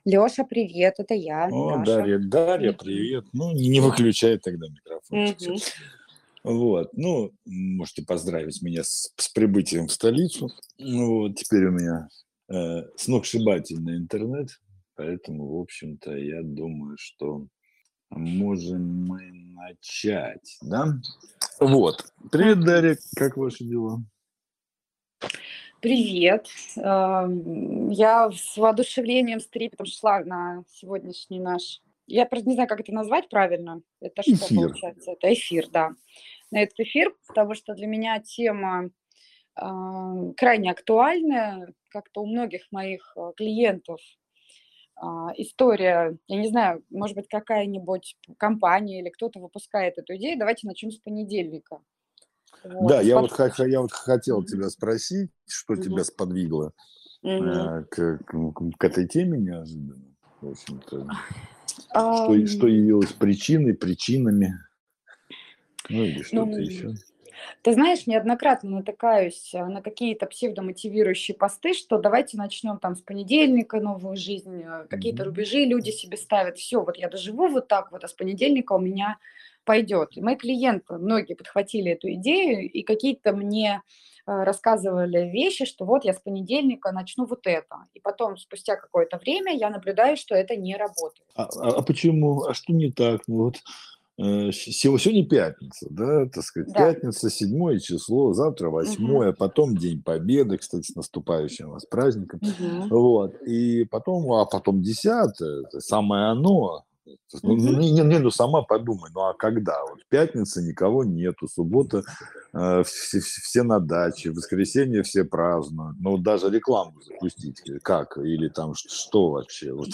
Лёша, привет, это я, О, Даша. Дарья, Мгм. привет. Ну, не выключай тогда микрофончик. Всё. Мгм. Вот, ну, можете поздравить меня с прибытием в столицу. Ну, вот, теперь у меня сногсшибательный интернет, поэтому, в общем-то, я думаю, что можем мы начать, да? Вот. Привет, Мгм. Дарья, как ваши дела? Привет. Я с воодушевлением, с трепетом шла на сегодняшний наш я просто не знаю, как это назвать правильно. Это что Эфир. получается? Это эфир, да. На этот эфир, потому что для меня тема, крайне актуальная. Как-то у многих моих, клиентов, история, я не знаю, может быть, какая-нибудь компания или кто-то выпускает эту идею. Давайте начнем с понедельника. Вот, Да, и с я вот хотел Мгм. тебя спросить, что тебя Мгм. сподвигло Мгм. к этой теме неожиданно. В общем-то, Ам, что явилось причиной, причинами, ну или что-то ну, еще. ты знаешь, неоднократно натыкаюсь, на какие-то псевдомотивирующие посты, что давайте начнем там с понедельника новую жизнь, какие-то Мгм. рубежи люди себе ставят. Все, вот я доживу вот так вот, а с понедельника у меня пойдет. И мои клиенты, многие подхватили эту идею и какие-то мне рассказывали вещи, что вот я с понедельника начну вот это. И потом, спустя какое-то время, я наблюдаю, что это не работает. А почему? А что не так? Ну вот сегодня пятница, да, так сказать, Да. пятница, 7 число, завтра Мгм. 8, а потом День Победы, кстати, с наступающим вас праздником. Мгм. Вот, и потом, а потом 10, это самое оно. Ну, Мгм. ну сама подумай, ну а когда? Вот пятница никого нету, суббота все на даче, в воскресенье все празднуют. Ну, даже рекламу запустить как? Или там что вообще? Вот.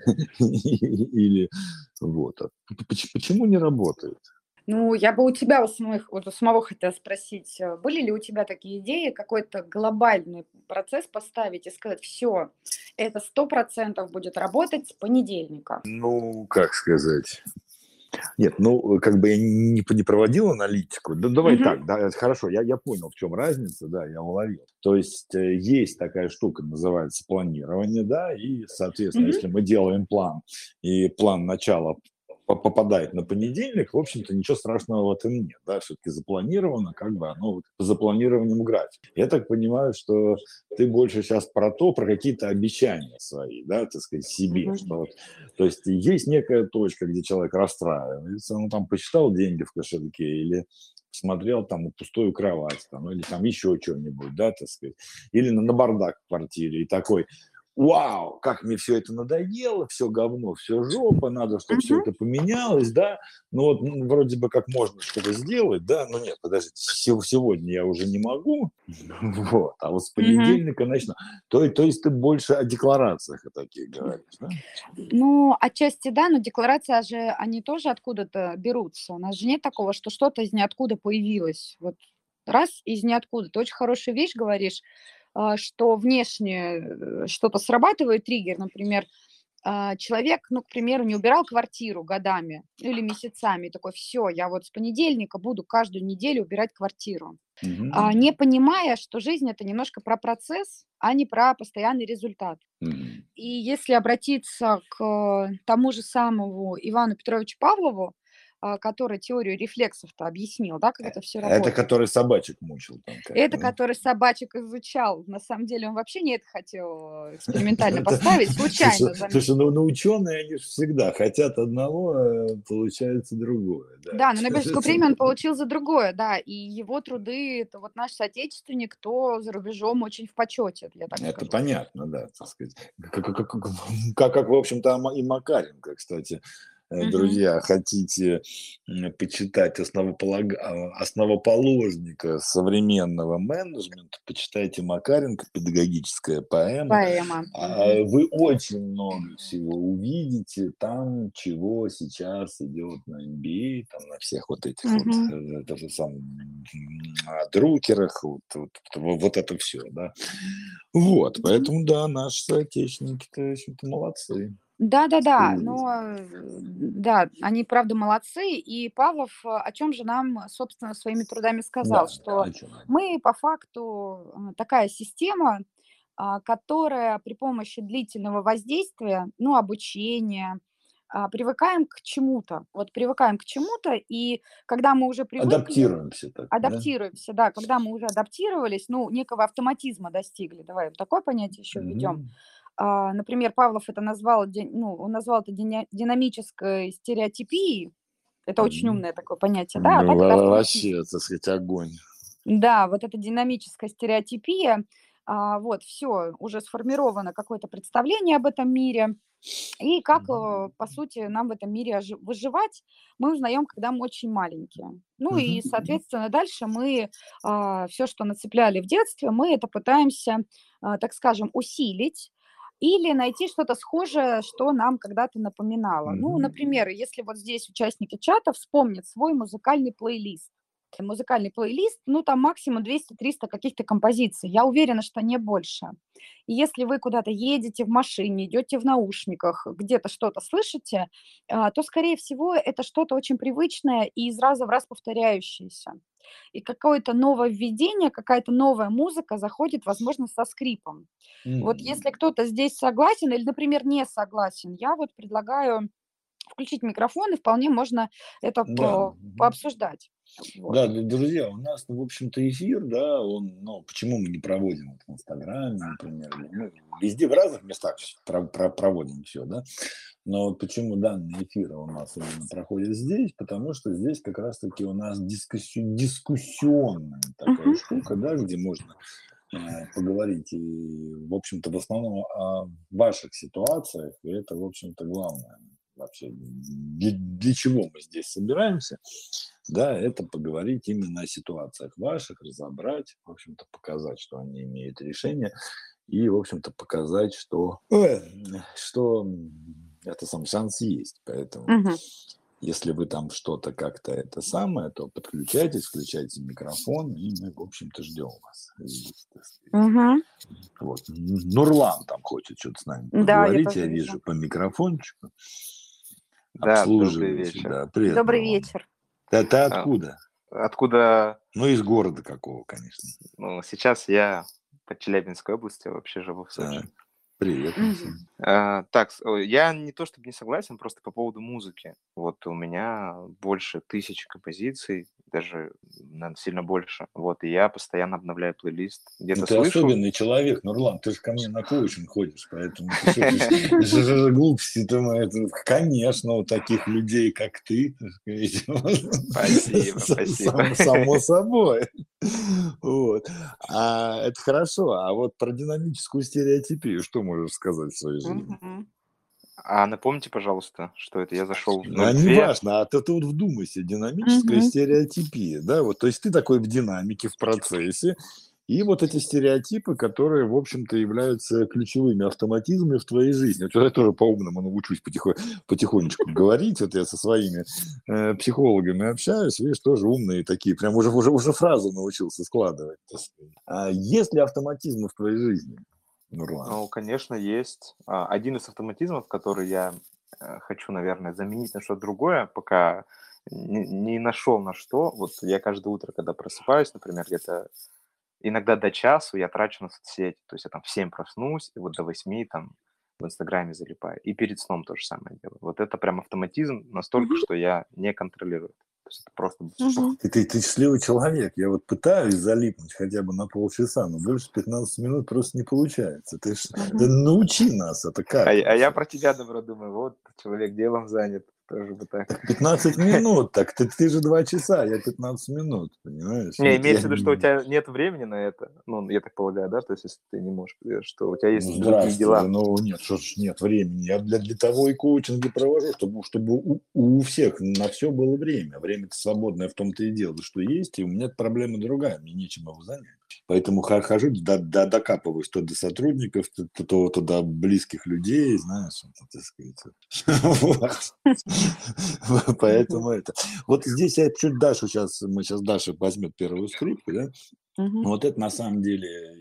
Или вот. Почему не работает? Ну, я бы у тебя у самого хотела спросить, были ли у тебя такие идеи, какой-то глобальный процесс поставить и сказать: все, это 100% будет работать с понедельника? Ну, как сказать? Нет, ну, как бы я не проводил аналитику. Да, давай Мгм, так, да, это хорошо, я понял, в чем разница, да, я уловил. То есть есть такая штука, называется планирование, да, и, соответственно, мгм, если мы делаем план, и план начала попадает на понедельник, в общем-то, ничего страшного в этом нет, да, все-таки запланировано, как бы оно вот по запланированию графика. Я так понимаю, что ты больше сейчас про то, про какие-то обещания свои, да, так сказать, себе, мгм, что вот, то есть есть некая точка, где человек расстраивается, он там посчитал деньги в кошельке или смотрел там на пустую кровать, там, или там еще что-нибудь, да, так сказать, или на бардак в квартире, и такой: вау, как мне все это надоело, все говно, все жопа, надо, чтобы все мгм, это поменялось, да, ну вот вроде бы как можно что-то сделать, да, но нет, подождите, сегодня я уже не могу, вот, а вот с мгм. понедельника начну. То есть ты больше о декларациях о таких говоришь, да? Ну, отчасти да, но декларации же, они тоже откуда-то берутся. У нас же нет такого, что что-то из ниоткуда появилось. Вот раз из ниоткуда. Ты очень хорошую вещь говоришь, что внешне что-то срабатывает, триггер, например, человек, ну, к примеру, не убирал квартиру годами или месяцами, и такой: все, я вот с понедельника буду каждую неделю убирать квартиру, Мгм. не понимая, что жизнь это немножко про процесс, а не про постоянный результат. Мгм. И если обратиться к тому же самому Ивану Петровичу Павлову, который теорию рефлексов-то объяснил, да, как это все Это работает. который собачек мучил там Это как-то, да? который собачек изучал. На самом деле он вообще не это хотел экспериментально поставить, случайно Слушай, заметил. ну ученые, они же всегда хотят одного, получается другое, да. Да, но Нобелевскую премию он получил за другое, да, и его труды — это вот наш соотечественник, кто за рубежом очень в почете, я так Это скажу. понятно, да, так сказать. Как, в общем-то, и Макаренко, кстати. Мгм. Друзья, хотите почитать основоположника современного менеджмента, почитайте Макаренко «Педагогическая поэма». Поэма. Мгм. Вы очень много всего увидите там, чего сейчас идет на MBA, там, на всех вот этих вот Мгм. друкерах, вот это все, да. Вот, поэтому, да, наши соотечественники-то, в общем-то, молодцы. Да-да-да, Что но, да, они правда молодцы. И Павлов, о чем же нам, собственно, своими трудами сказал, Да, что о чем? мы по факту, такая система, которая при помощи длительного воздействия, ну, обучения, привыкаем к чему-то. Вот привыкаем к чему-то, и когда мы уже привыкли, Адаптируемся так, да? адаптируемся, да, когда мы уже адаптировались, ну, некого автоматизма достигли, давай вот такое понятие еще введем. Мгм. Например, Павлов это назвал, ну, он назвал это динамической стереотипией. Это очень Мгм. умное такое понятие, да, а Ну, так это автоматизм. вообще, так сказать, огонь. Да, вот эта динамическая стереотипия, вот, все, уже сформировано какое-то представление об этом мире. И как, Мгм. по сути, нам в этом мире выживать, мы узнаем, когда мы очень маленькие. Ну и, Мгм. соответственно, дальше мы все, что нацепляли в детстве, мы это пытаемся, так скажем, усилить или найти что-то схожее, что нам когда-то напоминало. Ну, Мгм. например, если вот здесь участники чата вспомнят свой музыкальный плейлист. Музыкальный плейлист, ну, там максимум 200-300 каких-то композиций. Я уверена, что не больше. И если вы куда-то едете в машине, идете в наушниках, где-то что-то слышите, то, скорее всего, это что-то очень привычное и из раза в раз повторяющееся. И какое-то нововведение, какая-то новая музыка заходит, возможно, со скрипом. Вот Мгм. если кто-то здесь согласен или, например, не согласен, я вот предлагаю включить микрофон, и вполне можно это Да. Мгм. пообсуждать. Вот. Да, друзья, у нас, ну, в общем-то, эфир, да, он, ну, почему мы не проводим это в Инстаграме, например, или, ну, везде, в разных местах проводим все, да, но вот почему данные эфиры у нас именно проходят здесь, потому что здесь как раз-таки у нас дискуссионная такая Мгм. штука, да, где можно поговорить и, в общем-то, в основном о ваших ситуациях, и это, в общем-то, главное вообще, для чего мы здесь собираемся, да, это поговорить именно о ситуациях ваших, разобрать, в общем-то, показать, что они имеют решение, и, в общем-то, показать, что это сам шанс есть. Поэтому, Мгм. если вы там что-то как-то это самое, то подключайтесь, включайте микрофон, и мы, в общем-то, ждем вас. И, так сказать, Мгм. вот. Нурлан там хочет что-то с нами Да, я поговорить, тоже я вижу. вижу по микрофончику, Да, добрый обслуживающий, вечер. да. Привет, Добрый Нурлан. вечер. Ты А, откуда? Откуда, Ну, из города какого, конечно. ну, сейчас я по Челябинской области, вообще живу в Так, Сочи. привет, Мгм. Максим. Так, я не то чтобы не согласен, просто по поводу музыки. Вот у меня больше 1000 композиций, даже, наверно, сильно больше. Вот, и я постоянно обновляю плейлист. Ну, Где-то ты слышу. особенный человек, Нурлан, ты же ко мне на коучинг ходишь, поэтому ты что, ты же глупости ты мои, конечно, у таких людей, как ты, так Спасибо, сказать, спасибо. само собой. Вот. Это хорошо, а вот про динамическую стереотипию что можешь сказать в своей жизни? Мгм. А напомните, пожалуйста, что это? Я зашел в А не 02. важно, ты вот вдумайся, динамическая Мгм. стереотипия, да, вот, то есть ты такой в динамике, в процессе, и вот эти стереотипы, которые, в общем-то, являются ключевыми автоматизмами в твоей жизни. Вот я тоже по-умному научусь потихонечку говорить, вот я со своими психологами общаюсь, видишь, тоже умные такие, прям уже фразы научился складывать, так сказать. А есть ли автоматизмы в твоей жизни, Нурлан? Ну, конечно, есть. Один из автоматизмов, который я хочу, наверное, заменить на что-то другое, пока не нашел на что. Вот я каждое утро, когда просыпаюсь, например, где-то иногда до часу я трачу на соцсети. То есть я там в 7 проснусь, и вот до 8 там в Инстаграме залипаю. И перед сном то же самое делаю. Вот это прям автоматизм настолько, Мгм. что я не контролирую. То есть это просто Мгм. Ты счастливый человек. Я вот пытаюсь залипнуть хотя бы на полчаса, но больше 15 минут просто не получается. Ты Мгм. научи нас, это А, как а я вообще? про тебя, добро, думаю, вот человек делом занят, тоже бы так. Так 15 минут, так ты же 2 часа, я 15 минут, понимаешь? Не, Нет, я... имеется в виду, что у тебя нет времени на это. Ну, я так полагаю, да? То есть, если ты не можешь, что у тебя Ну, есть другие здрасте, дела. ну нет, что ж нет времени. Я для того и коучинги провожу, чтобы у всех на все было время. Время-то свободное в том-то и дело, что есть, и у меня проблема другая, мне нечем его занять. Поэтому хожу, докапываюсь то до сотрудников, то до близких людей, знаешь, вот, так сказать. Вот. Мгм. Поэтому это. Вот здесь я чуть Дашу сейчас, мы сейчас Даша возьмет первую скрипку, да? Мгм. Вот это на самом деле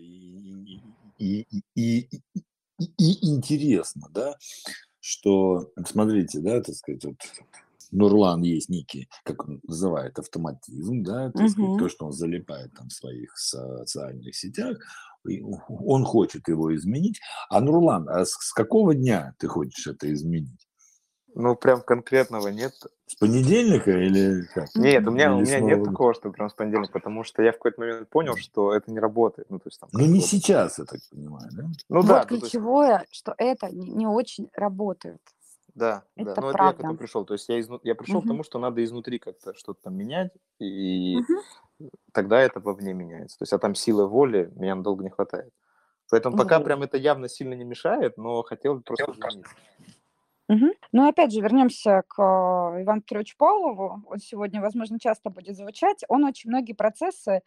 и, и, и, и интересно, да, что, смотрите, да, так сказать, вот Нурлан есть некий, как он называет, автоматизм, да, так сказать, то, Мгм. что он залипает там в своих социальных сетях, он хочет его изменить. А Нурлан, а с какого дня ты хочешь это изменить? Ну, прям конкретного нет. С понедельника или как? Нет, у Или меня с нет Нового года? такого, что прям с понедельника, потому что я в какой-то момент понял, что это не работает. Ну, то есть там Ну, как не бы вот... сейчас, я так понимаю, да? Ну да, Вот ну, то есть, ключевое, что это не очень работает. да. Это Ну, это я к правда. этому пришел. То есть я пришел к Мгм. тому, что надо изнутри как-то что-то там менять, и Мгм. тогда это вовне меняется. То есть, а там силы воли меня надолго не хватает. Поэтому пока Вот. прям это явно сильно не мешает, но хотел бы просто изменить. Мгм. Ну, опять же, вернемся к Ивану Петровичу Павлову. Он сегодня, возможно, часто будет звучать. Он очень многие процессы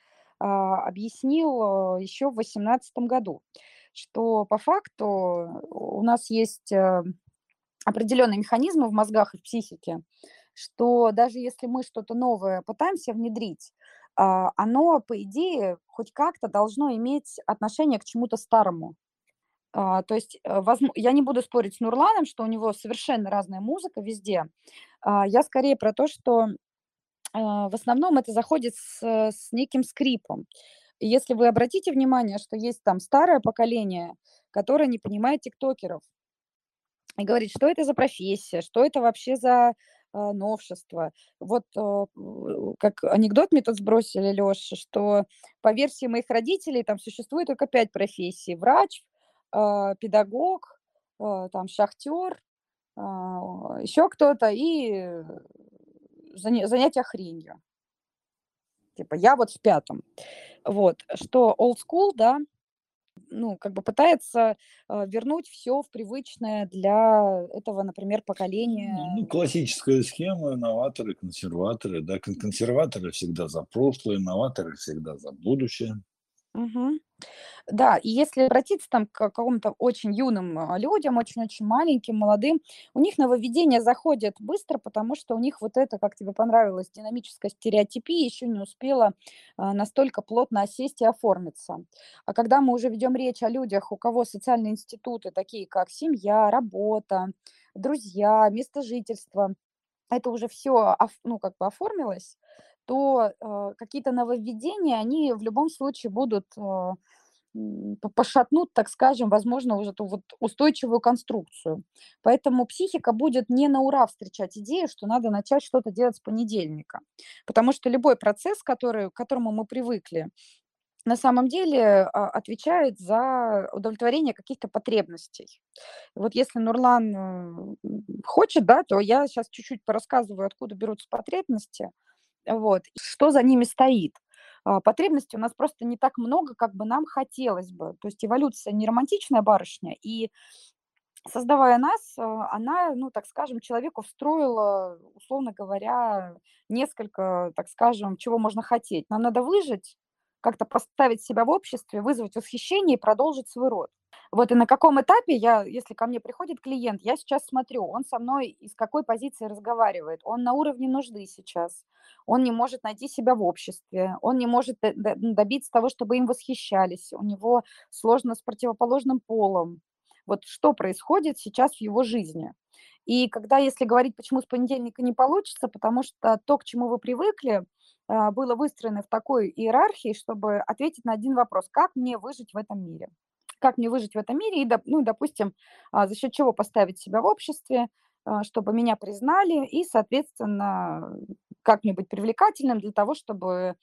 объяснил еще в 2018 году, что по факту у нас есть определенные механизмы в мозгах и в психике, что даже если мы что-то новое пытаемся внедрить, оно, по идее, хоть как-то должно иметь отношение к чему-то старому. То есть, я не буду спорить с Нурланом, что у него совершенно разная музыка везде. Я скорее про то, что, в основном это заходит с неким скрипом. И если вы обратите внимание, что есть там старое поколение, которое не понимает тиктокеров и говорит, что это за профессия, что это вообще за, новшество. Вот, как анекдот мне тут сбросили, Лёша, что по версии моих родителей там существует только 5 профессий: врач, педагог, там шахтер, еще кто-то и занятия хренью. Типа я вот в пятом. Вот, что old school, да, ну, как бы пытается, вернуть все в привычное для этого, например, Ну, поколения. классическая схема, новаторы, консерваторы, да, консерваторы всегда за прошлое, новаторы всегда за будущее. Мгм. Да, и если обратиться там к какому-то очень юным, людям, очень-очень маленьким, молодым, у них нововведения заходят быстро, потому что у них вот это, как тебе понравилось, динамическая стереотипия еще не успела, настолько плотно осесть и оформиться. А когда мы уже ведем речь о людях, у кого социальные институты, такие как семья, работа, друзья, место жительства, это уже все, ну, как бы оформилось, то, какие-то нововведения, они в любом случае будут, пошатнут, так скажем, возможно, уже эту вот устойчивую конструкцию. Поэтому психика будет не на ура встречать идею, что надо начать что-то делать с понедельника. Потому что любой процесс, к которому мы привыкли, на самом деле, отвечает за удовлетворение каких-то потребностей. Вот если Нурлан, хочет, да, то я сейчас чуть-чуть порассказываю, откуда берутся потребности, вот, и что за ними стоит. Потребностей у нас просто не так много, как бы нам хотелось бы. То есть эволюция не романтичная барышня, и создавая нас, она, ну, так скажем, человеку встроила, условно говоря, несколько, так скажем, чего можно хотеть. Нам надо выжить, как-то поставить себя в обществе, вызвать восхищение и продолжить свой род. Вот и на каком этапе я, если ко мне приходит клиент, я сейчас смотрю, он со мной из какой позиции разговаривает. Он на уровне нужды сейчас. Он не может найти себя в обществе. Он не может добиться того, чтобы им восхищались. У него сложно с противоположным полом. Вот что происходит сейчас в его жизни. И когда, если говорить, почему с понедельника не получится, потому что то, к чему вы привыкли, было выстроено в такой иерархии, чтобы ответить на один вопрос: как мне выжить в этом мире? Как мне выжить в этом мире и, ну, допустим, за счет чего поставить себя в обществе, чтобы меня признали, и, соответственно, как мне быть привлекательным для того, чтобы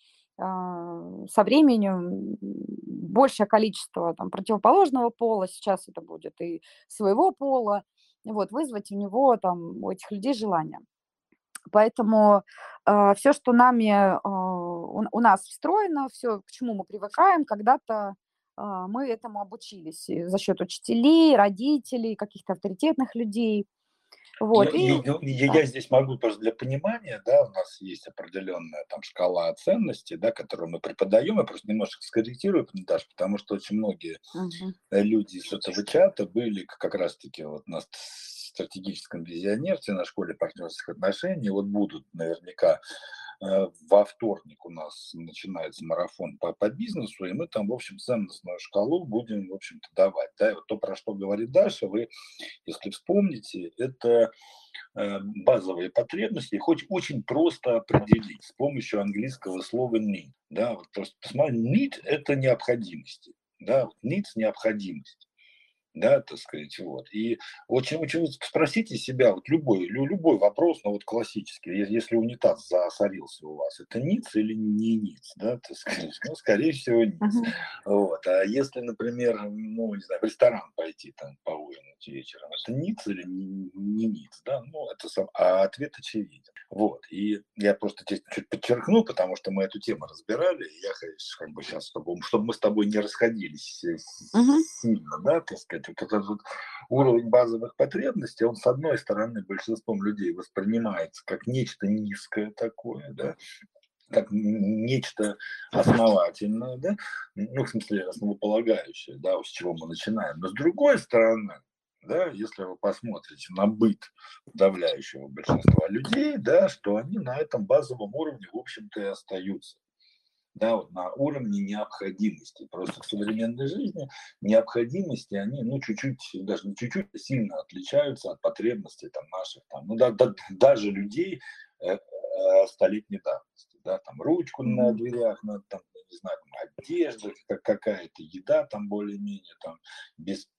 со временем большее количество там, противоположного пола, сейчас это будет и своего пола, вот, вызвать у него, там, у этих людей желание. Поэтому все, что нами, у нас встроено, все, к чему мы привыкаем, когда-то мы этому обучились и за счет учителей, родителей, каких-то авторитетных людей. Ну, Вот, и я здесь могу просто для понимания, да, у нас есть определенная там шкала ценностей, да, которую мы преподаем. Я просто немножко скорректирую, Наташа, потому что очень многие Мгм. люди из этого чата были как раз-таки вот на стратегическом визионерстве, на школе партнерских отношений. Вот будут наверняка во вторник у нас начинается марафон по бизнесу, и мы там, в общем, ценностную шкалу будем, в общем-то, давать. Да? И вот то, про что говорит Даша, вы, если вспомните, это базовые потребности, их очень просто определить с помощью английского слова need. Да? Вот просто посмотрите, need – это необходимости. да, вот needs – необходимость. Да, так сказать, вот. И очень спросите себя, вот любой вопрос, ну вот классический, если унитаз засорился у вас, это ниц или не ниц, да, так сказать, ну, скорее всего, ниц. Мгм. Вот. А если, например, ну, не знаю, в ресторан пойти там поужинать вечером, это ниц или не ниц, да, ну, это а ответ очевиден. Вот. И я просто здесь чуть подчеркну, потому что мы эту тему разбирали, и я, конечно, как бы сейчас, чтобы мы с тобой не расходились Мгм. сильно, да, так сказать, вот этот вот уровень базовых потребностей, он, с одной стороны, большинством людей воспринимается как нечто низкое такое, да, как нечто основательное, да, ну, в смысле, основополагающее, да, с чего мы начинаем. Но с другой стороны, да, если вы посмотрите на быт подавляющего большинства людей, да, что они на этом базовом уровне, в общем-то, и остаются. Да, вот на уровне необходимости. Просто в современной жизни необходимости, они, ну, чуть-чуть, даже не чуть-чуть, а сильно отличаются от потребностей там наших, там, ну, даже людей столетней давности, да, там, ручку на Мгм. дверях, на, там, не знаю, там, одежда какая-то, еда там более-менее, там, без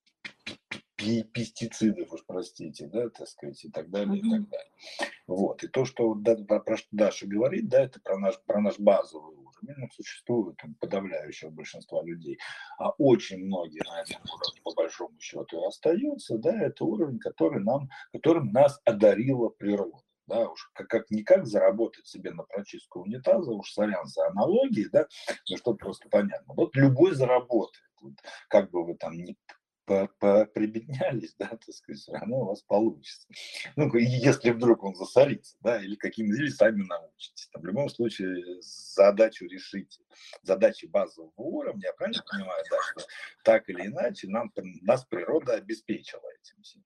пестицидов, уж простите, да, так сказать, и так далее, и Мгм. так далее. Вот. И то, что про что Даша говорит, да, это про наш базовый уровень. Он существует у подавляющего большинства людей. А очень многие на этом уровне, по большому счету, и остаются. Да, это уровень, которым нас одарила природа. Да, уж как-никак заработать себе на прочистку унитаза, уж сорян за аналогии, да, ну что просто понятно. Вот любой заработает. Вот, как бы вы там ни прибеднялись, да, так сказать, все равно у вас получится. Ну, если вдруг он засорится, да, или сами научитесь. Там, в любом случае задачу решите. Задачи базового уровня, я правильно понимаю, да, что так или иначе нас природа обеспечила этим всем.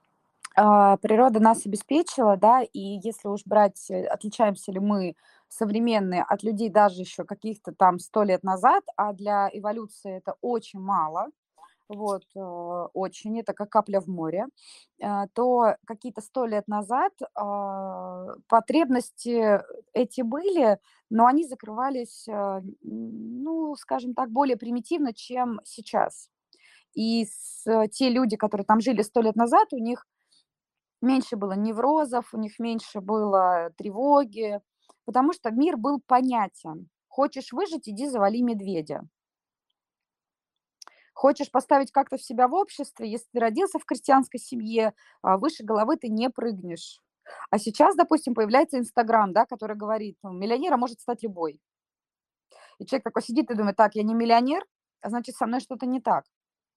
Природа нас обеспечила, да, и если уж брать, отличаемся ли мы современные от людей даже еще каких-то там 100 лет назад, а для эволюции это очень мало, вот, очень, это как капля в море, то какие-то 100 лет назад потребности эти были, но они закрывались, ну, скажем так, более примитивно, чем сейчас. Те люди, которые там жили 100 лет назад, у них меньше было неврозов, у них меньше было тревоги, потому что мир был понятен. Хочешь выжить – иди завали медведя. Хочешь поставить как-то в себя в обществе, если ты родился в крестьянской семье, выше головы ты не прыгнешь. А сейчас, допустим, появляется Инстаграм, да, который говорит, ну, миллионером может стать любой. И человек такой сидит и думает, так, я не миллионер, а значит, со мной что-то не так.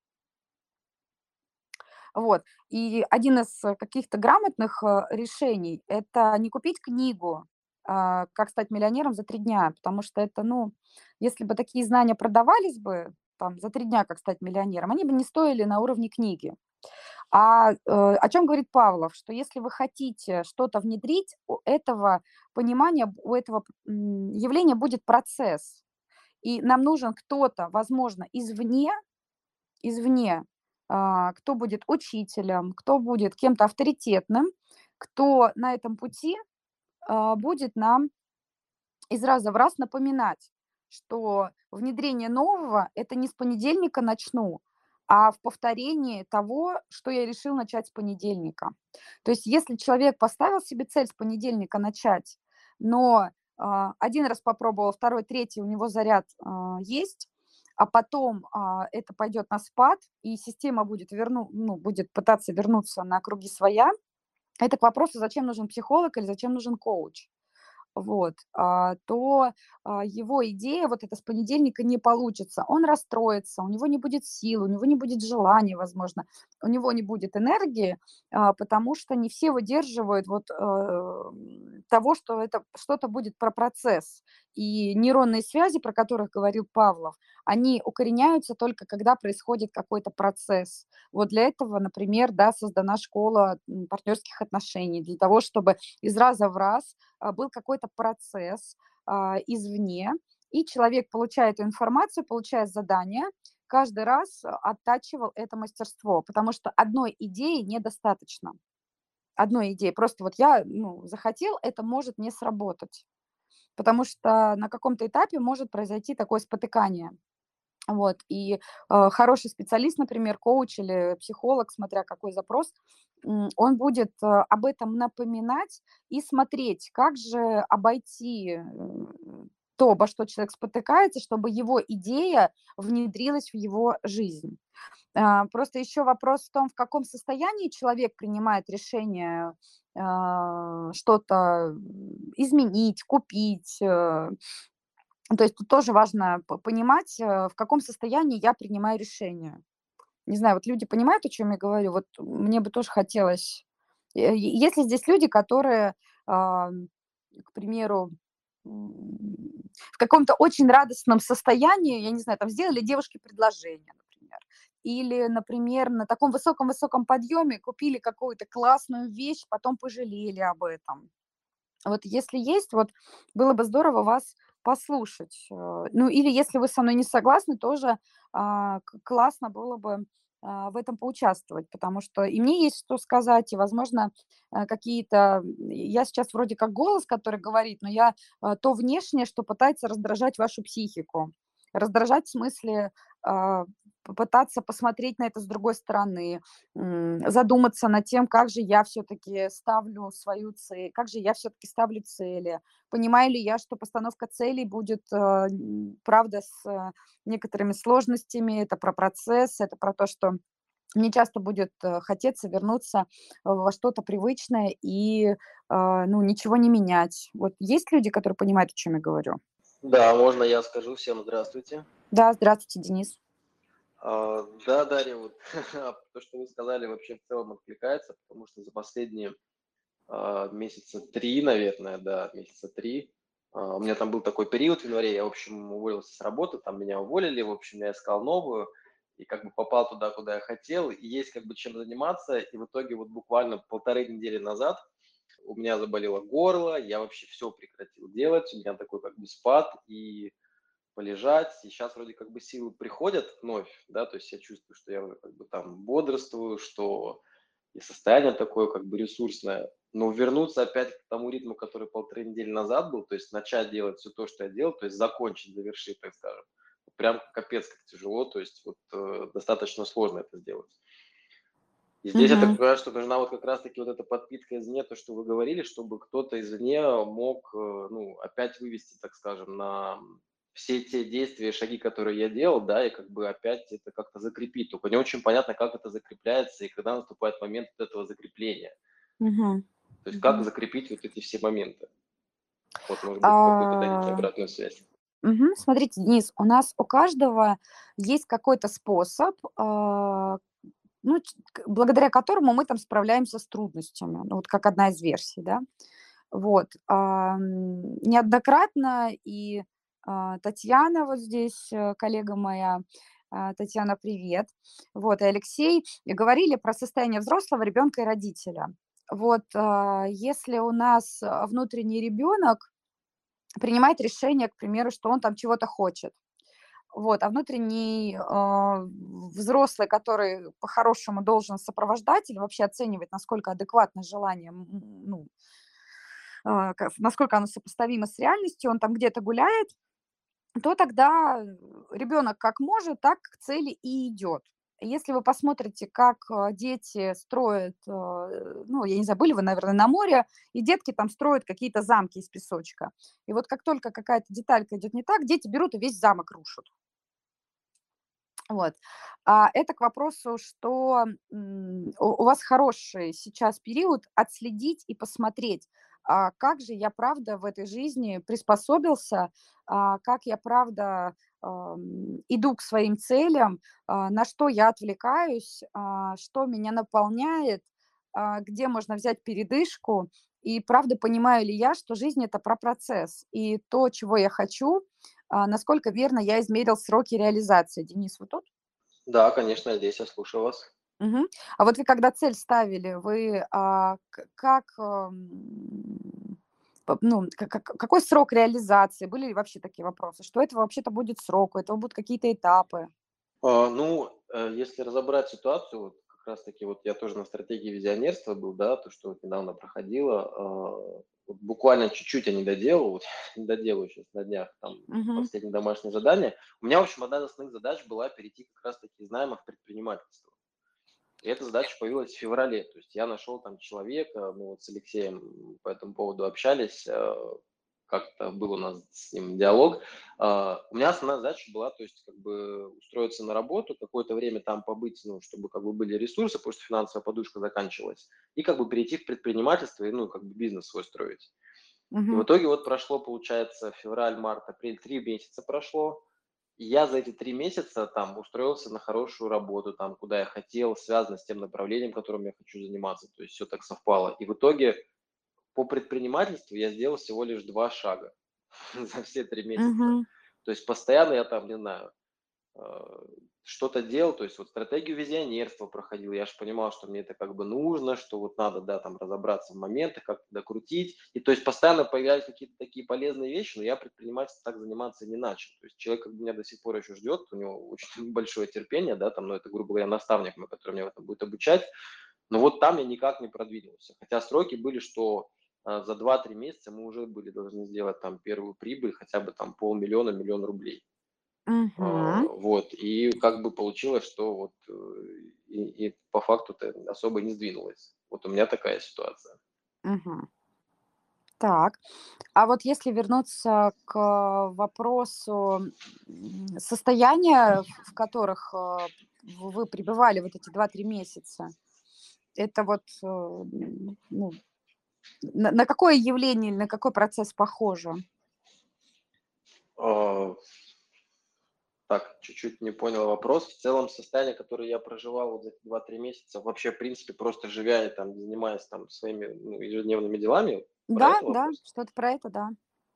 Вот. И один из каких-то грамотных решений – это не купить книгу «Как стать миллионером за 3 дня», потому что это, ну, если бы такие знания продавались бы, там, за 3 дня «Как стать миллионером», они бы не стоили на уровне книги. О чем говорит Павлов? Что если вы хотите что-то внедрить, у этого понимания, у этого явления будет процесс. И нам нужен кто-то, возможно, извне, кто будет учителем, кто будет кем-то авторитетным, кто на этом пути будет нам из раза в раз напоминать, что внедрение нового – это не с понедельника начну, а в повторении того, что я решил начать с понедельника. То есть если человек поставил себе цель с понедельника начать, но один раз попробовал, второй, третий, у него заряд есть, а потом это пойдет на спад, и система будет пытаться вернуться на круги своя, это к вопросу, зачем нужен психолог или зачем нужен коуч. Вот, его идея вот эта с понедельника не получится. Он расстроится, у него не будет сил, у него не будет желания, возможно, у него не будет энергии, потому что не все выдерживают того, что это что-то будет про процесс. И нейронные связи, про которых говорил Павлов, они укореняются только когда происходит какой-то процесс. Вот для этого, например, да, создана школа партнерских отношений, для того, чтобы из раза в раз был какой-то процесс извне, и человек, получая эту информацию, получая задание, каждый раз оттачивал это мастерство, потому что одной идеи недостаточно. Одной идеи. Просто вот я захотел, это может не сработать, потому что на каком-то этапе может произойти такое спотыкание. Вот, и хороший специалист, например, коуч или психолог, смотря какой запрос, он будет об этом напоминать и смотреть, как же обойти то, обо что человек спотыкается, чтобы его идея внедрилась в его жизнь. Просто еще вопрос в том, в каком состоянии человек принимает решение что-то изменить, купить. То есть тут тоже важно понимать, в каком состоянии я принимаю решение. Не знаю, вот люди понимают, о чем я говорю? Вот мне бы тоже хотелось. Есть ли здесь люди, которые, к примеру, в каком-то очень радостном состоянии, я не знаю, там сделали девушке предложение, например, или, например, на таком высоком-высоком подъеме купили какую-то классную вещь, потом пожалели об этом. Вот если есть, вот было бы здорово вас послушать. Ну, или если вы со мной не согласны, тоже классно было бы в этом поучаствовать, потому что и мне есть что сказать, и, возможно, какие-то... Я сейчас вроде как голос, который говорит, но я то внешнее, что пытается раздражать вашу психику. Раздражать в смысле попытаться посмотреть на это с другой стороны, задуматься над тем, как же я все-таки ставлю свою цель, как же я все-таки ставлю цели, понимаю ли я, что постановка целей будет, правда, с некоторыми сложностями, это про процесс, это про то, что мне часто будет хотеться вернуться во что-то привычное и ну, ничего не менять. Вот есть люди, которые понимают, о чем я говорю? Да, можно я скажу. Всем здравствуйте. Да, здравствуйте, Денис. Да, Дарья, вот то, что вы сказали, вообще в целом откликается, потому что за последние месяца 3, наверное, да, месяца 3, у меня там был такой период в январе, я, в общем, уволился с работы, там меня уволили, в общем, я искал новую, и как бы попал туда, куда я хотел, и есть как бы чем заниматься, и в итоге вот буквально 1,5 недели назад у меня заболело горло, я вообще все прекратил делать, у меня такой как бы спад, и полежать. И сейчас вроде как бы силы приходят вновь, да, то есть я чувствую, что я уже как бы там бодрствую, что и состояние такое как бы ресурсное. Но вернуться опять к тому ритму, который 1,5 недели назад был, то есть начать делать все то, что я делал, то есть закончить, завершить, так скажем, прям капец как тяжело, то есть вот достаточно сложно это сделать. И здесь я так Мгм. понимаю, что нужна вот как раз-таки вот эта подпитка извне, то, что вы говорили, чтобы кто-то извне мог, ну, опять вывести, так скажем, на все те действия, шаги, которые я делал, да, и как бы опять это как-то закрепить. Только не очень понятно, как это закрепляется и когда наступает момент вот этого закрепления. Мгм. То есть как Мгм. закрепить вот эти все моменты. Вот, может быть, какую-то дадите А, обратную связь. Смотрите, Денис, у нас у каждого есть какой-то способ, ну, благодаря которому мы там справляемся с трудностями. Ну, вот как одна из версий, да. Вот. Неоднократно и Татьяна вот здесь, коллега моя, Татьяна, привет. Вот, и Алексей говорили про состояние взрослого ребенка и родителя. Вот, если у нас внутренний ребенок принимает решение, к примеру, что он там чего-то хочет, вот, а внутренний, взрослый, который по-хорошему должен сопровождать или вообще оценивать, насколько адекватно желание, ну, насколько оно сопоставимо с реальностью, он там где-то гуляет, то тогда ребенок как может, так к цели и идет. Если вы посмотрите, как дети строят, ну, я не знаю, были вы, наверное, на море, и детки там строят какие-то замки из песочка. И вот как только какая-то деталька идет не так, дети берут и весь замок рушат. Вот. Это к вопросу, что у вас хороший сейчас период отследить и посмотреть, как же я правда в этой жизни приспособился, как я правда иду к своим целям, на что я отвлекаюсь, что меня наполняет, где можно взять передышку, и правда понимаю ли я, что жизнь это про процесс, и то, чего я хочу, насколько верно я измерил сроки реализации. Денис, вы тут? Да, конечно, я здесь, я слушаю вас. Мгм. А вот вы когда цель ставили, вы, как, ну, какой срок реализации? Были ли вообще такие вопросы? Что это вообще-то будет срок? У этого будут какие-то этапы? Ну, если разобрать ситуацию, вот как раз-таки вот я тоже на стратегии визионерства был, да, то, что вот недавно проходило, вот буквально чуть-чуть я не доделал, вот не доделаю сейчас на днях там Мгм. последнее домашнее задание. У меня, в общем, одна из основных задач была перейти как раз-таки из найма в предпринимательство. И эта задача появилась в феврале. То есть я нашел там человека, мы вот с Алексеем по этому поводу общались, как-то был у нас с ним диалог. У меня основная задача была, то есть как бы устроиться на работу, какое-то время там побыть, ну, чтобы как бы были ресурсы, потому что финансовая подушка заканчивалась, и как бы перейти в предпринимательство и, ну, как бы бизнес свой строить. И в Мгм. итоге вот прошло, получается, февраль, март, апрель, 3 месяца прошло. И я за эти 3 месяца там устроился на хорошую работу, там, куда я хотел, связано с тем направлением, которым я хочу заниматься. То есть все так совпало. И в итоге по предпринимательству я сделал всего лишь 2 шага за все 3 месяца. Мгм. То есть постоянно я там, не знаю, э, что-то делал, то есть вот стратегию визионерства проходил, я же понимал, что мне это как бы нужно, что вот надо, да, там разобраться в моментах, как-то докрутить, и то есть постоянно появлялись какие-то такие полезные вещи, но я предпринимательством так заниматься не начал, то есть человек как бы меня до сих пор еще ждет, у него очень большое терпение, да, там, ну, это, грубо говоря, наставник мой, который меня в этом будет обучать, но вот там я никак не продвинулся, хотя сроки были, что за 2-3 месяца мы уже были должны сделать там первую прибыль, хотя бы там 500 000, 1 000 000 рублей. Мгм. Вот, и как бы получилось, что вот и по факту-то особо не сдвинулось. Вот у меня такая ситуация. Мгм. Так. А вот если вернуться к вопросу, состояния, в которых, вы пребывали вот эти 2-3 месяца, это вот, ну, на какое явление, на какой процесс похоже? А, Так, чуть-чуть не понял вопрос. В целом состояние, которое я проживал вот за эти 2-3 месяца, вообще, в принципе, просто живя и там занимаясь там своими, ну, ежедневными делами, про Да, это да, вопрос? что-то про это, да.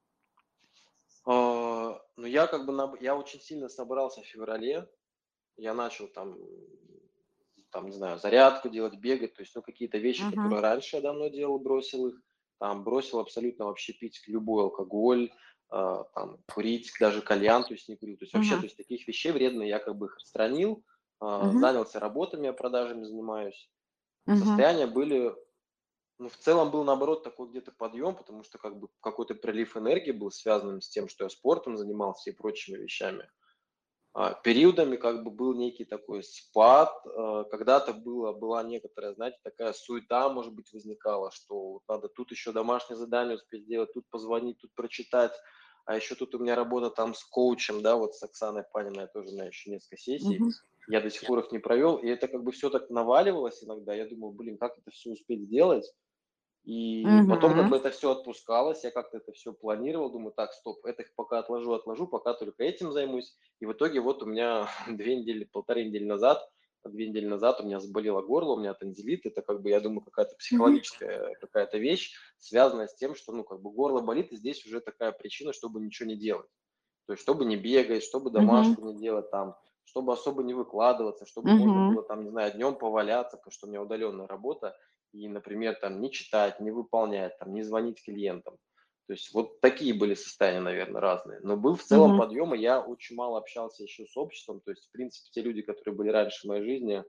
Ну, я как бы, я очень сильно собрался в феврале, я начал там, не знаю, зарядку делать, бегать, то есть, ну, какие-то вещи, Мгм. которые раньше я давно делал, бросил их, там, бросил абсолютно вообще пить любой алкоголь, там, курить, даже кальян, то есть, не курил, то есть, вообще, Мгм. то есть, таких вещей вредных я как бы их отстранил, Мгм. занялся работами, я продажами занимаюсь, Мгм. состояния были, ну, в целом был, наоборот, такой где-то подъем, потому что, как бы, какой-то прилив энергии был связан с тем, что я спортом занимался и прочими вещами. Периодами как бы был некий такой спад, когда-то была некоторая, знаете, такая суета, может быть, возникала, что вот надо тут еще домашнее задание успеть сделать, тут позвонить, тут прочитать, а еще тут у меня работа там с коучем, да, вот с Оксаной Паниной я тоже знаю еще несколько сессий, Мгм. я до сих пор их не провел, и это как бы все так наваливалось иногда, я думал, блин, как это все успеть сделать, и потом как Мгм. бы это все отпускалось, я как-то это все планировал, думаю, так, стоп, это пока отложу, пока только этим займусь. И в итоге вот у меня 2 недели, 1,5 недели назад, 2 недели назад у меня заболело горло, у меня танзелит. Это как бы, я думаю, какая-то Мгм. психологическая какая-то вещь, связанная с тем, что, ну, как бы горло болит, и здесь уже такая причина, чтобы ничего не делать. То есть чтобы не бегать, чтобы Мгм. домашку не делать там, чтобы особо не выкладываться, чтобы можно Мгм. было там, не знаю, днем поваляться, потому что у меня удаленная работа, и, например, там не читать, не выполнять, там, не звонить клиентам. То есть вот такие были состояния, наверное, разные. Но был в целом Мгм. подъем, и я очень мало общался еще с обществом. То есть, в принципе, те люди, которые были раньше в моей жизни,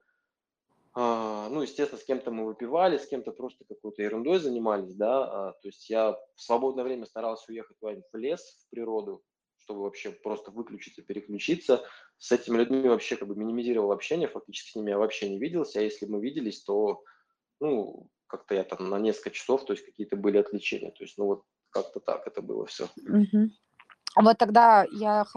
ну, естественно, с кем-то мы выпивали, с кем-то просто какой-то ерундой занимались, да. То есть я в свободное время старался уехать куда-нибудь в лес, в природу, чтобы вообще просто выключиться, переключиться. С этими людьми вообще как бы минимизировал общение, фактически с ними я вообще не виделся. А если мы виделись, то, ну, как-то я там на несколько часов, то есть какие-то были отвлечения. То есть, ну, вот как-то так это было все. Мгм. Вот тогда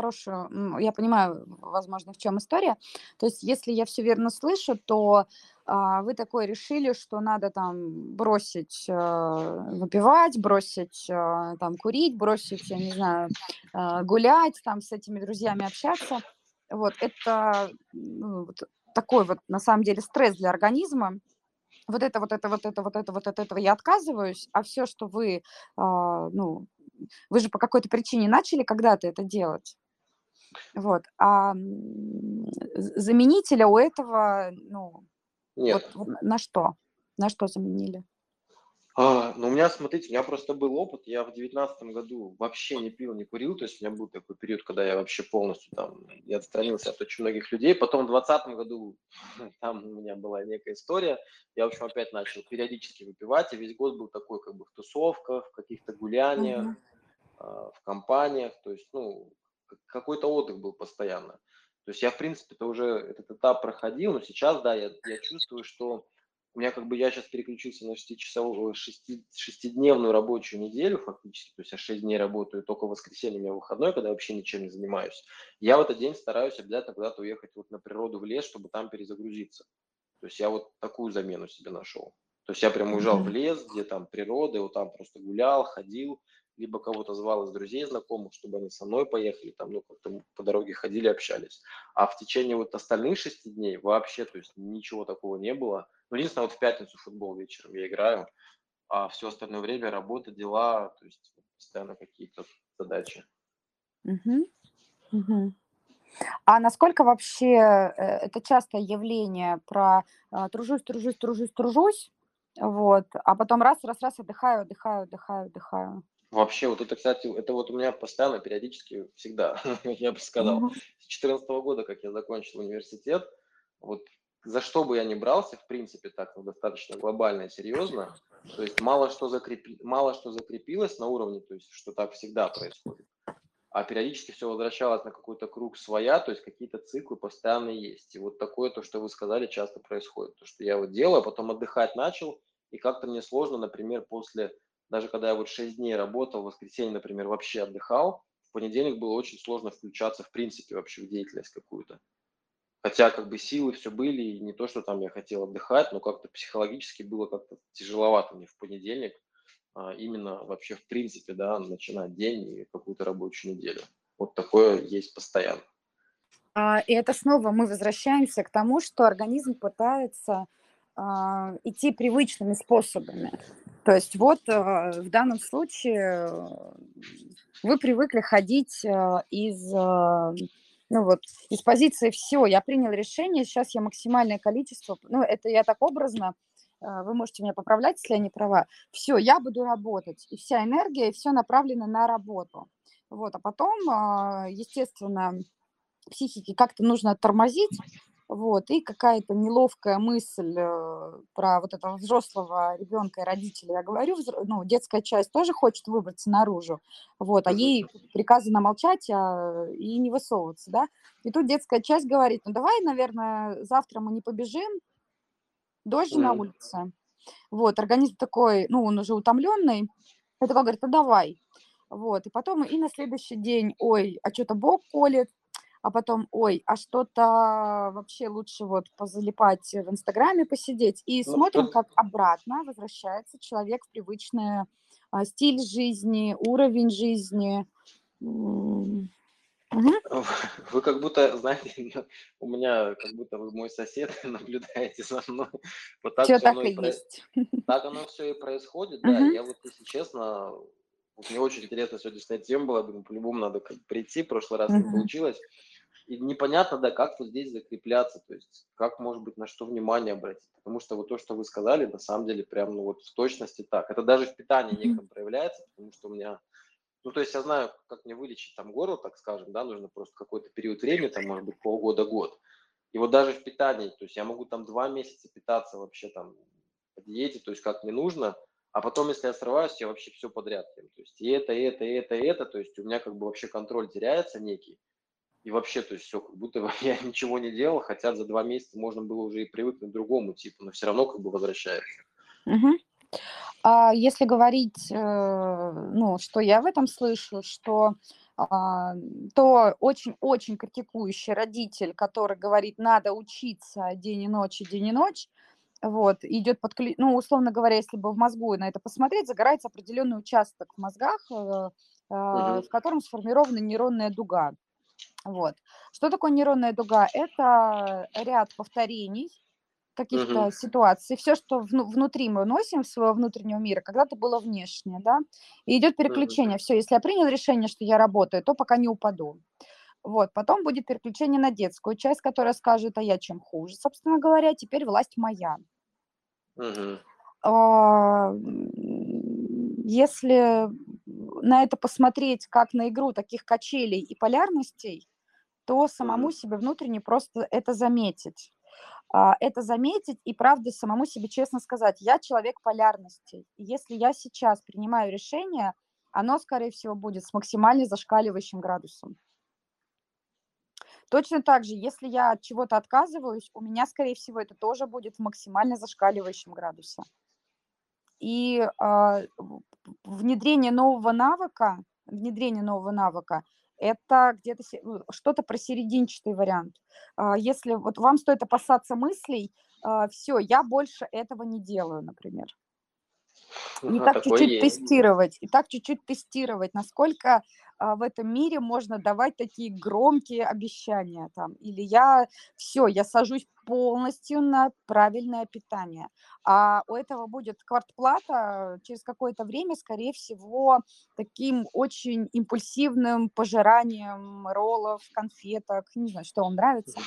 я понимаю, возможно, в чем история. То есть, если я все верно слышу, то, вы такое решили, что надо там бросить, выпивать, бросить, там курить, бросить, я не знаю, гулять, там с этими друзьями общаться. Вот это, ну, вот такой вот на самом деле стресс для организма. Вот от этого я отказываюсь, а все, что ну, вы же по какой-то причине начали когда-то это делать. Вот, заменителя у этого, ну, Нет. вот на что? На что заменили? Ну, у меня, смотрите, у меня просто был опыт. Я в 19 году вообще не пил, не курил. То есть у меня был такой период, когда я вообще полностью там я отстранился от очень многих людей. Потом в 20 году там у меня была некая история. Я, в общем, опять начал периодически выпивать. И весь год был такой как бы в тусовках, в каких-то гуляниях, Мгм. в компаниях. То есть, ну, какой-то отдых был постоянно. То есть я, в принципе-то уже этот этап проходил. Но сейчас, да, я чувствую, что у меня как бы я сейчас переключился на шестидневную рабочую неделю фактически, то есть я 6 дней работаю, только в воскресенье у меня выходной, когда я вообще ничем не занимаюсь. Я в этот день стараюсь обязательно куда-то уехать вот на природу, в лес, чтобы там перезагрузиться. То есть я вот такую замену себе нашел. То есть я прям уезжал в Мгм. лес, где там природа, и вот там просто гулял, ходил, либо кого-то звал из друзей, знакомых, чтобы они со мной поехали, там, ну, как-то по дороге ходили, общались. А в течение вот остальных 6 дней вообще, то есть ничего такого не было. Ну, единственное, вот в пятницу футбол вечером я играю, а все остальное время работа, дела, то есть постоянно какие-то задачи. Мгм. Мгм. А насколько вообще это частое явление про тружусь, тружусь, тружусь, тружусь, вот, а потом раз, отдыхаю, отдыхаю, отдыхаю, отдыхаю. Вообще, вот это, кстати, это вот у меня постоянно, периодически, всегда, я бы сказал, Мгм. с 2014 года, как я закончил университет, вот за что бы я ни брался, в принципе, так, ну, достаточно глобально и серьезно, то есть мало что закрепилось на уровне, то есть что так всегда происходит, а периодически все возвращалось на какой-то круг своя, то есть какие-то циклы постоянно есть. И вот такое, то, что вы сказали, часто происходит. То, что я вот делаю, а потом отдыхать начал, и как-то мне сложно, например, после, даже когда я вот 6 дней работал, в воскресенье, например, вообще отдыхал, в понедельник было очень сложно включаться, в принципе, вообще в деятельность какую-то. Хотя как бы силы все были, и не то, что там я хотел отдыхать, но как-то психологически было как-то тяжеловато мне в понедельник, именно вообще в принципе, да, начинать день и какую-то рабочую неделю. Вот такое есть постоянно. И это снова мы возвращаемся к тому, что организм пытается идти привычными способами. То есть вот в данном случае вы привыкли ходить ну вот, из позиции «все, я принял решение, сейчас я максимальное количество», ну это я так образно, вы можете меня поправлять, если я не права, все, я буду работать, и вся энергия, и все направлено на работу. Вот, а потом, естественно, психике как-то нужно тормозить, вот, и какая-то неловкая мысль про вот этого взрослого ребенка и родителя, я говорю, ну, детская часть тоже хочет выбраться наружу, вот, а Мгм. ей приказано молчать и не высовываться, да, и тут детская часть говорит, ну, давай, наверное, завтра мы не побежим, дождь же на Мгм. улице, вот, организм такой, ну, он уже утомленный, и такой говорит, а давай, вот, и потом и на следующий день, ой, а что-то бок колет, а потом, ой, а что-то вообще лучше вот позалипать в Инстаграме, посидеть. И Ну, смотрим, тут как обратно возвращается человек в привычный стиль жизни, уровень жизни. М, мгм. вы как будто, знаете, у меня как будто вы мой сосед, наблюдаете за мной. Вот так Всё все так оно и и есть. так оно все и происходит, да. И Мгм, я вот, если честно, вот мне очень интересно сегодняшняя тема была, думаю, по-любому надо как бы прийти, в прошлый раз не мгм, получилось. И непонятно, да, как вот здесь закрепляться, то есть как, может быть, на что внимание обратить. Потому что вот то, что вы сказали, на самом деле прям, ну вот в точности так. Это даже в питании мгм, неком проявляется, потому что у меня, ну то есть я знаю, как мне вылечить там горло, так скажем, да, нужно просто какой-то период времени, там может быть полгода-год. И вот даже в питании, то есть я могу там 2 месяца питаться вообще там по диете, то есть как мне нужно, а потом, если я срываюсь, я вообще все подряд ем. То есть и это, и это, и это, и это, то есть у меня как бы вообще контроль теряется некий. И вообще, то есть все, как будто бы я ничего не делал, хотя за 2 месяца можно было уже и привыкнуть к другому типу, но все равно как бы возвращается. мгм. Если говорить, ну, что я в этом слышу, что, а, то очень-очень критикующий родитель, который говорит: "Надо учиться день и ночь", вот, идет ну, условно говоря, если бы в мозгу на это посмотреть, загорается определенный участок в мозгах, Мгм. в котором сформирована нейронная дуга. Вот. Что такое нейронная дуга? Это ряд повторений Мгм. каких-то ситуаций. Все, что внутри мы носим, своего внутреннего мира, когда-то было внешнее, да. И идет Мгм. переключение. Все, если я принял решение, что я работаю, то пока не упаду. Вот. Потом будет переключение на детскую часть, которая скажет: "А я чем хуже?" Собственно говоря, теперь власть моя. Мгм. А, Если на это посмотреть как на игру таких качелей и полярностей, то самому себе внутренне просто это заметить. Это заметить и, правда, самому себе честно сказать: я человек полярностей. И если я сейчас принимаю решение, оно, скорее всего, будет с максимально зашкаливающим градусом. Точно так же, если я от чего-то отказываюсь, у меня, скорее всего, это тоже будет в максимально зашкаливающем градусе. И внедрение нового навыка, это где-то что-то про серединчатый вариант. Если вот вам стоит опасаться мыслей, все, я больше этого не делаю, например. И так Такое есть. чуть-чуть тестировать, насколько в этом мире можно давать такие громкие обещания там. Или я сажусь полностью на правильное питание. А у этого будет квартплата через какое-то время, скорее всего, таким очень импульсивным пожиранием роллов, конфеток, не знаю, что вам нравится.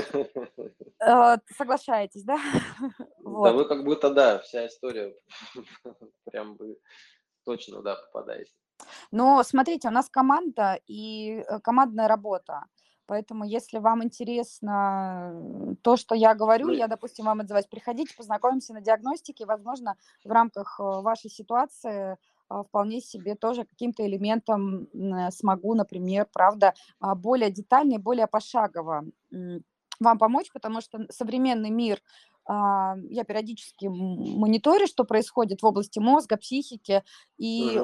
Соглашаетесь, да? Да Вот. вы как будто, да, вся история прям вы точно, да, попадаете. Но смотрите, у нас команда и командная работа. Поэтому, если вам интересно то, что я говорю, Ну, я, допустим, вам отзываюсь, приходите, познакомимся на диагностике. Возможно, в рамках вашей ситуации вполне себе тоже каким-то элементом смогу, например, правда, более детально и более пошагово вам помочь, потому что современный мир, я периодически мониторю, что происходит в области мозга, психики, и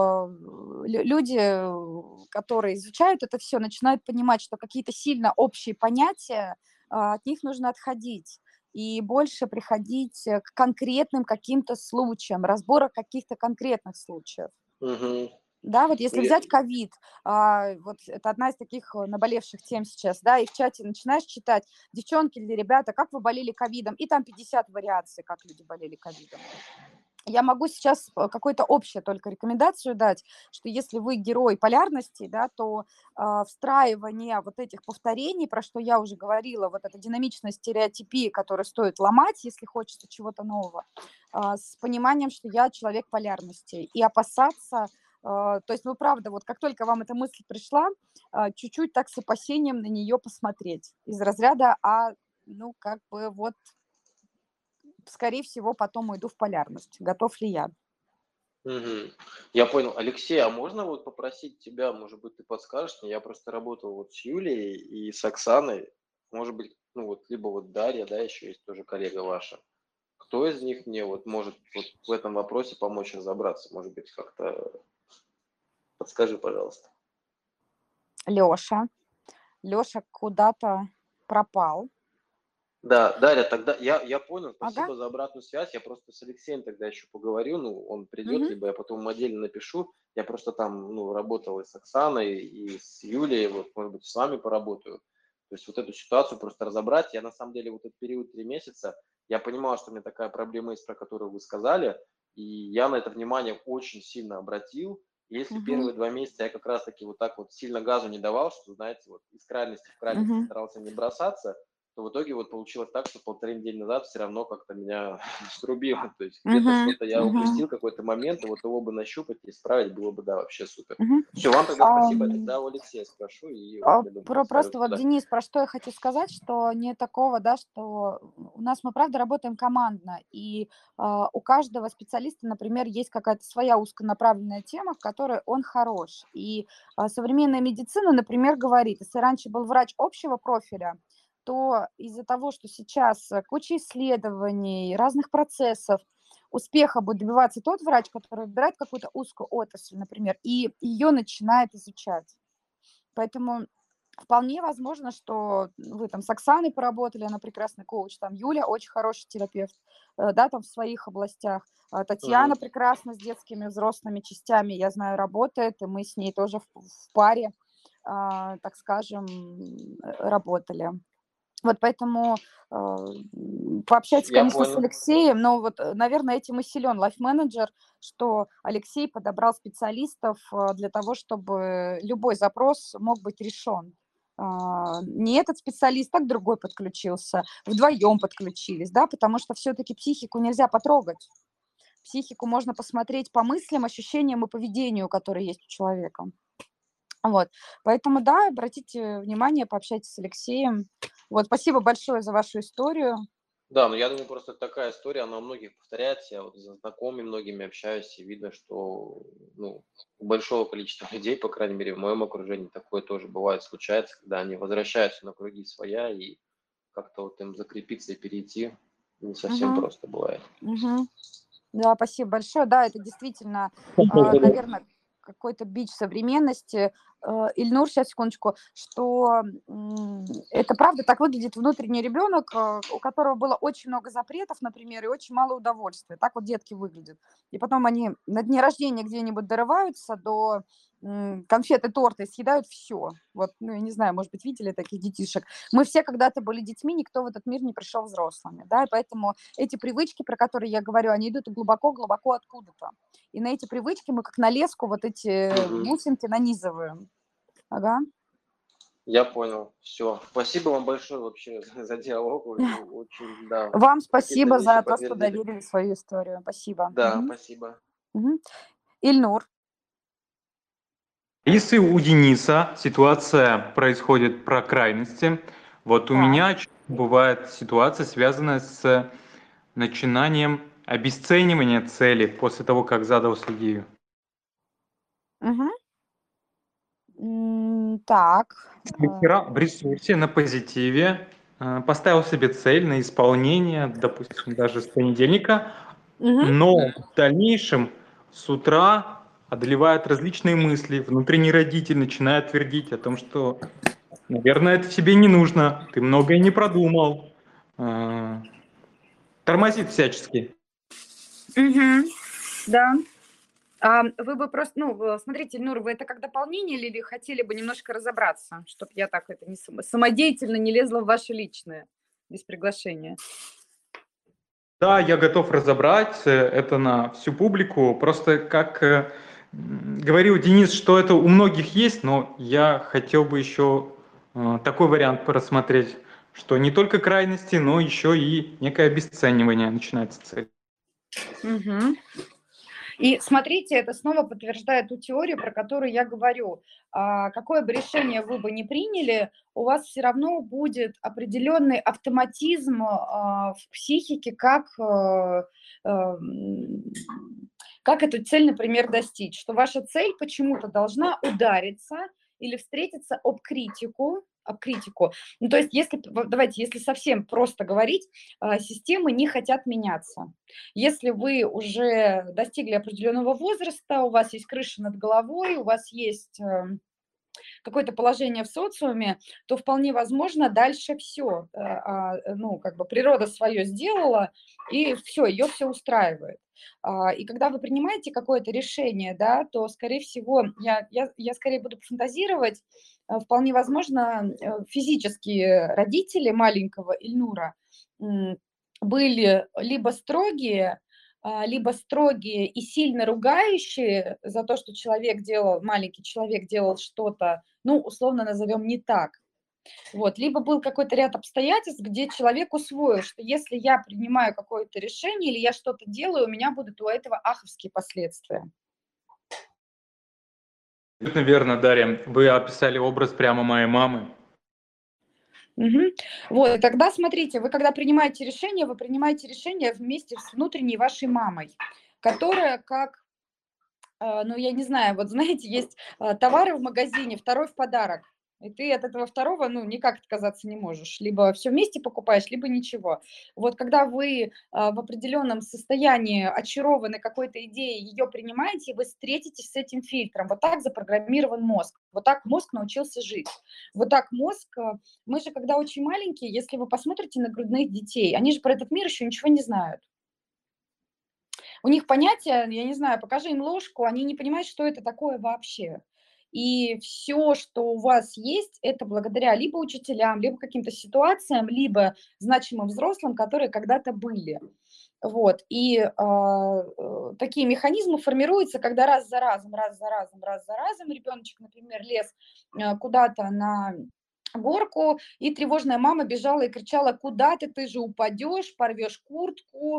люди, которые изучают это все, начинают понимать, что какие-то сильно общие понятия, от них нужно отходить и больше приходить к конкретным каким-то случаям, разбора каких-то конкретных случаев. мгм. Да, вот если Ну, взять ковид, вот это одна из таких наболевших тем сейчас, да, и в чате начинаешь читать: девчонки или ребята, как вы болели ковидом, и там 50 вариаций, как люди болели ковидом. Я могу сейчас какую-то общую только рекомендацию дать, что если вы герой полярности, да, то встраивание вот этих повторений, про что я уже говорила, вот эта динамичность стереотипии, которую стоит ломать, если хочется чего-то нового, с пониманием, что я человек полярности, и опасаться, то есть, ну, правда, вот как только вам эта мысль пришла, чуть-чуть так с опасением на нее посмотреть из разряда, ну, как бы вот, скорее всего, потом уйду в полярность. Готов ли я? Мгм. Я понял. Алексей, а можно вот попросить тебя, может быть, ты подскажешь мне? Я просто работал вот с Юлией и с Оксаной. Может быть, ну вот, либо вот Дарья, да, еще есть тоже коллега ваша. Кто из них мне вот может вот в этом вопросе помочь разобраться? Может быть, как-то подскажи, пожалуйста. Лёша. Лёша куда-то пропал. Да, Дарья, тогда я понял, Ага. спасибо за обратную связь. Я просто с Алексеем тогда еще поговорю, ну, он придет, Мгм. либо я потом ему отдельно напишу. Я просто там, ну, работал и с Оксаной, и с Юлей, вот, может быть, с вами поработаю. То есть вот эту ситуацию просто разобрать. Я на самом деле вот этот период 3 месяца, я понимал, что у меня такая проблема есть, про которую вы сказали, и я на это внимание очень сильно обратил. И если Мгм. первые 2 месяца я как раз-таки вот так вот сильно газу не давал, что, знаете, вот из крайности в крайность Мгм. старался не бросаться, то в итоге вот получилось так, что 1,5 недели назад все равно как-то меня срубило. То есть где-то Мгм. что-то я Мгм. упустил, какой-то момент, и вот его бы нащупать и исправить было бы, да, вообще супер. Мгм. Все, вам тогда спасибо, я Ам, тогда у Алексея спрошу, и он, я думаю, подскажет, Просто вот, куда. Денис, про что я хочу сказать, что не такого, да, что у нас мы, правда, работаем командно, и у каждого специалиста, например, есть какая-то своя узконаправленная тема, в которой он хорош. И современная медицина, например, говорит, если раньше был врач общего профиля, то из-за того, что сейчас куча исследований, разных процессов, успеха будет добиваться тот врач, который выбирает какую-то узкую отрасль, например, и ее начинает изучать. Поэтому вполне возможно, что вы там с Оксаной поработали, она прекрасный коуч, там Юля очень хороший терапевт, да, там в своих областях. Татьяна Мгм. прекрасно с детскими взрослыми частями, я знаю, работает, и мы с ней тоже в паре, так скажем, работали. Вот поэтому пообщайтесь, Я конечно, с понял. Алексеем, но вот, наверное, этим и силен лайф-менеджер, что Алексей подобрал специалистов для того, чтобы любой запрос мог быть решен. Не этот специалист, так другой подключился, вдвоем подключились, да, потому что все-таки психику нельзя потрогать. психику можно посмотреть по мыслям, ощущениям и поведению, которые есть у человека. Вот. Поэтому, да, обратите внимание, пообщайтесь с Алексеем. Вот, спасибо большое за вашу историю. Да, но я думаю, просто такая история, она у многих повторяется. Я вот с знакомыми многими общаюсь, и видно, что ну, у большого количества людей, по крайней мере, в моем окружении такое тоже бывает, случается, когда они возвращаются на круги своя, и как-то вот им закрепиться и перейти не совсем Мгм. просто бывает. Мгм. Да, спасибо большое. Да, это действительно, наверное, какой-то бич современности. Ильнур, сейчас, секундочку, что это правда так выглядит внутренний ребенок, у которого было очень много запретов, например, и очень мало удовольствия. Так вот детки выглядят. И потом они на дне рождения где-нибудь дорываются до конфеты, торта и съедают все. Вот, ну, я не знаю, может быть, видели таких детишек. Мы все когда-то были детьми, никто в этот мир не пришел взрослыми, да, и поэтому эти привычки, про которые я говорю, они идут глубоко-глубоко откуда-то. И на эти привычки мы как на леску вот эти Мгм. бусинки нанизываем. Ага. Я понял. Все. Спасибо вам большое вообще за диалог. Очень, да, Вам какие-то спасибо вещи за то, что подтвердили. доверили свою историю. Спасибо. Да, Мгм. спасибо. Мгм. Ильнур. Если у Дениса ситуация происходит про крайности, вот у Так. меня бывает ситуация, связанная с начинанием обесценивания цели после того, как задался идею. Мгм. Так. Вчера в ресурсе на позитиве поставил себе цель на исполнение, допустим, даже с понедельника, Мгм. но в дальнейшем с утра одолевают различные мысли, внутренний родитель начинает твердить о том, что, наверное, это тебе не нужно, ты многое не продумал, тормозит всячески. Мгм. Да. Вы бы просто, ну, смотрите, Ильнур, вы это как дополнение или хотели бы немножко разобраться, чтобы я так это не самодеятельно не лезла в ваше личное без приглашения? Да, я готов разобрать это на всю публику. Просто как говорил Денис, что это у многих есть, но я хотел бы еще такой вариант просмотреть, что не только крайности, но еще и некое обесценивание начинается цель. Мгм. И смотрите, это снова подтверждает ту теорию, про которую я говорю. Какое бы решение вы бы не приняли, у вас все равно будет определенный автоматизм в психике, как эту цель, например, достичь. Что ваша цель почему-то должна удариться или встретиться об критику. Ну, то есть, давайте, если совсем просто говорить, системы не хотят меняться. Если вы уже достигли определенного возраста, у вас есть крыша над головой, у вас есть какое-то положение в социуме, то вполне возможно дальше все, ну, как бы природа свое сделала, и все, ее все устраивает. И когда вы принимаете какое-то решение, да, то, скорее всего, я скорее буду фантазировать, вполне возможно, физические родители маленького Ильнура были либо строгие и сильно ругающие за то, что маленький человек делал что-то, ну, условно назовем, не так. Вот. Либо был какой-то ряд обстоятельств, где человек усвоил, что если я принимаю какое-то решение или я что-то делаю, у меня будут у этого аховские последствия. Абсолютно верно, Дарья. Вы описали образ прямо моей мамы. Мгм. Вот, и тогда смотрите, вы когда принимаете решение, вы принимаете решение вместе с внутренней вашей мамой, которая ну, я не знаю, вот знаете, есть товары в магазине, второй в подарок. И ты от этого второго, ну, никак отказаться не можешь. Либо все вместе покупаешь, либо ничего. Вот когда вы в определенном состоянии очарованы какой-то идеей, ее принимаете, вы встретитесь с этим фильтром. Вот так запрограммирован мозг. Вот так мозг научился жить. Вот так мы же, когда очень маленькие, если вы посмотрите на грудных детей, они же про этот мир еще ничего не знают. У них понятие, я не знаю, покажи им ложку, они не понимают, что это такое вообще. И все, что у вас есть, это благодаря либо учителям, либо каким-то ситуациям, либо значимым взрослым, которые когда-то были. Вот. И такие механизмы формируются, когда раз за разом ребеночек, например, лез куда-то на горку, и тревожная мама бежала и кричала: куда ты же упадешь, порвешь куртку,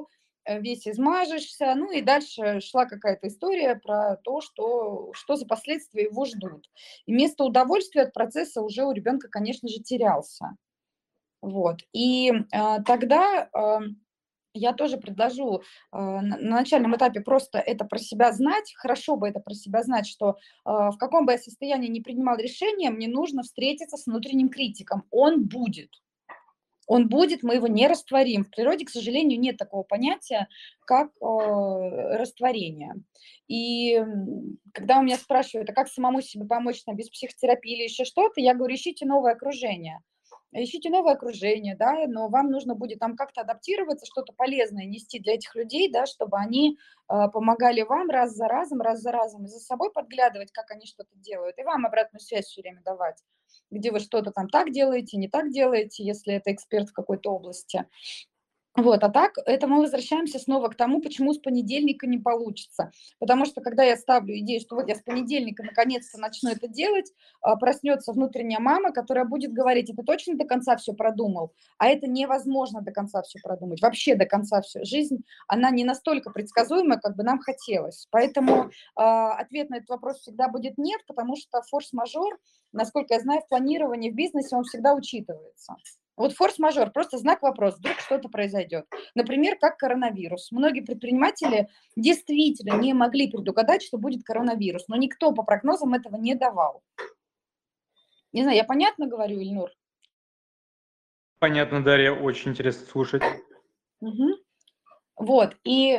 весь измажешься, ну и дальше шла какая-то история про то, что за последствия его ждут. И вместо удовольствия от процесса уже у ребенка, конечно же, терялся. Вот. И тогда я тоже предложу на начальном этапе просто это про себя знать, хорошо бы это про себя знать, что в каком бы я состоянии ни принимал решение, мне нужно встретиться с внутренним критиком. Он будет. Он будет, мы его не растворим. В природе, к сожалению, нет такого понятия, как растворение. И когда у меня спрашивают, а как самому себе помочь там, без психотерапии или еще что-то, я говорю, ищите новое окружение. Ищите новое окружение, да, но вам нужно будет там как-то адаптироваться, что-то полезное нести для этих людей, да, чтобы они помогали вам раз за разом, и за собой подглядывать, как они что-то делают, и вам обратную связь все время давать, где вы что-то там так делаете, не так делаете, если это эксперт в какой-то области. Вот, а так, это мы возвращаемся снова к тому, почему с понедельника не получится. Потому что, когда я ставлю идею, что вот я с понедельника наконец-то начну это делать, проснется внутренняя мама, которая будет говорить, это точно до конца все продумал? А это невозможно до конца все продумать, вообще до конца все. Жизнь, она не настолько предсказуема, как бы нам хотелось. Поэтому ответ на этот вопрос всегда будет нет, потому что форс-мажор, насколько я знаю, в планировании, в бизнесе он всегда учитывается. Вот форс-мажор, просто знак вопрос, вдруг что-то произойдет. Например, как коронавирус. Многие предприниматели действительно не могли предугадать, что будет коронавирус, но никто по прогнозам этого не давал. Не знаю, я понятно говорю, Ильнур? Понятно, Дарья, очень интересно слушать. Угу. Вот, и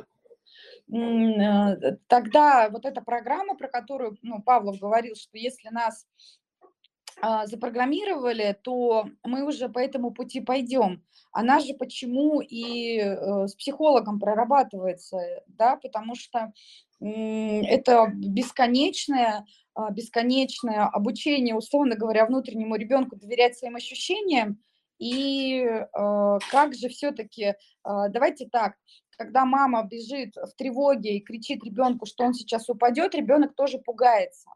тогда вот эта программа, про которую Павлов говорил, что если нас запрограммировали, то мы уже по этому пути пойдем. Она же почему и с психологом прорабатывается, да, потому что это бесконечное обучение, условно говоря, внутреннему ребенку доверять своим ощущениям. И как же все-таки, давайте так, когда мама бежит в тревоге и кричит ребенку, что он сейчас упадет, ребенок тоже пугается.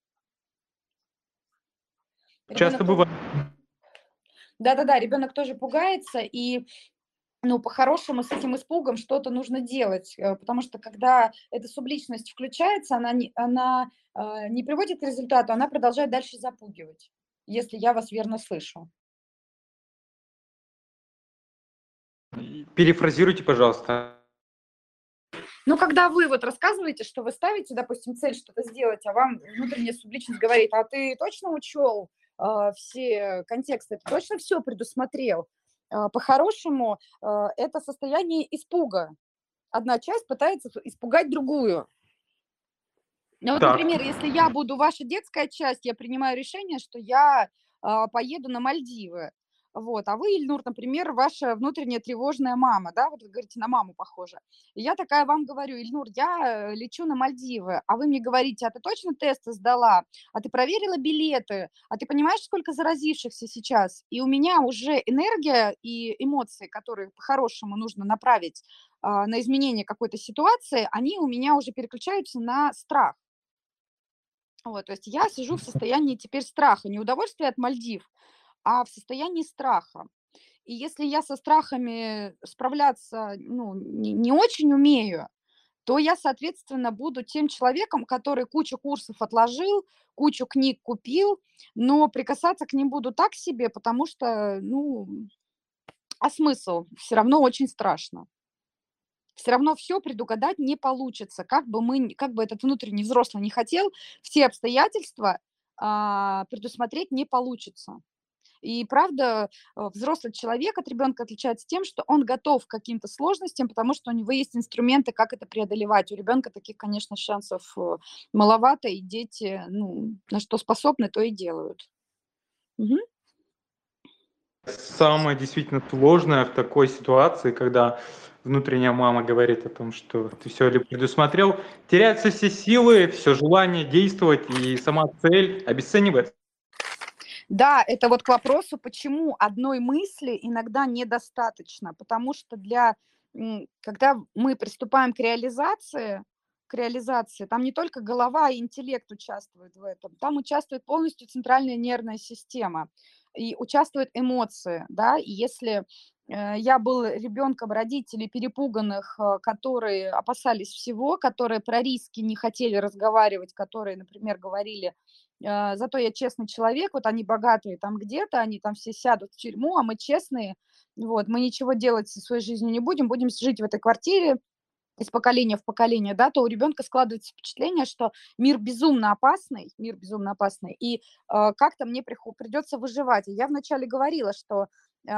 Часто бывает. Да-да-да, ребенок тоже пугается, и по-хорошему с этим испугом что-то нужно делать, потому что когда эта субличность включается, она не приводит к результату, она продолжает дальше запугивать, если я вас верно слышу. Перефразируйте, пожалуйста. Когда вы вот рассказываете, что вы ставите, допустим, цель что-то сделать, а вам внутренняя субличность говорит, а ты точно учел все контексты, ты точно все предусмотрел? По-хорошему, это состояние испуга. Одна часть пытается испугать другую. Например, если я буду ваша детская часть, я принимаю решение, что я поеду на Мальдивы. Вот, а вы, Ильнур, например, ваша внутренняя тревожная мама, да, вот вы говорите, на маму похоже. И я такая вам говорю, Ильнур, я лечу на Мальдивы, а вы мне говорите, а ты точно тесты сдала? А ты проверила билеты? А ты понимаешь, сколько заразившихся сейчас? И у меня уже энергия и эмоции, которые по-хорошему нужно направить на изменение какой-то ситуации, они у меня уже переключаются на страх. Вот, то есть я сижу в состоянии теперь страха, не удовольствия от Мальдив, а в состоянии страха. И если я со страхами справляться не очень умею, то я, соответственно, буду тем человеком, который кучу курсов отложил, кучу книг купил, но прикасаться к ним буду так себе, потому что, а смысл? Все равно очень страшно. Все равно все предугадать не получится. Как бы этот внутренний взрослый не хотел, все обстоятельства предусмотреть не получится. И правда, взрослый человек от ребенка отличается тем, что он готов к каким-то сложностям, потому что у него есть инструменты, как это преодолевать. У ребенка таких, конечно, шансов маловато, и дети, на что способны, то и делают. Угу. Самое действительно сложное в такой ситуации, когда внутренняя мама говорит о том, что ты все ли предусмотрел, теряются все силы, все желание действовать, и сама цель обесценивается. Да, это вот к вопросу, почему одной мысли иногда недостаточно, потому что когда мы приступаем к реализации, там не только голова и интеллект участвуют в этом, там участвует полностью центральная нервная система и участвуют эмоции, да, и если Я был ребенком родителей перепуганных, которые опасались всего, которые про риски не хотели разговаривать, которые, например, говорили: "Зато я честный человек". Вот они богатые там где-то, они там все сядут в тюрьму, а мы честные. Вот, мы ничего делать со своей жизнью не будем, будем жить в этой квартире из поколения в поколение, да, то у ребенка складывается впечатление, что мир безумно опасный, и как-то мне придется выживать. И я вначале говорила, что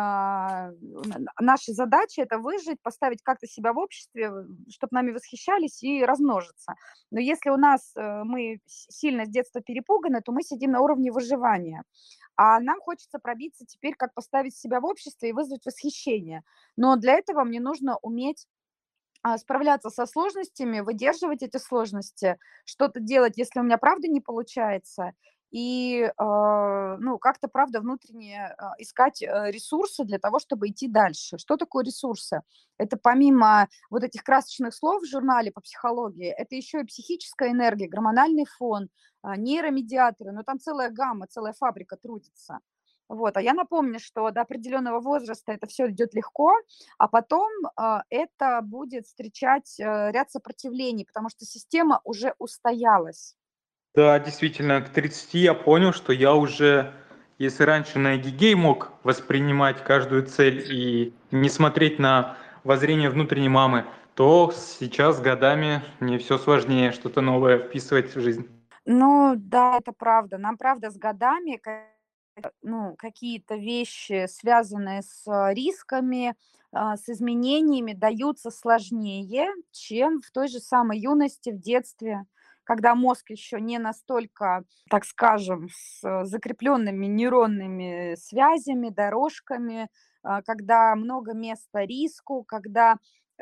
наша задача это выжить, поставить как-то себя в обществе, чтобы нами восхищались и размножиться. Но если у нас мы сильно с детства перепуганы, то мы сидим на уровне выживания. А нам хочется пробиться теперь, как поставить себя в обществе и вызвать восхищение. Но для этого мне нужно уметь справляться со сложностями, выдерживать эти сложности, что-то делать, если у меня правда не получается, и, ну, как-то, правда, внутренне искать ресурсы для того, чтобы идти дальше. Что такое ресурсы? Это помимо вот этих красочных слов в журнале по психологии, это еще и психическая энергия, гормональный фон, нейромедиаторы, ну, там целая гамма, целая фабрика трудится. Вот. А я напомню, что до определенного возраста это все идет легко, а потом это будет встречать ряд сопротивлений, потому что система уже устоялась. Да, действительно, к 30 я понял, что я уже, если раньше на эгегей мог воспринимать каждую цель и не смотреть на воззрение внутренней мамы, то сейчас с годами мне все сложнее что-то новое вписывать в жизнь. Ну да, это правда. Нам, правда, с годами ну, какие-то вещи, связанные с рисками, с изменениями, даются сложнее, чем в той же самой юности, в детстве, когда мозг еще не настолько, так скажем, с закрепленными нейронными связями, дорожками, когда много места риску, когда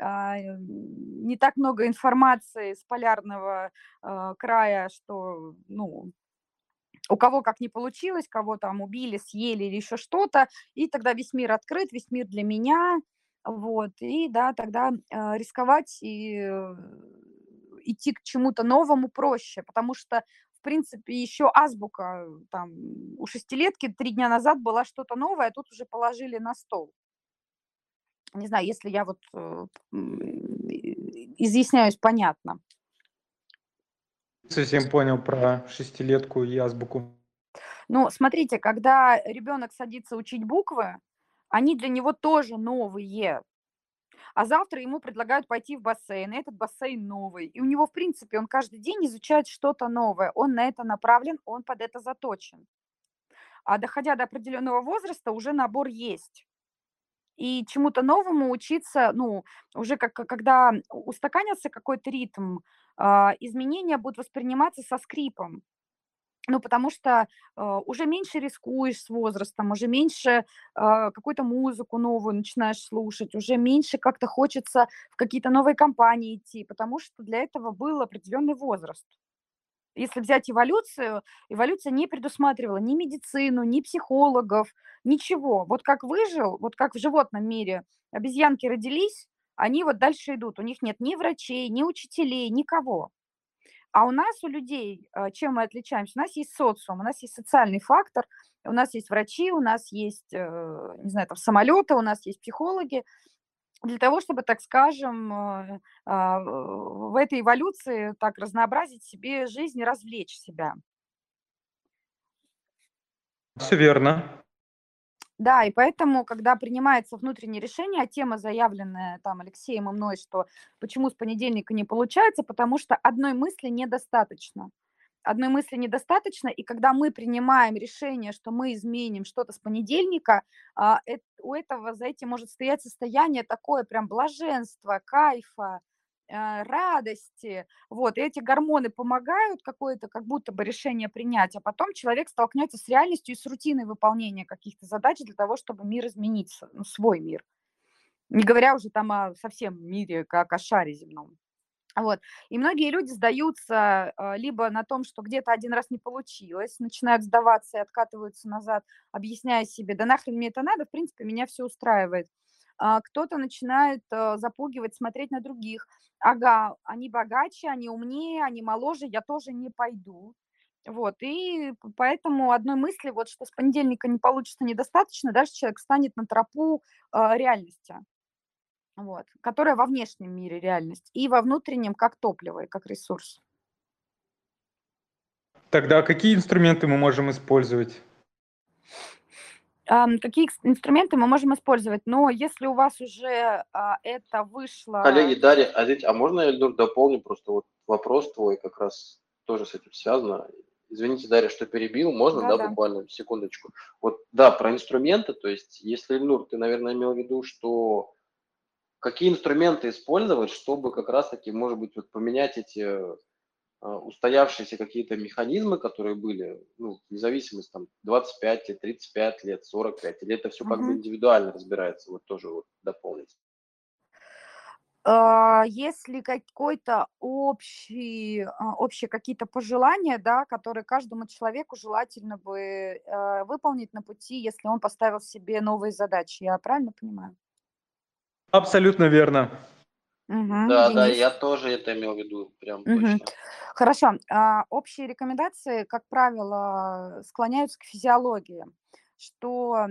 не так много информации с полярного края, что, ну, у кого как не получилось, кого там убили, съели или еще что-то, и тогда весь мир открыт, весь мир для меня, вот, и да, тогда рисковать и идти к чему-то новому проще, потому что, в принципе, еще азбука там у шестилетки 3 дня назад была что-то новое, а тут уже положили на стол. Не знаю, если я вот изъясняюсь понятно. Совсем понял про шестилетку и азбуку. Ну, смотрите, когда ребенок садится учить буквы, они для него тоже новые. А завтра ему предлагают пойти в бассейн, и этот бассейн новый. И у него, в принципе, он каждый день изучает что-то новое. Он на это направлен, он под это заточен. А доходя до определенного возраста, уже набор есть. И чему-то новому учиться, ну, уже когда устаканился какой-то ритм, изменения будут восприниматься со скрипом. Ну, потому что, уже меньше рискуешь с возрастом, уже меньше, какую-то музыку новую начинаешь слушать, уже меньше как-то хочется в какие-то новые компании идти, потому что для этого был определенный возраст. Если взять эволюцию, эволюция не предусматривала ни медицину, ни психологов, ничего. Вот как выжил, вот как в животном мире обезьянки родились, они вот дальше идут. У них нет ни врачей, ни учителей, никого. А у нас, у людей, чем мы отличаемся? У нас есть социум, у нас есть социальный фактор, у нас есть врачи, у нас есть, не знаю, там, самолеты, у нас есть психологи. Для того, чтобы, так скажем, в этой эволюции так разнообразить себе жизнь и развлечь себя. Все верно. Да, и поэтому, когда принимается внутреннее решение, а тема, заявленная там Алексеем и мной, что почему с понедельника не получается, потому что одной мысли недостаточно. Одной мысли недостаточно, и когда мы принимаем решение, что мы изменим что-то с понедельника, у этого за этим может стоять состояние такое прям блаженства, кайфа, радости. Вот, и эти гормоны помогают какое-то как будто бы решение принять, а потом человек столкнется с реальностью и с рутиной выполнения каких-то задач для того, чтобы мир изменится, ну, свой мир. Не говоря уже там о совсем мире, как о шаре земном. Вот. И многие люди сдаются либо на том, что где-то один раз не получилось, начинают сдаваться и откатываются назад, объясняя себе, да нахрен мне это надо, в принципе, меня все устраивает. Кто-то начинает запугивать, смотреть на других. Ага, они богаче, они умнее, они моложе, я тоже не пойду. Вот, и поэтому одной мысли, вот, что с понедельника не получится, недостаточно, дальше человек станет на тропу реальности, вот, которая во внешнем мире реальность, и во внутреннем как топливо и как ресурс. Тогда какие инструменты мы можем использовать? Какие инструменты мы можем использовать? Но если у вас уже это вышло... Коллеги, Дарья, а можно я, Ильнур, дополню просто вот вопрос твой как раз тоже с этим связано. Извините, Дарья, что перебил, можно, да, Да-да. буквально секундочку? Вот, да, про инструменты, то есть, если, Ильнур, ты, наверное, имел в виду, что какие инструменты использовать, чтобы как раз-таки, может быть, вот поменять эти устоявшиеся какие-то механизмы, которые были, ну, независимость там 25 лет, 35 лет, 45, или это все как бы Мгм. индивидуально разбирается, вот тоже вот дополнить. Если какой-то общие какие-то пожелания, да, которые каждому человеку желательно бы выполнить на пути, если он поставил себе новые задачи. Я правильно понимаю? Абсолютно верно. Да, да, Денис? я тоже это имел в виду, прям Мгм. точно. Хорошо. Общие рекомендации, как правило, склоняются к физиологии, что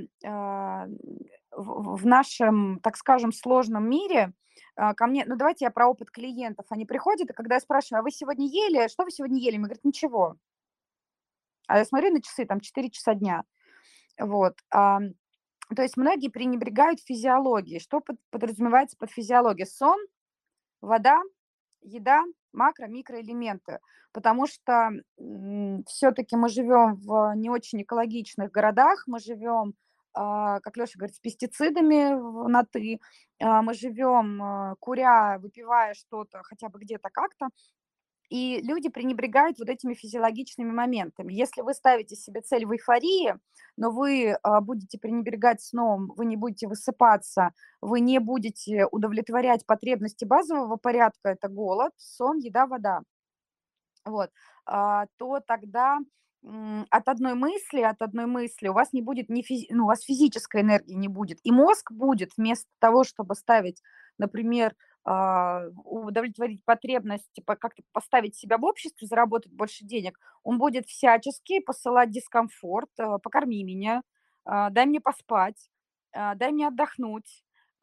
в нашем, так скажем, сложном мире ко мне, ну давайте я про опыт клиентов, они приходят, и когда я спрашиваю, а вы сегодня ели, что вы сегодня ели? Мне говорят, ничего. А я смотрю на часы, там 4 часа дня. Вот. То есть многие пренебрегают физиологией. Что подразумевается под физиологией? Сон, вода, еда, макро, микроэлементы. Потому что все-таки мы живем в не очень экологичных городах, мы живем, как Леша говорит, с пестицидами на «ты», мы живем, куря, выпивая что-то хотя бы где-то как-то, и люди пренебрегают вот этими физиологичными моментами. Если вы ставите себе цель в эйфории, но вы будете пренебрегать сном, вы не будете высыпаться, вы не будете удовлетворять потребности базового порядка, это голод, сон, еда, вода, вот, то тогда от одной мысли у вас не будет ну, у вас физической энергии не будет. И мозг будет вместо того, чтобы ставить, например, удовлетворить потребность, как-то поставить себя в обществе, заработать больше денег, он будет всячески посылать дискомфорт, покорми меня, дай мне поспать, дай мне отдохнуть,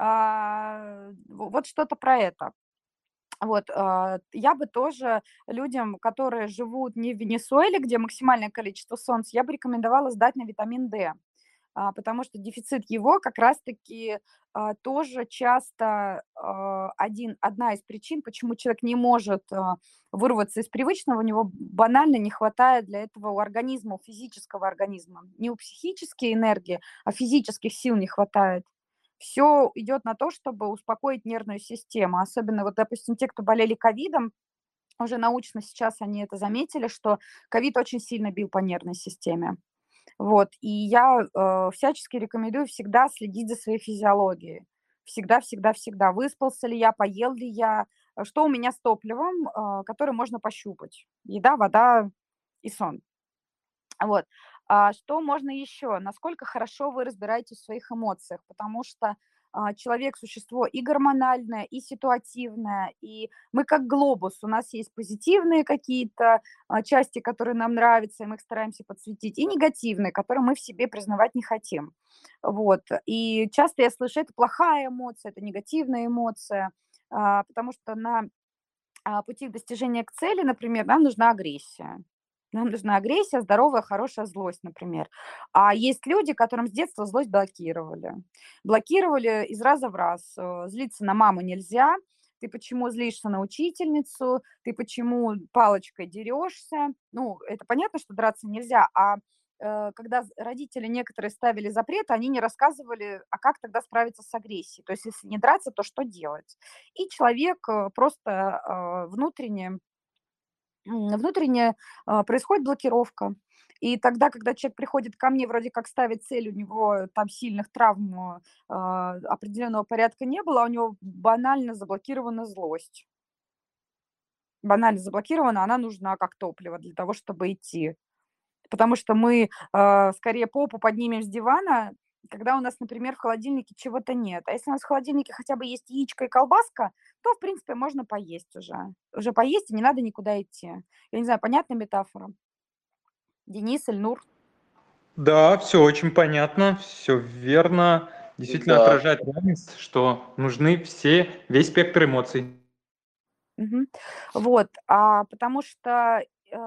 вот что-то про это. Вот, я бы тоже людям, которые живут не в Венесуэле, где максимальное количество солнца, я бы рекомендовала сдать на витамин D, потому что дефицит его как раз-таки тоже часто одна из причин, почему человек не может вырваться из привычного, у него банально не хватает для этого у организма, у физического организма. Не у психической энергии, а физических сил не хватает. Все идет на то, чтобы успокоить нервную систему. Особенно, вот, допустим, те, кто болели ковидом, уже научно сейчас они это заметили, что ковид очень сильно бил по нервной системе. Вот, и я всячески рекомендую всегда следить за своей физиологией. Всегда, всегда, всегда. Выспался ли я, поел ли я, что у меня с топливом, которое можно пощупать. Еда, вода и сон. Вот. Что можно еще? Насколько хорошо вы разбираетесь в своих эмоциях, потому что человек– существо и гормональное, и ситуативное, и мы как глобус, у нас есть позитивные какие-то части, которые нам нравятся, и мы их стараемся подсветить, и негативные, которые мы в себе признавать не хотим. Вот. И часто я слышу, это плохая эмоция, это негативная эмоция, потому что на пути к достижению к цели, например, нам нужна агрессия. Нам нужна агрессия, здоровая, хорошая злость, например. А есть люди, которым с детства злость блокировали. Блокировали из раза в раз. Злиться на маму нельзя. Ты почему злишься на учительницу? Ты почему палочкой дерешься? Ну, это понятно, что драться нельзя. Когда родители некоторые ставили запреты, они не рассказывали, а как тогда справиться с агрессией. То есть, если не драться, то что делать? И человек просто внутренне происходит блокировка. И тогда, когда человек приходит ко мне, вроде как ставит цель, у него там сильных травм определенного порядка не было, а у него банально заблокирована злость. Банально заблокирована, она нужна как топливо для того, чтобы идти. Потому что мы скорее попу поднимем с дивана, когда у нас, например, в холодильнике чего-то нет. А если у нас в холодильнике хотя бы есть яичко и колбаска, то, в принципе, можно поесть уже. Уже поесть, и не надо никуда идти. Я не знаю, понятна метафора? Денис, Ильнур. Да, все очень понятно, все верно. Действительно Да, отражает реальность, что нужны весь спектр эмоций. Мгм. Вот, потому что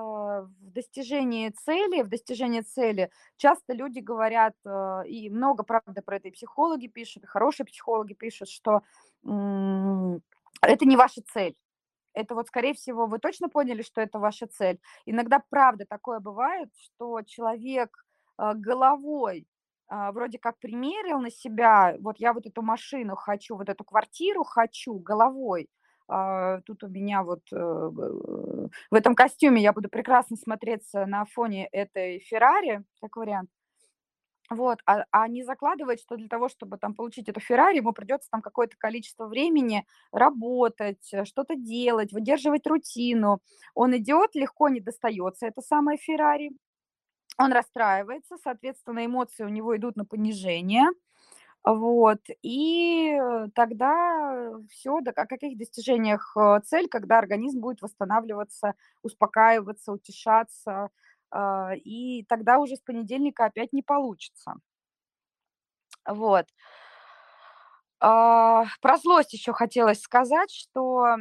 в достижении цели часто люди говорят, и много, правда, про это и психологи пишут, и хорошие психологи пишут, что м, это не ваша цель. Это вот, скорее всего, вы точно поняли, что это ваша цель. Иногда, правда, такое бывает, что человек головой вроде как примерил на себя, вот я вот эту машину хочу, вот эту квартиру хочу головой. Тут у меня вот в этом костюме я буду прекрасно смотреться на фоне этой Феррари, как вариант. Вот, не закладывать, что для того, чтобы там получить эту Феррари, ему придется там какое-то количество времени работать, что-то делать, выдерживать рутину. Он идет, легко не достается, это самая Феррари. Он расстраивается, соответственно, эмоции у него идут на понижение. Вот, тогда все, да, о каких достижениях цель, когда организм будет восстанавливаться, успокаиваться, утешаться, и тогда уже с понедельника опять не получится. Вот. Про злость еще хотелось сказать, что,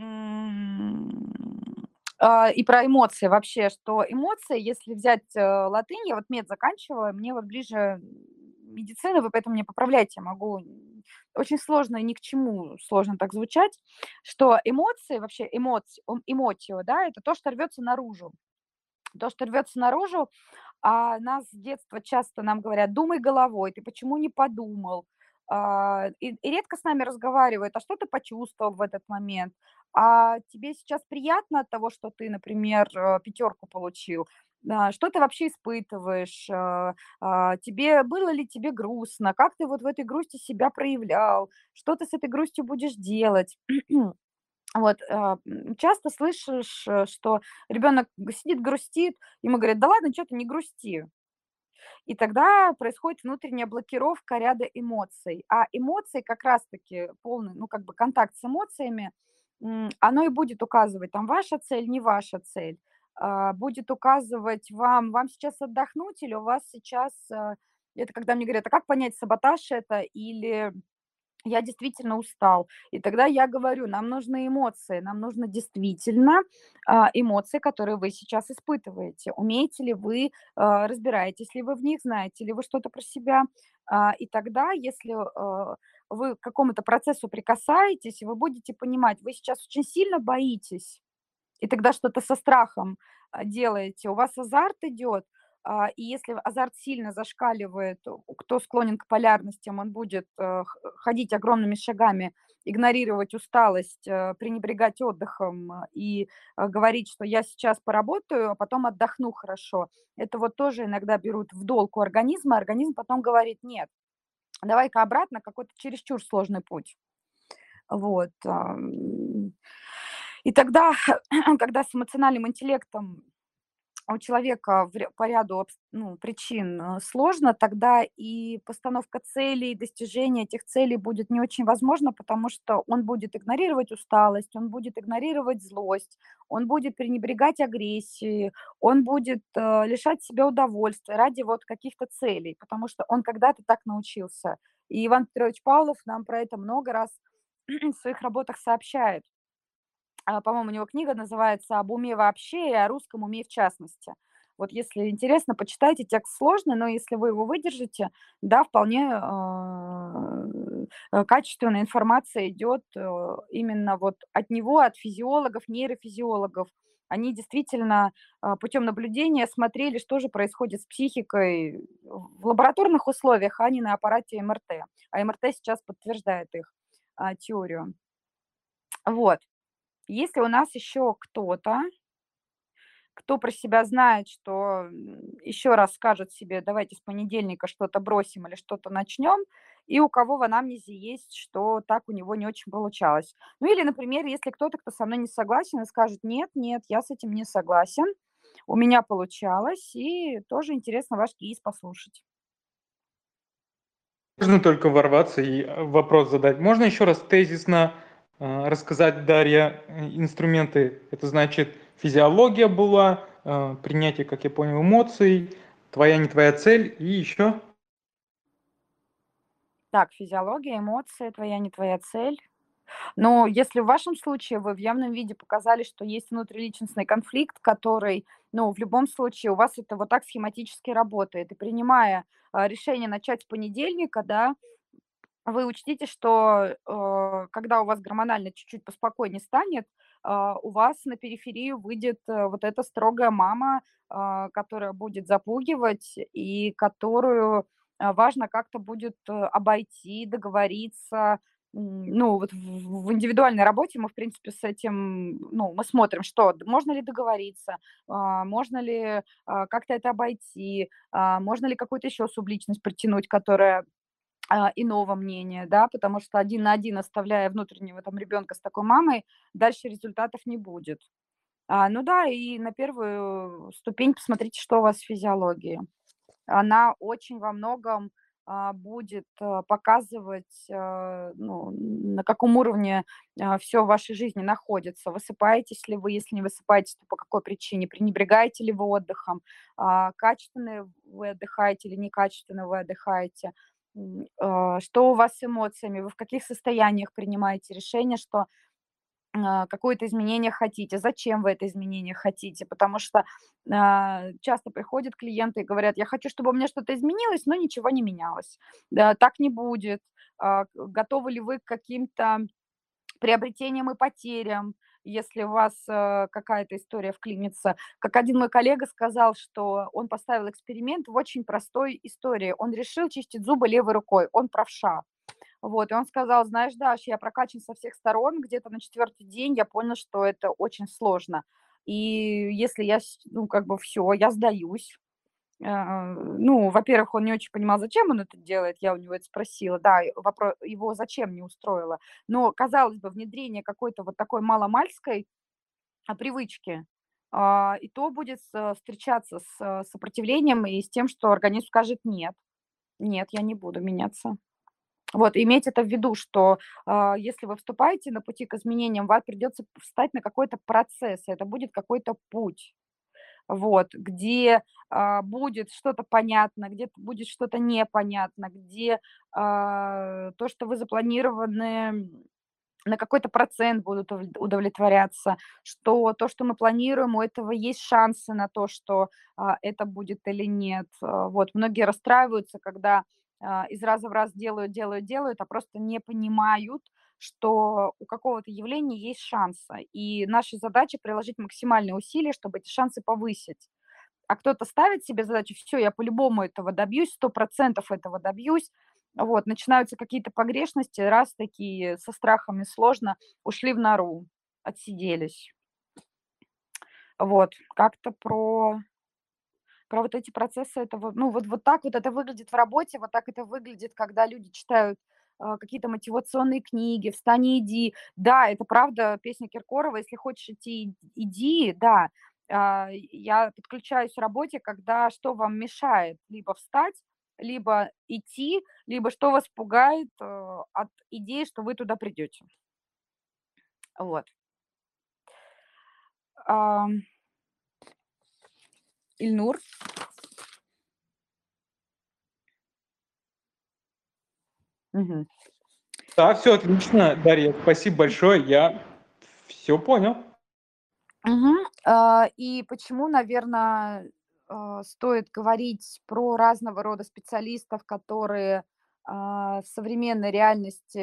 и про эмоции вообще, что эмоции, если взять, латынь, я вот мед заканчивала, мне вот ближе медицина, вы поэтому меня поправляйте, я могу очень сложно и ни к чему сложно так звучать, что эмоции, вообще эмотио, да, это то, что рвется наружу. То, что рвется наружу, нас с детства часто нам говорят: "Думай головой, ты почему не подумал?" И редко с нами разговаривают: "А что ты почувствовал в этот момент? А тебе сейчас приятно от того, что ты, например, пятерку получил? Что ты вообще испытываешь? Было ли тебе грустно? Как ты вот в этой грусти себя проявлял? Что ты с этой грустью будешь делать?" Вот, часто слышишь, что ребенок сидит, грустит, ему говорят: "Да ладно, чё ты, не грусти". И тогда происходит внутренняя блокировка ряда эмоций. А эмоции как раз-таки полный, ну, как бы контакт с эмоциями, оно и будет указывать, там, ваша цель, не ваша цель. Будет указывать вам сейчас отдохнуть или у вас сейчас, это когда мне говорят: "А как понять, саботаж это или я действительно устал?" И тогда я говорю: нам нужны эмоции, нам нужно действительно, эмоции, которые вы сейчас испытываете. Умеете ли вы, разбираетесь ли вы в них, знаете ли вы что-то про себя? И тогда, если, вы к какому-то процессу прикасаетесь, вы будете понимать, вы сейчас очень сильно боитесь, и тогда что-то со страхом, делаете, у вас азарт идет, и если азарт сильно зашкаливает, кто склонен к полярностям, он будет, ходить огромными шагами, игнорировать усталость, пренебрегать отдыхом, говорить, что я сейчас поработаю, а потом отдохну хорошо. Это вот тоже иногда берут в долг у организма, организм потом говорит: "Нет, давай-ка обратно, какой-то чересчур сложный путь". Вот, и тогда, когда с эмоциональным интеллектом у человека по ряду причин сложно, тогда и постановка целей, достижение этих целей будет не очень возможно, потому что он будет игнорировать усталость, он будет игнорировать злость, он будет пренебрегать агрессией, он будет лишать себя удовольствия ради вот каких-то целей, потому что он когда-то так научился. И Иван Петрович Павлов нам про это много раз в своих работах сообщает. По-моему, у него книга называется "Об уме вообще и о русском уме в частности". Вот если интересно, почитайте. Текст сложный, но если вы его выдержите, да, вполне, качественная информация идет, именно вот от него, от физиологов, нейрофизиологов. Они действительно, путем наблюдения смотрели, что же происходит с психикой в лабораторных условиях, а не на аппарате МРТ. А МРТ сейчас подтверждает их, теорию. Вот. Если у нас еще кто-то, кто про себя знает, что еще раз скажет себе: "Давайте с понедельника что-то бросим или что-то начнем", и у кого в анамнезе есть, что так у него не очень получалось. Ну или, например, если кто-то, кто со мной не согласен и скажет: "Нет, нет, я с этим не согласен, у меня получалось", и тоже интересно ваш кейс послушать. Можно только ворваться и вопрос задать. Можно еще раз тезисно рассказать, Дарья, инструменты? Это значит, физиология была, принятие, как я понял, эмоций, твоя не твоя цель и еще. Так, физиология, эмоции, твоя, не твоя цель. Но если в вашем случае вы в явном виде показали, что есть внутриличностный конфликт, который, ну, в любом случае у вас это вот так схематически работает. И принимая решение начать с понедельника, да, вы учтите, что когда у вас гормонально чуть-чуть поспокойнее станет, у вас на периферию выйдет вот эта строгая мама, которая будет запугивать и которую важно как-то будет обойти, договориться. Ну, вот в индивидуальной работе мы, в принципе, с этим, ну, мы смотрим, что можно ли договориться, можно ли как-то это обойти, можно ли какую-то еще субличность притянуть, которая иного мнения, да, потому что один на один, оставляя внутреннего там ребенка с такой мамой, дальше результатов не будет. Ну да, и на первую ступень посмотрите, что у вас в физиологии. Она очень во многом будет показывать, ну, на каком уровне все в вашей жизни находится. Высыпаетесь ли вы, если не высыпаетесь, то по какой причине? Пренебрегаете ли вы отдыхом? Качественно вы отдыхаете или некачественно вы отдыхаете? Что у вас с эмоциями? Вы в каких состояниях принимаете решение, что какое-то изменение хотите, зачем вы это изменение хотите, потому что часто приходят клиенты и говорят, я хочу, чтобы у меня что-то изменилось, но ничего не менялось. Да, так не будет. Готовы ли вы к каким-то приобретениям и потерям, если у вас какая-то история вклинится? Как один мой коллега сказал, что он поставил эксперимент в очень простой истории. Он решил чистить зубы левой рукой, он правша. Вот, и он сказал: "Знаешь, Даш, я прокачан со всех сторон, где-то на четвертый день я понял, что это очень сложно. И если я, ну, как бы все, я сдаюсь". Ну, во-первых, он не очень понимал, зачем он это делает, я у него это спросила, да, и его зачем не устроило. Но, казалось бы, внедрение какой-то вот такой маломальской, привычки, и то будет встречаться с сопротивлением и с тем, что организм скажет: "Нет, нет, я не буду меняться". Вот, иметь это в виду, что, если вы вступаете на пути к изменениям, вам придется встать на какой-то процесс, это будет какой-то путь, вот, где, будет что-то понятно, где будет что-то непонятно, где, то, что вы запланированы на какой-то процент будут удовлетворяться, что то, что мы планируем, у этого есть шансы на то, что это будет или нет. Вот. Многие расстраиваются, когда из раза в раз делают, а просто не понимают, что у какого-то явления есть шансы. И наша задача приложить максимальные усилия, чтобы эти шансы повысить. А кто-то ставит себе задачу: все, я по-любому этого добьюсь, 100% этого добьюсь. Вот, начинаются какие-то погрешности, раз такие со страхами сложно, ушли в нору, отсиделись. Вот, как-то про вот эти процессы, это вот, ну, вот так вот это выглядит в работе, вот так это выглядит, когда люди читают какие-то мотивационные книги, "Встань и иди". Да, это правда песня Киркорова "Если хочешь идти, иди". Да, я подключаюсь в работе, когда что вам мешает: либо встать, либо идти, либо что вас пугает от идеи, что вы туда придете. Вот. Ам, Ильнур? Мгм. Да, все отлично, Дарья, спасибо большое, я все понял. Мгм. И почему, наверное, стоит говорить про разного рода специалистов, которые в современной реальности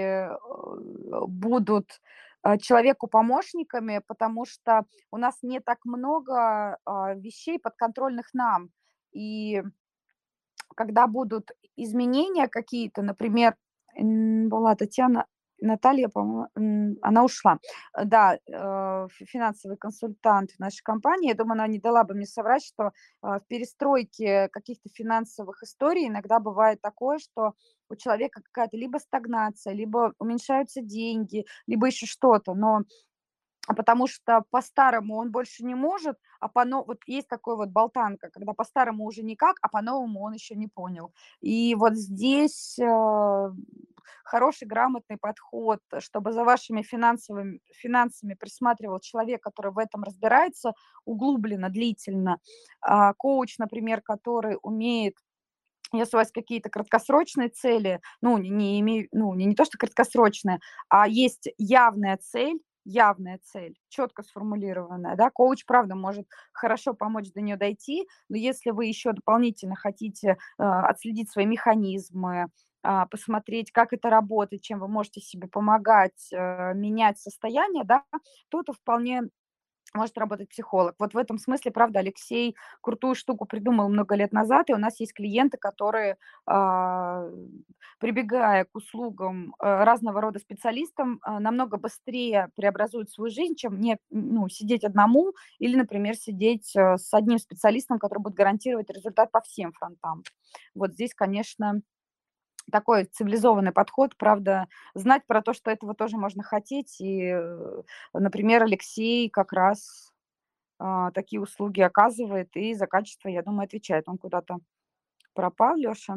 будут человеку помощниками, потому что у нас не так много вещей подконтрольных нам. И когда будут изменения какие-то, например, была Татьяна, Наталья, по-моему, она ушла. Да, финансовый консультант в нашей компании. Я думаю, она не дала бы мне соврать, что в перестройке каких-то финансовых историй иногда бывает такое, что у человека какая-то либо стагнация, либо уменьшаются деньги, либо еще что-то. Но потому что по-старому он больше не может, вот есть такой вот болтанка, когда по-старому уже никак, а по-новому он еще не понял. И вот здесь хороший, грамотный подход, чтобы за вашими финансами присматривал человек, который в этом разбирается углубленно, длительно. Коуч, например, который умеет, если у вас какие-то краткосрочные цели, ну, не то, что краткосрочные, а есть явная цель, четко сформулированная, да, коуч, правда, может хорошо помочь до нее дойти, но если вы еще дополнительно хотите отследить свои механизмы, посмотреть, как это работает, чем вы можете себе помогать, менять состояние, да, то это вполне может работать психолог. Вот в этом смысле, правда, Алексей крутую штуку придумал много лет назад, и у нас есть клиенты, которые, а, прибегая к услугам разного рода специалистам, намного быстрее преобразуют свою жизнь, чем сидеть одному или, например, сидеть с одним специалистом, который будет гарантировать результат по всем фронтам. Вот здесь, конечно, такой цивилизованный подход, правда, знать про то, что этого тоже можно хотеть. И, например, Алексей как раз такие услуги оказывает и за качество, я думаю, отвечает. Он куда-то пропал, Леша.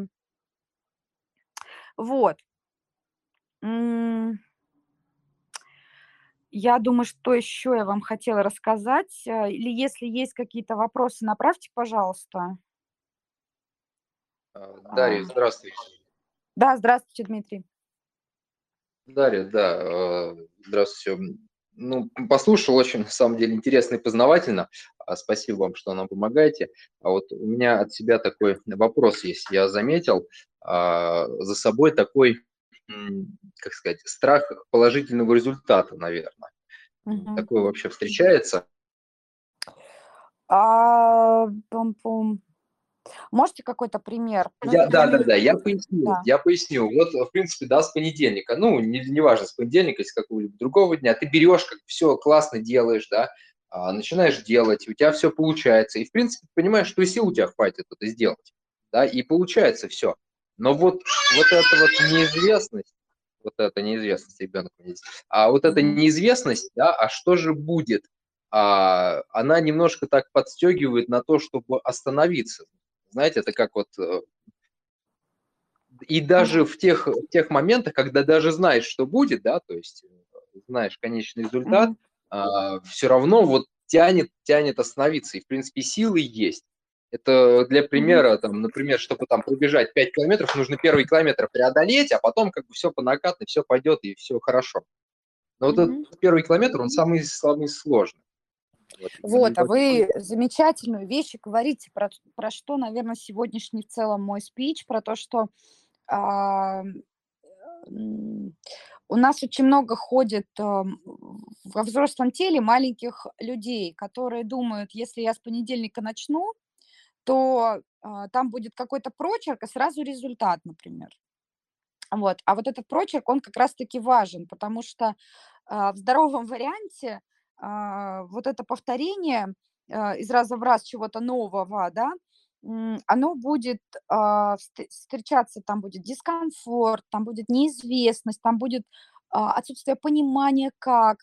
Вот. М, Я думаю, что еще я вам хотела рассказать. Или если есть какие-то вопросы, направьте, пожалуйста. Дарья, А, здравствуйте. Да, здравствуйте, Дмитрий. Дарья, да, здравствуйте. Ну, послушал, очень, на самом деле, интересно и познавательно. Спасибо вам, что нам помогаете. А вот у меня от себя такой вопрос есть. Я заметил за собой такой, как сказать, страх положительного результата, наверное. Мгм. Такое вообще встречается? Пум-пум. Можете какой-то пример? Да, я поясню. Да. Я поясню. Вот, в принципе, да, с понедельника, ну, неважно, с понедельника, с какого-либо другого дня, ты берешь, как все классно делаешь, да, начинаешь делать, у тебя все получается. И, в принципе, понимаешь, что и сил у тебя хватит это сделать, да, и получается все. Но вот эта вот неизвестность, вот эта неизвестность, ребенок у меня здесь, вот эта Мгм. неизвестность, да, а что же будет, она немножко так подстегивает на то, чтобы остановиться. Знаете, это как вот и даже в тех моментах, когда даже знаешь, что будет, да, то есть знаешь конечный результат, Мгм. все равно вот тянет остановиться. И, в принципе, силы есть. Это для Мгм. примера, там, например, чтобы там пробежать 5 километров, нужно первый километр преодолеть, а потом как бы все по накатной, все пойдет и все хорошо. Но вот Мгм. этот первый километр, он самый сложный. Вот, именно Вот, а его вы замечательную вещь говорите про что, наверное, сегодняшний в целом мой спич, про то, что а, м, у нас очень много ходит во взрослом теле маленьких людей, которые думают, если я с понедельника начну, то там будет какой-то прочерк и сразу результат, например. Вот. А вот этот прочерк, он как раз-таки важен, потому что в здоровом варианте вот это повторение из раза в раз чего-то нового, да, оно будет встречаться, там будет дискомфорт, там будет неизвестность, там будет отсутствие понимания, как.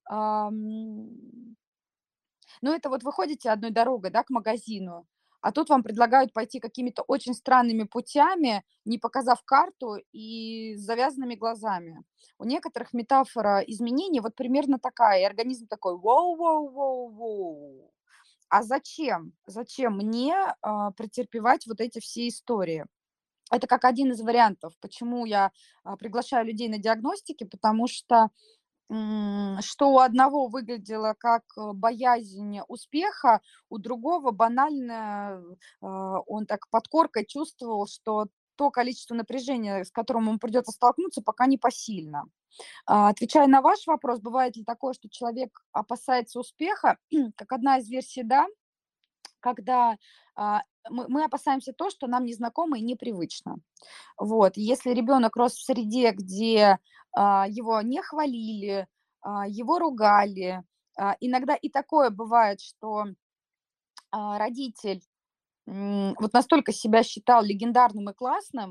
Ну, это вот вы ходите одной дорогой, да, к магазину, а тут вам предлагают пойти какими-то очень странными путями, не показав карту и с завязанными глазами. У некоторых метафора изменений вот примерно такая, и организм такой: «Воу-воу-воу-воу, а зачем? Зачем мне претерпевать вот эти все истории?» Это как один из вариантов, почему я приглашаю людей на диагностики, потому что что у одного выглядело как боязнь успеха, у другого банально он так под коркой чувствовал, что то количество напряжения, с которым ему придется столкнуться, пока не посильно. Отвечая на ваш вопрос, бывает ли такое, что человек опасается успеха? Как одна из версий, да, когда мы опасаемся то, что нам незнакомо и непривычно. Вот. Если ребенок рос в среде, где его не хвалили, его ругали, иногда и такое бывает, что родитель вот настолько себя считал легендарным и классным,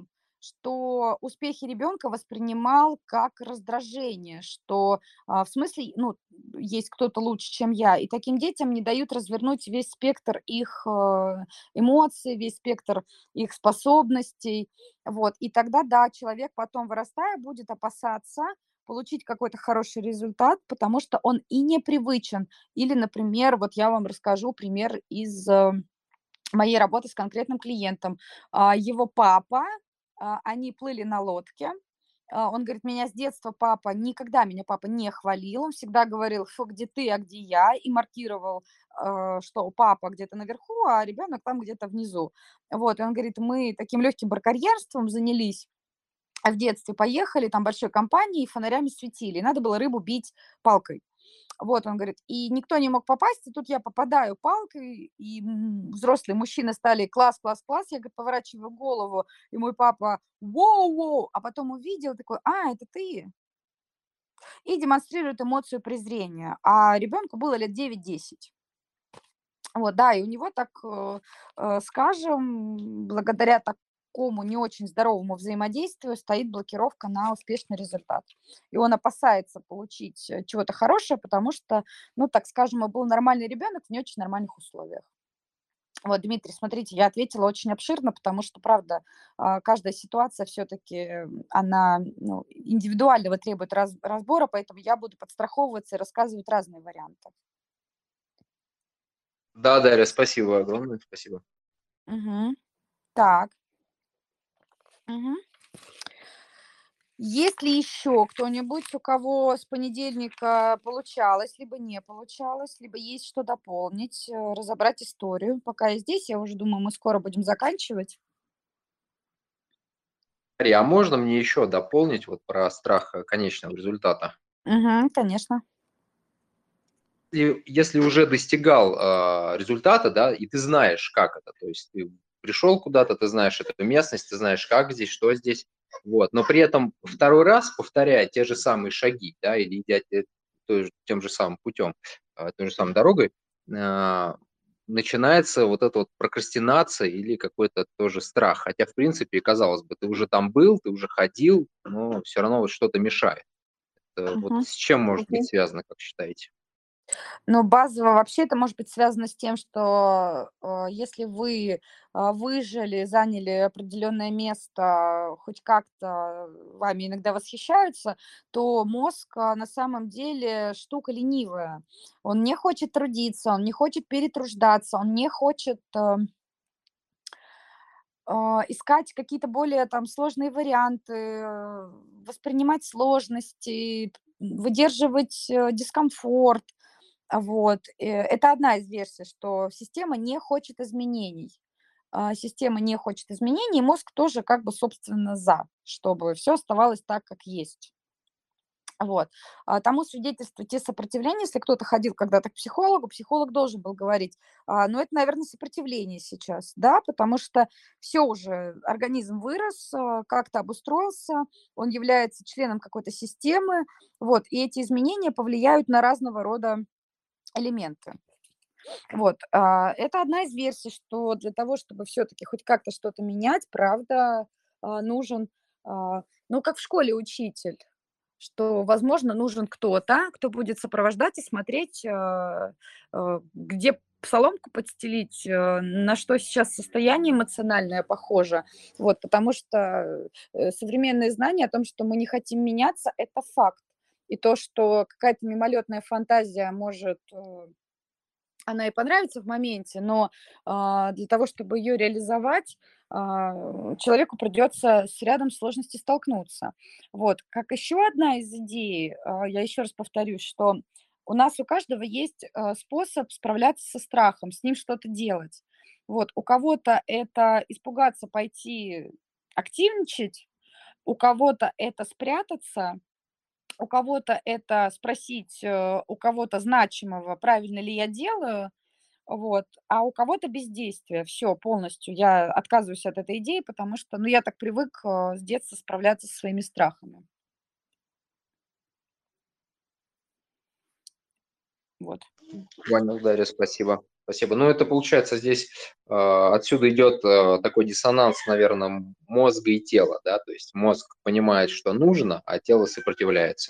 что успехи ребенка воспринимал как раздражение, что в смысле, ну, есть кто-то лучше, чем я, и таким детям не дают развернуть весь спектр их эмоций, весь спектр их способностей, вот, и тогда, да, человек потом, вырастая, будет опасаться получить какой-то хороший результат, потому что он и непривычен. Или, например, вот я вам расскажу пример из моей работы с конкретным клиентом. Его папа, они плыли на лодке. Он говорит, меня с детства никогда меня папа не хвалил, он всегда говорил, фу, где ты, а где я, и маркировал, что папа где-то наверху, а ребенок там где-то внизу. Вот, и он говорит, мы таким легким браконьерством занялись, в детстве поехали, там большой компанией, фонарями светили, и надо было рыбу бить палкой. Вот, он говорит, и никто не мог попасть, и тут я попадаю палкой, и взрослые мужчины стали класс, класс, класс, я, говорит, поворачиваю голову, и мой папа воу-воу, а потом увидел такой, это ты, и демонстрирует эмоцию презрения, а ребенку было лет 9-10. Вот, да, и у него так, скажем, благодаря такому не очень здоровому взаимодействию стоит блокировка на успешный результат. И он опасается получить чего-то хорошее, потому что, ну, так скажем, он был нормальный ребенок в не очень нормальных условиях. Вот, Дмитрий, смотрите, я ответила очень обширно, потому что, правда, каждая ситуация все-таки, она ну, индивидуального требует разбора, поэтому я буду подстраховываться и рассказывать разные варианты. Да, Дарья, спасибо огромное, спасибо. Угу. Так. Угу. Есть ли еще кто-нибудь, у кого с понедельника получалось, либо не получалось, либо есть что дополнить, разобрать историю? Пока я здесь, я уже думаю, мы скоро будем заканчивать. Дарья, а можно мне еще дополнить вот про страх конечного результата? Угу, конечно. Если уже достигал результата, да, и ты знаешь, как это, то есть ты пришел куда-то, ты знаешь эту местность, ты знаешь, как здесь, что здесь, вот, но при этом второй раз повторяя те же самые шаги, да, или идя тем же самым путем, той же самой дорогой, начинается вот эта вот прокрастинация или какой-то тоже страх. Хотя, в принципе, казалось бы, ты уже там был, ты уже ходил, но все равно вот что-то мешает. Вот Угу. с чем может быть связано, как считаете? Но базово вообще это может быть связано с тем, что если вы выжили, заняли определенное место, хоть как-то вами иногда восхищаются, то мозг на самом деле штука ленивая. Он не хочет трудиться, он не хочет перетруждаться, он не хочет искать какие-то более там сложные варианты, воспринимать сложности, выдерживать дискомфорт. Вот, это одна из версий, что система не хочет изменений. Система не хочет изменений, и мозг тоже как бы, собственно, за, чтобы все оставалось так, как есть. Вот. Тому свидетельствуют те сопротивления, если кто-то ходил когда-то к психологу, психолог должен был говорить, ну, это, наверное, сопротивление сейчас, да, потому что все уже, организм вырос, как-то обустроился, он является членом какой-то системы, вот, и эти изменения повлияют на разного рода элементы. Вот, это одна из версий, что для того, чтобы все-таки хоть как-то что-то менять, правда, нужен, ну, как в школе учитель, что, возможно, нужен кто-то, кто будет сопровождать и смотреть, где соломку подстелить, на что сейчас состояние эмоциональное похоже. Вот, потому что современные знания о том, что мы не хотим меняться, это факт. И то, что какая-то мимолетная фантазия может она и понравится в моменте, но для того, чтобы ее реализовать, человеку придется с рядом сложностей столкнуться. Вот. Как еще одна из идей, я еще раз повторюсь, что у нас у каждого есть способ справляться со страхом, с ним что-то делать. Вот. У кого-то это испугаться, пойти активничать, у кого-то это спрятаться, у кого-то это спросить у кого-то значимого, правильно ли я делаю, вот, а у кого-то бездействие. Все полностью. Я отказываюсь от этой идеи, потому что, ну, я так привык с детства справляться со своими страхами. Вот. Понял, Дарья, спасибо. Спасибо. Ну, это получается здесь отсюда идет такой диссонанс, наверное, мозга и тела, да, то есть мозг понимает, что нужно, а тело сопротивляется.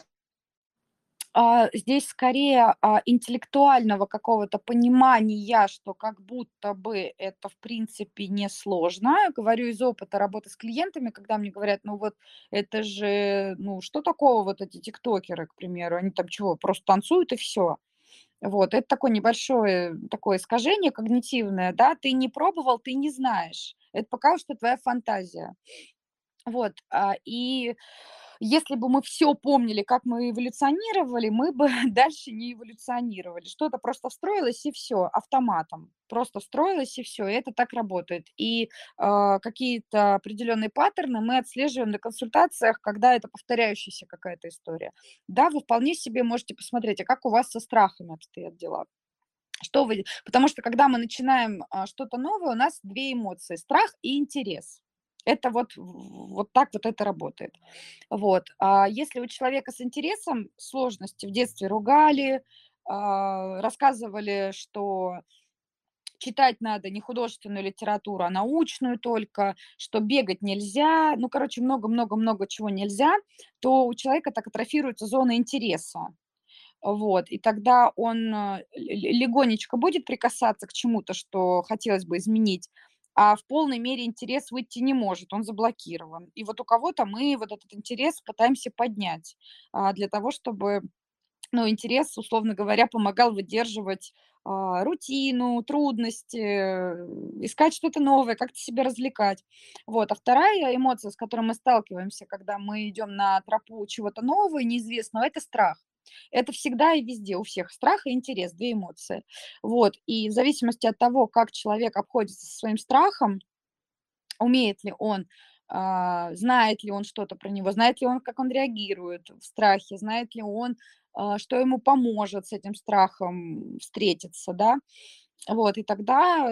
Здесь скорее интеллектуального какого-то понимания, что как будто бы это в принципе несложно. Говорю из опыта работы с клиентами, когда мне говорят, ну вот это же, ну что такого вот эти тиктокеры, к примеру, они там чего, просто танцуют и все. Вот, это такое небольшое такое искажение когнитивное, да, ты не пробовал, ты не знаешь. Это пока что твоя фантазия. Вот, и если бы мы все помнили, как мы эволюционировали, мы бы дальше не эволюционировали. Что-то просто встроилось и все автоматом. Просто встроилось и все, и это так работает. И, какие-то определенные паттерны мы отслеживаем на консультациях, когда это повторяющаяся какая-то история. Да, вы вполне себе можете посмотреть, а как у вас со страхами обстоят дела. Что вы Потому что когда мы начинаем, что-то новое, у нас 2 эмоции: страх и интерес. Это вот так вот это работает. Вот. А если у человека с интересом сложности, в детстве ругали, рассказывали, что читать надо не художественную литературу, а научную только, что бегать нельзя, ну, короче, много-много-много чего нельзя, то у человека так атрофируется зона интереса. Вот, и тогда он, легонечко будет прикасаться к чему-то, что хотелось бы изменить, а в полной мере интерес выйти не может, он заблокирован. И вот у кого-то мы вот этот интерес пытаемся поднять, для того, чтобы, ну, интерес, условно говоря, помогал выдерживать, рутину, трудности, искать что-то новое, как-то себя развлекать. Вот. А вторая эмоция, с которой мы сталкиваемся, когда мы идем на тропу чего-то нового и неизвестного — это страх. Это всегда и везде у всех страх и интерес, 2 эмоции. Вот. И в зависимости от того, как человек обходится со своим страхом, умеет ли он, знает ли он что-то про него, знает ли он, как он реагирует в страхе, знает ли он, что ему поможет с этим страхом встретиться, да. Вот, и тогда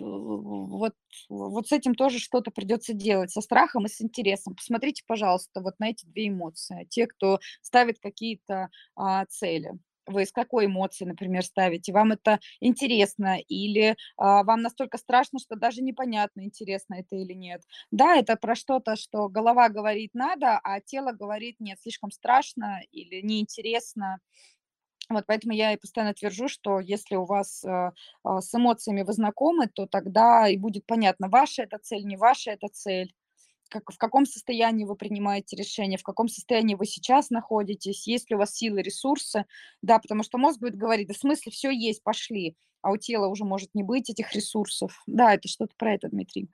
вот с этим тоже что-то придется делать, со страхом и с интересом. Посмотрите, пожалуйста, вот на эти 2 эмоции. Те, кто ставит какие-то, цели. Вы с какой эмоцией, например, ставите? Вам это интересно или, вам настолько страшно, что даже непонятно, интересно это или нет? Да, это про что-то, что голова говорит надо, а тело говорит нет, слишком страшно или неинтересно. Вот поэтому я и постоянно твержу, что если у вас, с эмоциями вы знакомы, то тогда и будет понятно, ваша это цель, не ваша это цель, в каком состоянии вы принимаете решение, в каком состоянии вы сейчас находитесь, есть ли у вас силы, ресурсы. Да, потому что мозг будет говорить: "Да в смысле, все есть, пошли", а у тела уже может не быть этих ресурсов. Да, это что-то про это, Дмитрий.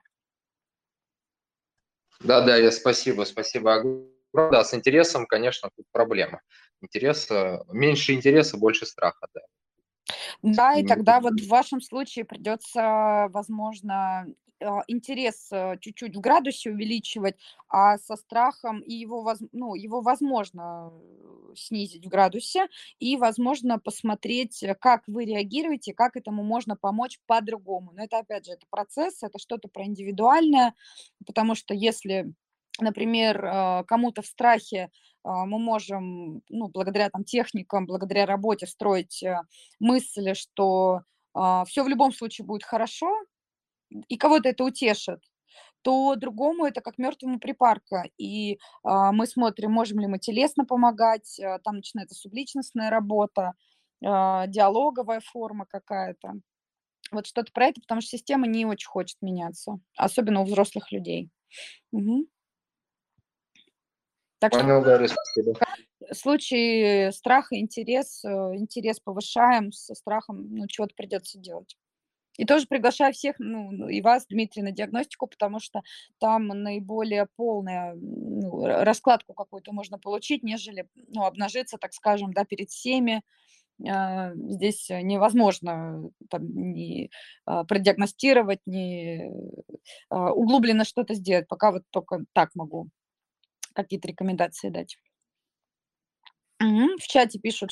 Да-да, спасибо огромное. Да, с интересом, конечно, тут проблема. Меньше интереса, больше страха, да. Да, и Ну, тогда вот в вашем случае придется, возможно, интерес, чуть-чуть в градусе увеличивать, а со страхом и его возможно, снизить в градусе, и, возможно, посмотреть, как вы реагируете, как этому можно помочь по-другому. Но это, опять же, это процесс, это что-то про индивидуальное, потому что если, например, кому-то в страхе, мы можем, ну, благодаря там техникам, благодаря работе строить, мысли, что, все в любом случае будет хорошо, и кого-то это утешит, то другому это как мертвому припарка. И, мы смотрим, можем ли мы телесно помогать, там начинается субличностная работа, диалоговая форма какая-то. Вот что-то про это, потому что система не очень хочет меняться, особенно у взрослых людей. Мгм. Так что понял, Дарья, спасибо. в случае страха интерес повышаем, со страхом, ну, чего-то придется делать. И тоже приглашаю всех, ну, и вас, Дмитрий, на диагностику, потому что там наиболее полная, ну, раскладку какую-то можно получить, нежели, ну, обнажиться, так скажем, да, перед всеми. Здесь невозможно там ни продиагностировать, ни углубленно что-то сделать. Пока вот только так могу какие-то рекомендации дать. Мгм. В чате пишут,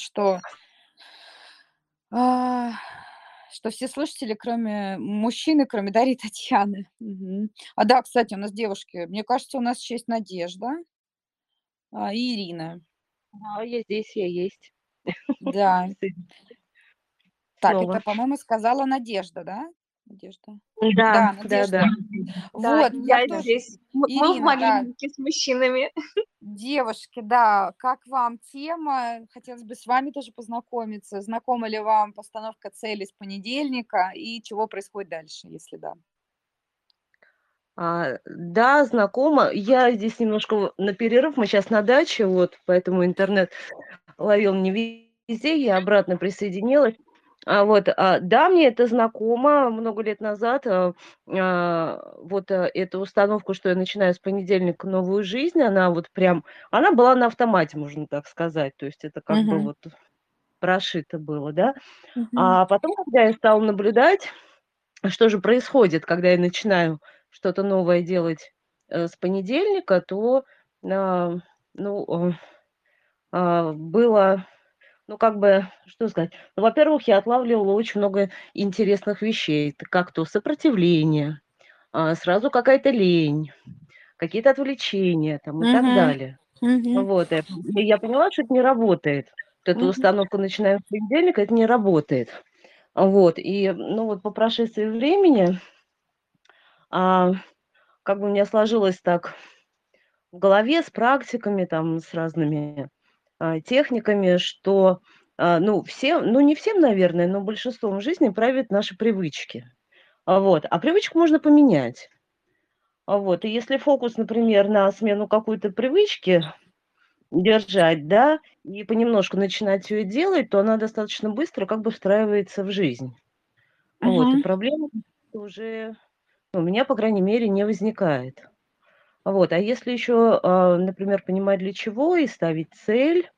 а, что все слушатели, кроме мужчины, кроме Дарьи и Татьяны. Мгм. Да, кстати, у нас девушки. Мне кажется, у нас еще есть Надежда, и Ирина. Да, я здесь, я есть. Да. Так, слово. это, по-моему, сказала Надежда, да? Надежда. Да, Да, да, Надежда. да. Да, Вот, и я я тоже. здесь. Мы в Ирина, да, малиннике с мужчинами. девушки, да, как вам тема? Хотелось бы с вами тоже познакомиться. Знакома ли вам постановка цели с понедельника и чего происходит дальше, если да? Да, знакома. Я здесь немножко на перерыв, мы сейчас на даче, вот, поэтому интернет ловил не везде, я обратно присоединилась. Да, мне это знакомо. Много лет назад эту установку, что я начинаю с понедельника новую жизнь, она вот прям, она была на автомате, можно так сказать. То есть это как бы Мгм. вот прошито было, да. Мгм. А потом, когда я стала наблюдать, что же происходит, когда я начинаю что-то новое делать с понедельника, то а, ну, было, ну, как бы, что сказать? Ну, во-первых, я отлавливала очень много интересных вещей. Это как то сопротивление, сразу какая-то лень, какие-то отвлечения там и так Мгм. далее. Мгм. Вот, и я поняла, что это не работает. Вот эта Мгм. установка «начинаем с понедельника» — это не работает. Ну, вот по прошествии времени, а, как бы у меня сложилось так в голове с практиками, там, с разными техниками, что, ну, не всем, наверное, но большинством в жизни правят наши привычки. А привычку можно поменять. И если фокус, например, на смену какой-то привычки держать, да, и понемножку начинать ее делать, то она достаточно быстро как бы встраивается в жизнь. И Мгм. проблем уже, у меня, по крайней мере, не возникает. А если еще, например, понимать для чего и ставить цель,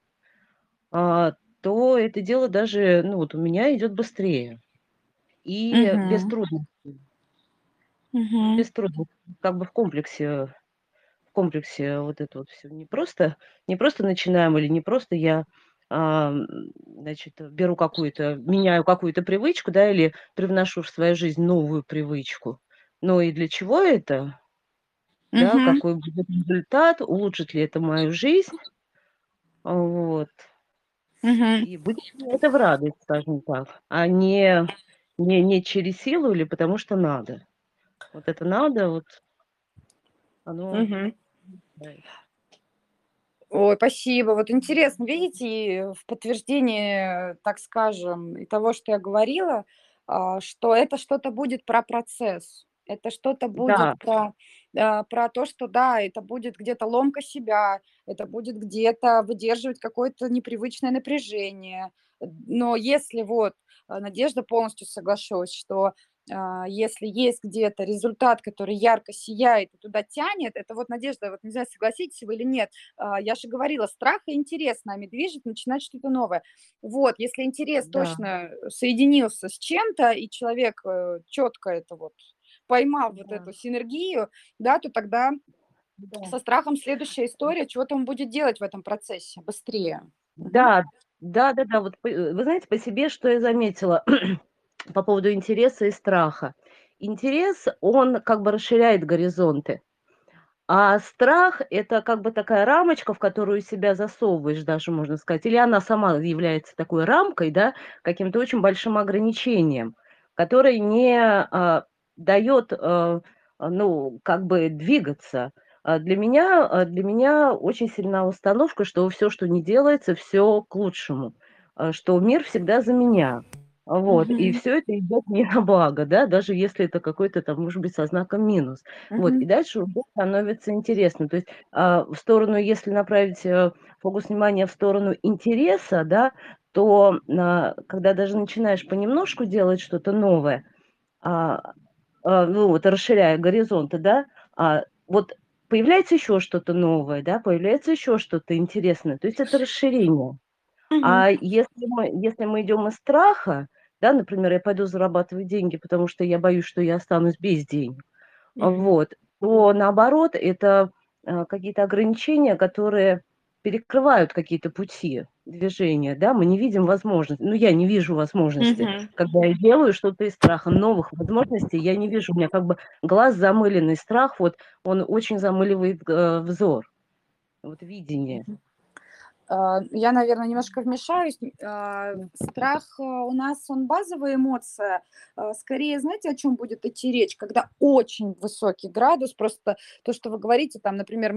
то это дело даже, ну, вот у меня идет быстрее и без Мгм. трудностей. Мгм. Без трудностей, как бы в комплексе вот это вот все. Не просто начинаем или не просто я, значит, меняю какую-то привычку, да, или привношу в свою жизнь новую привычку. Но и для чего это, да, Мгм. какой будет результат, улучшит ли это мою жизнь, вот. Мгм. И будет мне это в радость, скажем так, а не через силу или потому что надо. Вот это надо, вот оно, Мгм. да. Ой, спасибо. Вот интересно, видите, и в подтверждение, так скажем, и того, что я говорила, что это что-то будет про процесс. Это что-то будет Да, про то, что да, это будет где-то ломка себя, это будет где-то выдерживать какое-то непривычное напряжение. Но если вот Надежда полностью соглашусь, что если есть где-то результат, который ярко сияет и туда тянет, это вот Надежда, вот не знаю, согласитесь вы или нет, я же говорила, страх и интерес нами движет, начинать что-то новое. Вот, если интерес да, точно соединился с чем-то, и человек четко это вот поймал вот да, эту синергию, да, то тогда да. со страхом следующая история, чего-то он будет делать в этом процессе быстрее. Мгм. Да, да-да-да, вы знаете, по себе, что я заметила по поводу интереса и страха. Интерес, он как бы расширяет горизонты, а страх — это как бы такая рамочка, в которую себя засовываешь даже, можно сказать, или она сама является такой рамкой, да, каким-то очень большим ограничением, которое не дает, ну, как бы двигаться. Для меня очень сильна установка, что все, что не делается, все к лучшему, что мир всегда за меня. И Мгм. все это идет мне на благо, да, даже если это какой-то там, может быть, со знаком минус. И Мгм. дальше уже становится интересно. То есть, в сторону, если направить, фокус внимания в сторону интереса, да, то, когда даже начинаешь понемножку делать что-то новое, а, расширяя горизонты, да, вот появляется еще что-то новое, да, появляется еще что-то интересное. То есть это расширение. Мгм. А если мы идем из страха, да, например, я пойду зарабатывать деньги, потому что я боюсь, что я останусь без денег. Мгм. Вот, то наоборот, это, какие-то ограничения, которые перекрывают какие-то пути движения, да. Мы не видим возможности. Ну, я не вижу возможности. Мгм. Когда я делаю что-то из страха, новых возможностей я не вижу. У меня как бы глаз замыленный, страх, вот он очень замыливает, взор, вот видение. Я, наверное, немножко вмешаюсь. Страх у нас, он базовая эмоция. Скорее, знаете, о чем будет идти речь? Когда очень высокий градус, просто то, что вы говорите, там, например,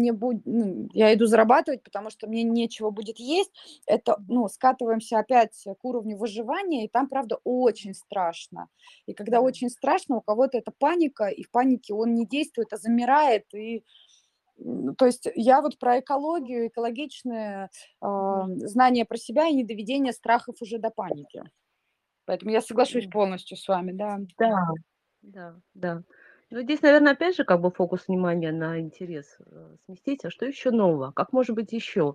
я иду зарабатывать, потому что мне нечего будет есть, это, скатываемся опять к уровню выживания, и там, правда, очень страшно. И когда очень страшно, у кого-то это паника, и в панике он не действует, а замирает, и то есть я вот про экологию, экологичное знание про себя и недоведение страхов уже до паники. Поэтому я соглашусь полностью с вами, да. Да, да, да. Ну, здесь, наверное, опять же, как бы фокус внимания на интерес сместить. А что еще нового? Как может быть еще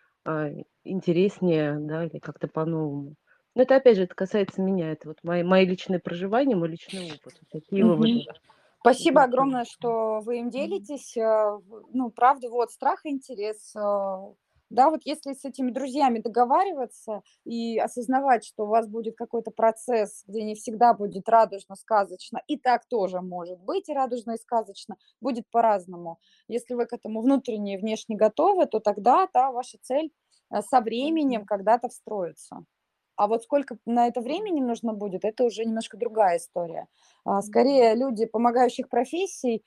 интереснее, да, или как-то по-новому? Но это, опять же, это касается меня. Это вот мои личные проживания, мой личный опыт. Вот такие выводы. Спасибо огромное, что вы им делитесь. Правда, вот страх и интерес. Да, вот если с этими друзьями договариваться и осознавать, что у вас будет какой-то процесс, где не всегда будет радужно, сказочно, и так тоже может быть и радужно, и сказочно, будет по-разному. Если вы к этому внутренне и внешне готовы, то тогда, да, ваша цель со временем когда-то встроится. А вот сколько на это времени нужно будет, это уже немножко другая история. Скорее, люди помогающих профессий,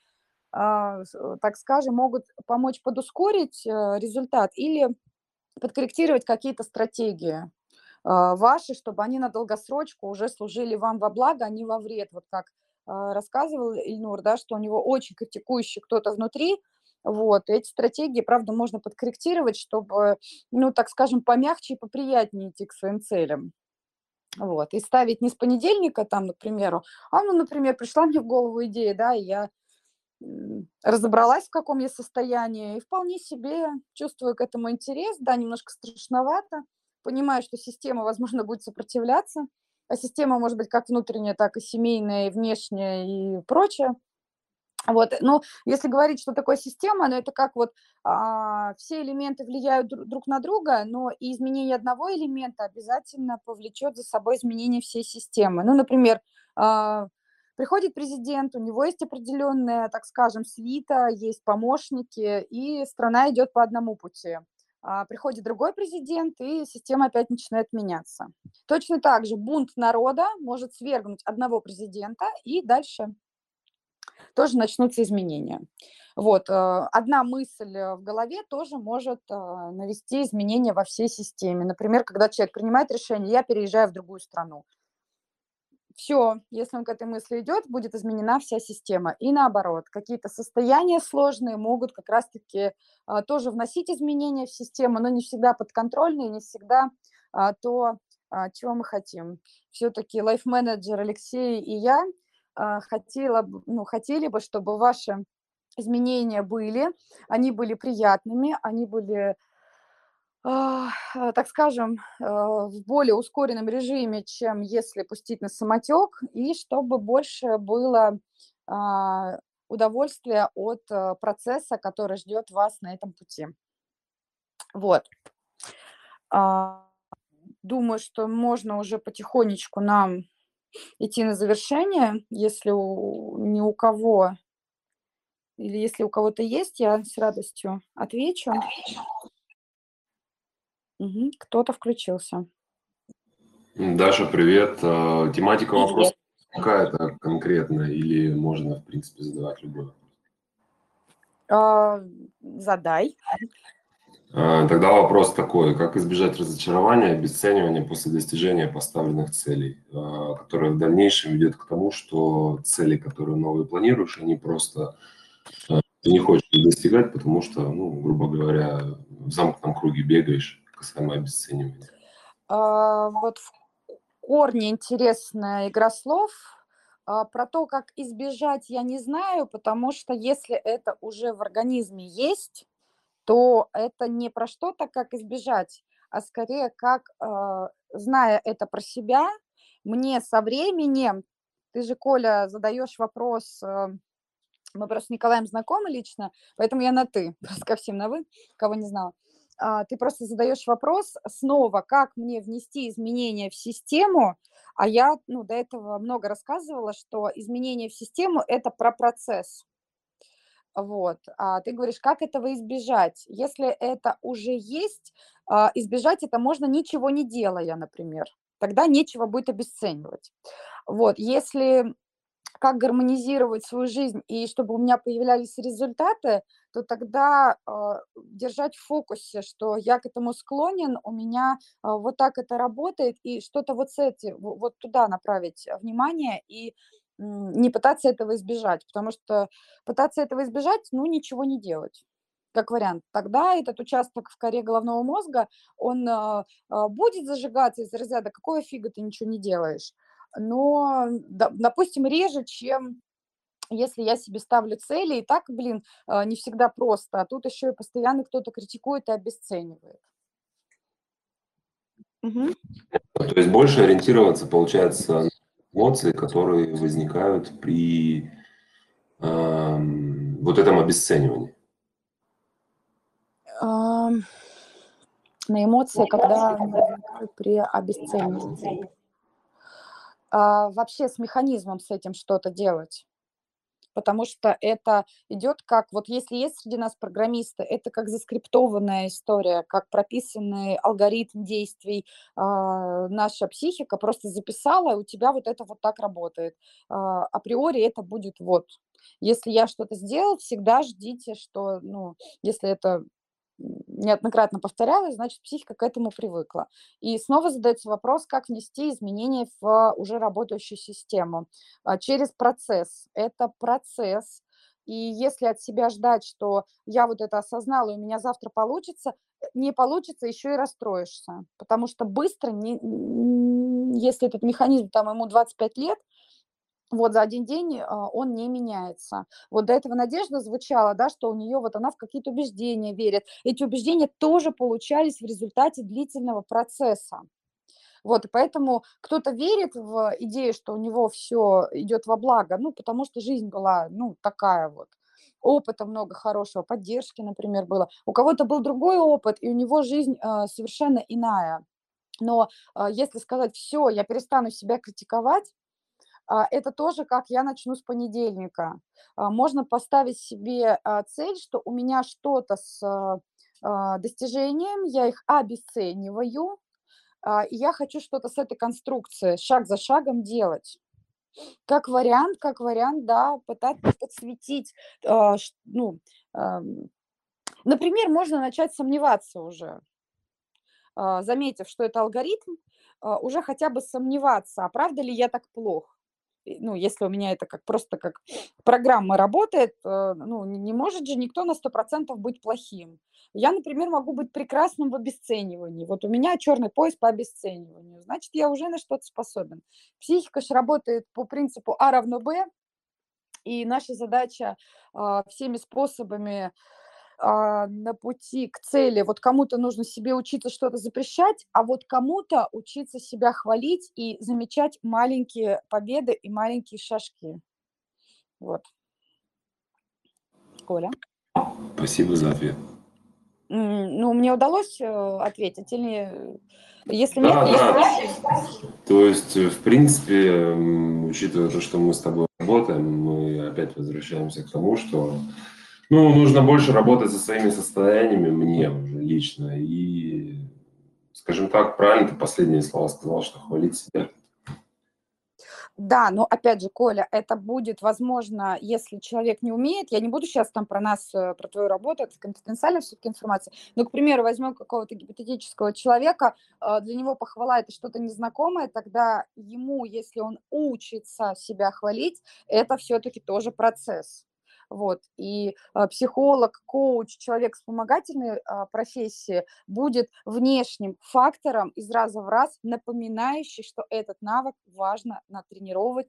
так скажем, могут помочь подускорить результат или подкорректировать какие-то стратегии ваши, чтобы они на долгосрочку уже служили вам во благо, а не во вред. Вот как рассказывал Ильнур, да, что у него очень критикующий кто-то внутри. Вот, и эти стратегии, правда, можно подкорректировать, чтобы, так скажем, помягче и поприятнее идти к своим целям. Вот, и ставить не с понедельника, там, например, например, пришла мне в голову идея, да, и я разобралась, в каком я состоянии, и вполне себе чувствую к этому интерес, да, немножко страшновато, понимаю, что система, возможно, будет сопротивляться, а система может быть как внутренняя, так и семейная, и внешняя, и прочее. Вот, если говорить, что такое система, это как вот все элементы влияют друг на друга, но и изменение одного элемента обязательно повлечет за собой изменение всей системы. Например, приходит президент, у него есть определенная, так скажем, свита, есть помощники, и страна идет по одному пути. Приходит другой президент, и система опять начинает меняться. Точно так же бунт народа может свергнуть одного президента, и дальше тоже начнутся изменения. Вот, одна мысль в голове тоже может навести изменения во всей системе. Например, когда человек принимает решение, я переезжаю в другую страну. Все, если он к этой мысли идет, будет изменена вся система. И наоборот, какие-то состояния сложные могут как раз-таки тоже вносить изменения в систему, но не всегда подконтрольные, не всегда то, чего мы хотим. Все-таки лайф-менеджер Алексей и я хотели бы, чтобы ваши изменения были, они были приятными, они были, так скажем, в более ускоренном режиме, чем если пустить на самотек, и чтобы больше было удовольствия от процесса, который ждет вас на этом пути. Вот. Думаю, что можно уже потихонечку нам идти на завершение, если ни у кого, или если у кого-то есть, я с радостью отвечу. Кто-то включился. Даша, привет. Тематика Привет. вопроса какая-то конкретная или можно, в принципе, задавать любой вопрос? Задай. Тогда вопрос такой. Как избежать разочарования, обесценивания после достижения поставленных целей, которое в дальнейшем ведет к тому, что цели, которые новые планируешь, они просто ты не хочешь их достигать, потому что, грубо говоря, в замкнутом круге бегаешь, касаемо обесценивания. Вот в корне интересная игра слов. Про то, как избежать, я не знаю, потому что если это уже в организме есть, то это не про что-то, как избежать, а скорее как, зная это про себя, мне со временем, ты же, Коля, задаешь вопрос, мы просто с Николаем знакомы лично, поэтому я на «ты», просто ко всем на «вы», кого не знала. Ты просто задаешь вопрос снова, как мне внести изменения в систему, а я до этого много рассказывала, что изменения в систему – это про процесс. Вот. А ты говоришь, как этого избежать? Если это уже есть, избежать это можно, ничего не делая, например. Тогда нечего будет обесценивать. Вот. Если как гармонизировать свою жизнь и чтобы у меня появлялись результаты, то тогда держать в фокусе, что я к этому склонен, у меня вот так это работает, и что-то вот вот туда направить внимание и не пытаться этого избежать, потому что пытаться этого избежать, ну, ничего не делать. Как вариант. Тогда этот участок в коре головного мозга, он будет зажигаться из разряда «какого фига ты ничего не делаешь?». Но, допустим, реже, чем если я себе ставлю цели, и так, блин, не всегда просто, а тут еще и постоянно кто-то критикует и обесценивает. Мгм. То есть больше ориентироваться, получается, на эмоции, которые возникают при вот этом обесценивании. Ам, На эмоции, когда они возникают при обесценивании. Вообще с механизмом с этим что-то делать. Потому что это идет как, вот если есть среди нас программисты, это как заскриптованная история, как прописанный алгоритм действий. Наша психика просто записала, и у тебя вот это вот так работает. Априори это будет вот. Если я что-то сделал, всегда ждите, что, ну, если это неоднократно повторялось, значит, психика к этому привыкла. И снова задается вопрос, как внести изменения в уже работающую систему. Через процесс. Это процесс. И если от себя ждать, что я вот это осознала, и у меня завтра получится, не получится, еще и расстроишься. Потому что быстро, если этот механизм, там, ему 25 лет, вот за один день он не меняется. Вот до этого Надежда звучала, да, что у нее вот она в какие-то убеждения верит. Эти убеждения тоже получались в результате длительного процесса. Вот, и поэтому кто-то верит в идею, что у него все идет во благо, ну, потому что жизнь была, ну, такая вот. Опыта много хорошего, поддержки, например, было. У кого-то был другой опыт, и у него жизнь совершенно иная. Но если сказать, все, я перестану себя критиковать, это тоже как я начну с понедельника. Можно поставить себе цель, что у меня что-то с достижением, я их обесцениваю, и я хочу что-то с этой конструкцией шаг за шагом делать. Как вариант, да, пытаться подсветить, ну, например, можно начать сомневаться уже, заметив, что это алгоритм, уже хотя бы сомневаться, а правда ли я так плох? Ну, если у меня это как просто как программа работает, ну, не может же никто на 100% быть плохим. Я, например, могу быть прекрасным в обесценивании. Вот у меня черный пояс по обесцениванию. Значит, я уже на что-то способен. Психика же работает по принципу А равно Б, и наша задача всеми способами на пути к цели. Вот кому-то нужно себе учиться что-то запрещать, а вот кому-то учиться себя хвалить и замечать маленькие победы и маленькие шажки. Вот. Коля? Спасибо за ответ. Ну, мне удалось ответить или если нет, Да, если да. нет? То есть, в принципе, учитывая то, что мы с тобой работаем, мы опять возвращаемся к тому, что нужно больше работать со своими состояниями, мне уже лично. И, скажем так, правильно ты последние слова сказал, что хвалить себя. Да, но опять же, Коля, это будет возможно, если человек не умеет. Я не буду сейчас там про нас, про твою работу, это конфиденциальная все-таки информация. Но, к примеру, возьмем какого-то гипотетического человека, для него похвала это что-то незнакомое, тогда ему, если он учится себя хвалить, это все-таки тоже процесс. Вот. И психолог, коуч, человек вспомогательной профессии будет внешним фактором из раза в раз, напоминающий, что этот навык важно натренировать.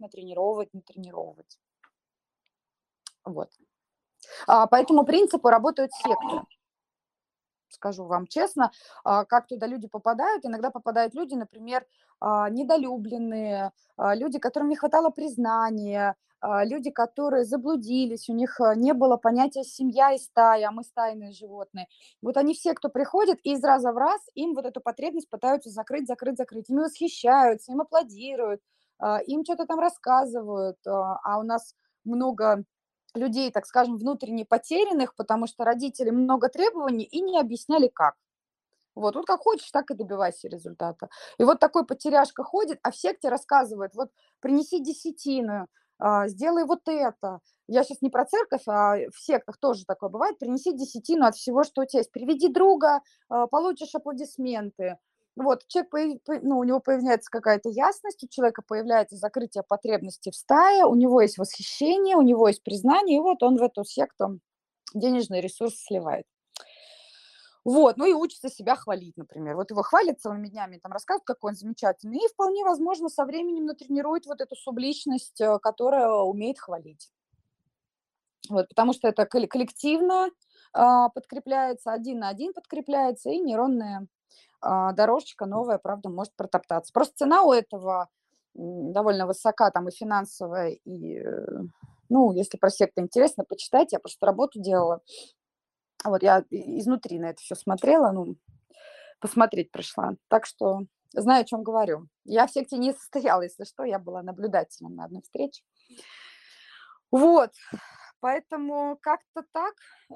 Вот. По этому принципу работают секты. Скажу вам честно, как туда люди попадают. Иногда попадают люди, например, недолюбленные, люди, которым не хватало признания, люди, которые заблудились, у них не было понятия семья и стая, а мы стайные животные. Вот они все, кто приходит, и из раза в раз им вот эту потребность пытаются закрыть. Ими восхищаются, им аплодируют, им что-то там рассказывают. А у нас много людей, так скажем, внутренне потерянных, потому что родители много требований и не объясняли как. Вот как хочешь, так и добивайся результата. И вот такой потеряшка ходит, а в секте рассказывает, вот принеси десятину, сделай вот это. Я сейчас не про церковь, а в сектах тоже такое бывает. Принеси десятину от всего, что у тебя есть. Приведи друга, получишь аплодисменты. Вот, человек, у него появляется какая-то ясность, у человека появляется закрытие потребностей в стае, у него есть восхищение, у него есть признание, и вот он в эту секту денежный ресурс сливает. Вот, и учится себя хвалить, например. Вот его хвалят целыми днями, там рассказывают, какой он замечательный, и вполне возможно со временем натренирует вот эту субличность, которая умеет хвалить. Вот, потому что это коллективно подкрепляется, один на один подкрепляется, и нейронная дорожечка новая, правда, может протоптаться. Просто цена у этого довольно высока, там и финансовая, и, если про секты интересно, почитайте, я просто работу делала. Вот я изнутри на это все смотрела, посмотреть пришла. Так что знаю, о чем говорю. Я в секте не состояла, если что, я была наблюдателем на одной встрече. Вот, поэтому как-то так.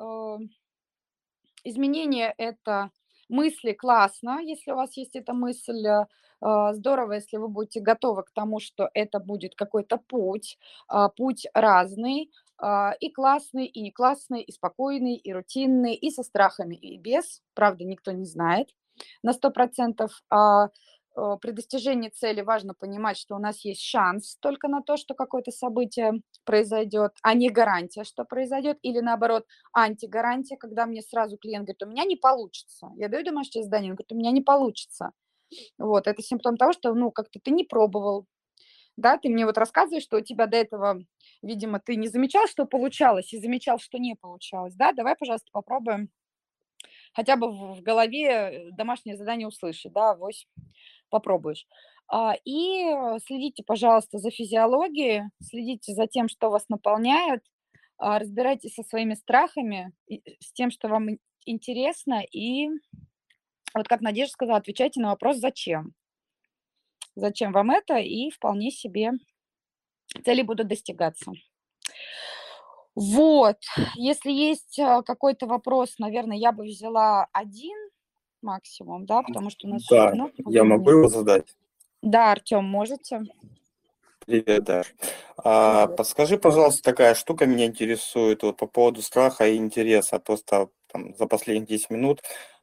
Изменение – это мысли классно, если у вас есть эта мысль. Здорово, если вы будете готовы к тому, что это будет какой-то путь разный, и классный, и не классный, и спокойный, и рутинный, и со страхами, и без. Правда, никто не знает на 100%. При достижении цели важно понимать, что у нас есть шанс только на то, что какое-то событие произойдет, а не гарантия, что произойдет, или наоборот, антигарантия, когда мне сразу клиент говорит, у меня не получится. Я даю домашнее задание, он говорит, у меня не получится. Вот, это симптом того, что, как-то ты не пробовал, да, ты мне вот рассказываешь, что у тебя до этого, видимо, ты не замечал, что получалось, и замечал, что не получалось, да, давай, пожалуйста, попробуем хотя бы в голове домашнее задание услышать, да, авось попробуешь. И следите, пожалуйста, за физиологией, следите за тем, что вас наполняет, разбирайтесь со своими страхами, с тем, что вам интересно, и вот как Надежда сказала, отвечайте на вопрос «Зачем?». Зачем вам это, и вполне себе цели будут достигаться. Вот, если есть какой-то вопрос, наверное, я бы взяла один максимум, да, потому что у нас Да, много я могу времени. его задать? Да, Артем, можете? Привет, Даш. Привет. Подскажи, пожалуйста, такая штука меня интересует вот по поводу страха и интереса. Просто там, за последние 10 минут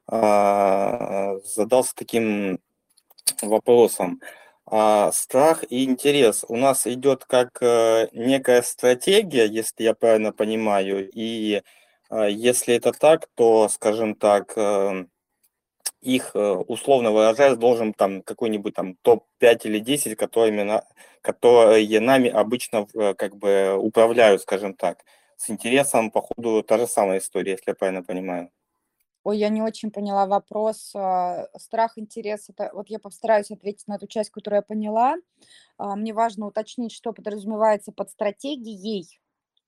задался таким вопросом. Страх и интерес у нас идет как некая стратегия, если я правильно понимаю, и если это так, то, скажем так, их, условно выражаясь, должен там какой-нибудь там топ-5 или 10, которые нами обычно как бы управляют, скажем так. С интересом, походу, та же самая история, если я правильно понимаю. Ой, я не очень поняла вопрос. Страх, интерес. Вот я постараюсь ответить на эту часть, которую я поняла. Мне важно уточнить, что подразумевается под стратегией.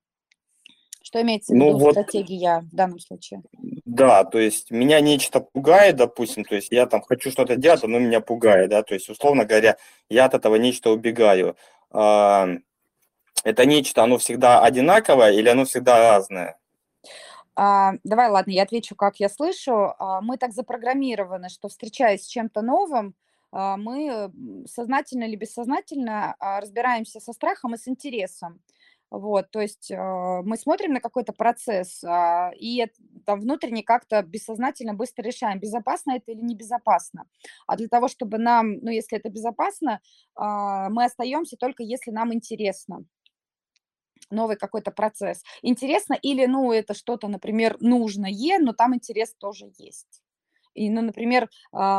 Что имеется в Ну виду вот, стратегия в данном случае? да, то есть меня нечто пугает, допустим, то есть я там хочу что-то делать, оно меня пугает, да, то есть, условно говоря, я от этого нечто убегаю. Это нечто, оно всегда одинаковое или оно всегда разное? Давай, ладно, я отвечу, как я слышу. Мы так запрограммированы, что, встречаясь с чем-то новым, мы сознательно или бессознательно разбираемся со страхом и с интересом. Вот, то есть мы смотрим на какой-то процесс и там внутренне как-то бессознательно быстро решаем, безопасно это или небезопасно. А для того, чтобы нам, если это безопасно, мы остаемся только если нам интересно новый какой-то процесс. Интересно или, это что-то, например, нужное, но там интерес тоже есть. И, например,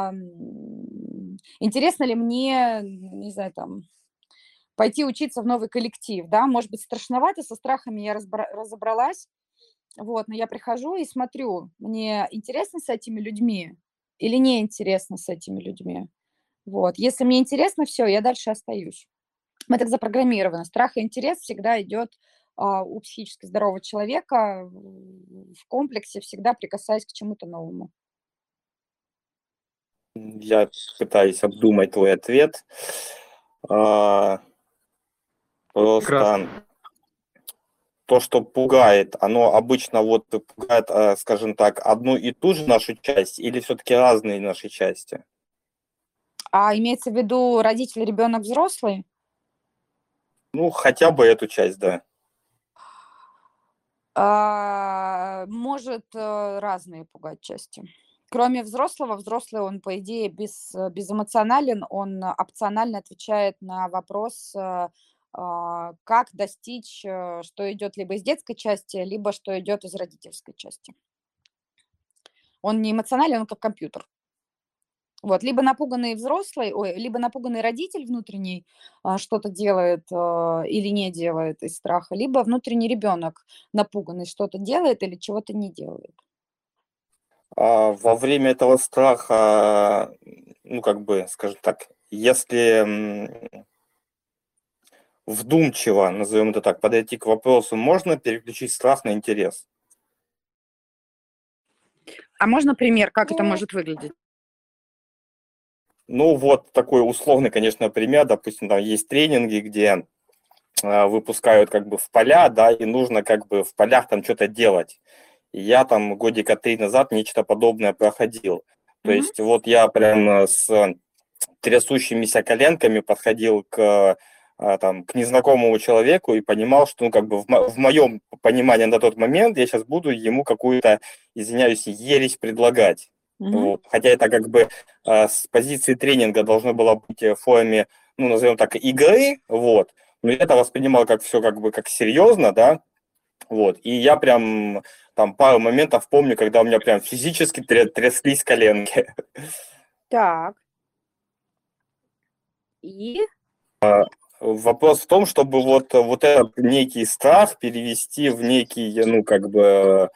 интересно ли мне, не знаю, там, пойти учиться в новый коллектив, да, может быть, страшновато, со страхами я разобралась, вот, но я прихожу и смотрю, мне интересно с этими людьми или не интересно с этими людьми, вот, если мне интересно, все, я дальше остаюсь. Мы так запрограммированы, страх и интерес всегда идет у психически здорового человека в комплексе, всегда прикасаясь к чему-то новому. Я пытаюсь обдумать твой ответ. Просто то, что пугает, оно обычно вот пугает, скажем так, одну и ту же нашу часть или все-таки разные наши части? А имеется в виду родитель, ребенок, взрослый? Ну, хотя бы эту часть, да. Может разные пугать части. Кроме взрослого, взрослый, он, по идее, безэмоционален, он опционально отвечает на вопрос, как достичь, что идет либо из детской части, либо что идет из родительской части. Он не эмоционален, он как компьютер. Вот, либо напуганный взрослый, либо напуганный родитель внутренний что-то делает или не делает из страха, либо внутренний ребенок напуганный что-то делает или чего-то не делает. Во время этого страха, ну, как бы, скажем так, если вдумчиво, назовем это так, подойти к вопросу, можно переключить страх на интерес? А можно пример, как это может выглядеть? Ну, вот такой условный, конечно, пример. Допустим, там есть тренинги, где выпускают как бы в поля, да, и нужно как бы в полях там что-то делать. И я там годика 3 назад нечто подобное проходил. То есть вот я прям с трясущимися коленками подходил к незнакомому человеку и понимал, что, ну, как бы в моем понимании на тот момент я сейчас буду ему какую-то, извиняюсь, ересь предлагать. Вот. Хотя это как бы с позиции тренинга должно было быть в форме, ну, назовем так, игры, вот. Но я это воспринимал как все как бы как серьезно, да, вот. И я прям там пару моментов помню, когда у меня прям физически тряслись коленки. Так. И? Вопрос в том, чтобы вот этот некий страх перевести в некий, ну, как бы,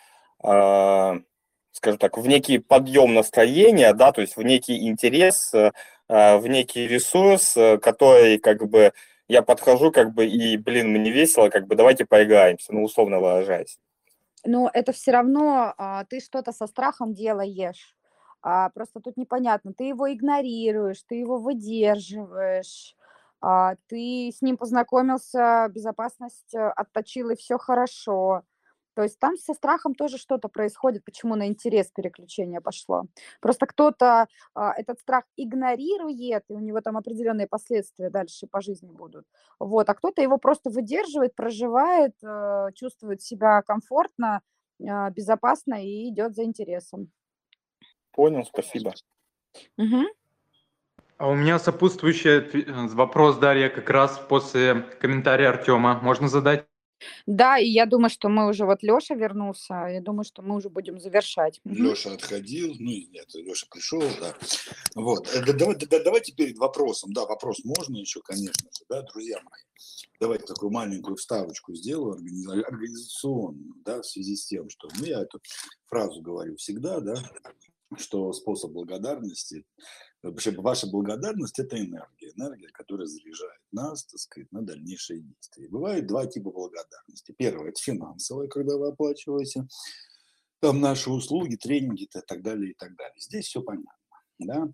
скажем так, в некий подъем настроения, да, то есть в некий интерес, в некий ресурс, который, как бы, я подхожу, как бы, и, блин, мне весело, как бы, давайте поиграемся, ну, условно выражаясь. Но это все равно ты что-то со страхом делаешь. Просто тут непонятно, ты его игнорируешь, ты его выдерживаешь, ты с ним познакомился, безопасность отточил, и все хорошо. То есть там со страхом тоже что-то происходит, почему на интерес переключение пошло. Просто кто-то этот страх игнорирует, и у него там определенные последствия дальше по жизни будут. Вот, а кто-то его просто выдерживает, проживает, чувствует себя комфортно, безопасно и идет за интересом. Понял, спасибо. Мгм. А у меня сопутствующий вопрос, Дарья, как раз после комментария Артема. Можно задать? Да, и я думаю, что мы уже, вот Лёша вернулся, я думаю, что мы уже будем завершать. Мгм. Леша отходил, ну и нет, Леша пришел, да. Вот, давайте перед вопросом, да, вопрос можно еще, конечно же, да, друзья мои. Давайте такую маленькую вставочку сделаю организационную, да, в связи с тем, что, ну, я эту фразу говорю всегда, да, что способ благодарности, вообще ваша благодарность – это энергия, которая заряжает нас, так сказать, на дальнейшие действия. Бывает два типа благодарности. Первое – это финансовая, когда вы оплачиваете там наши услуги, тренинги и так далее, и так далее. Здесь все понятно, да.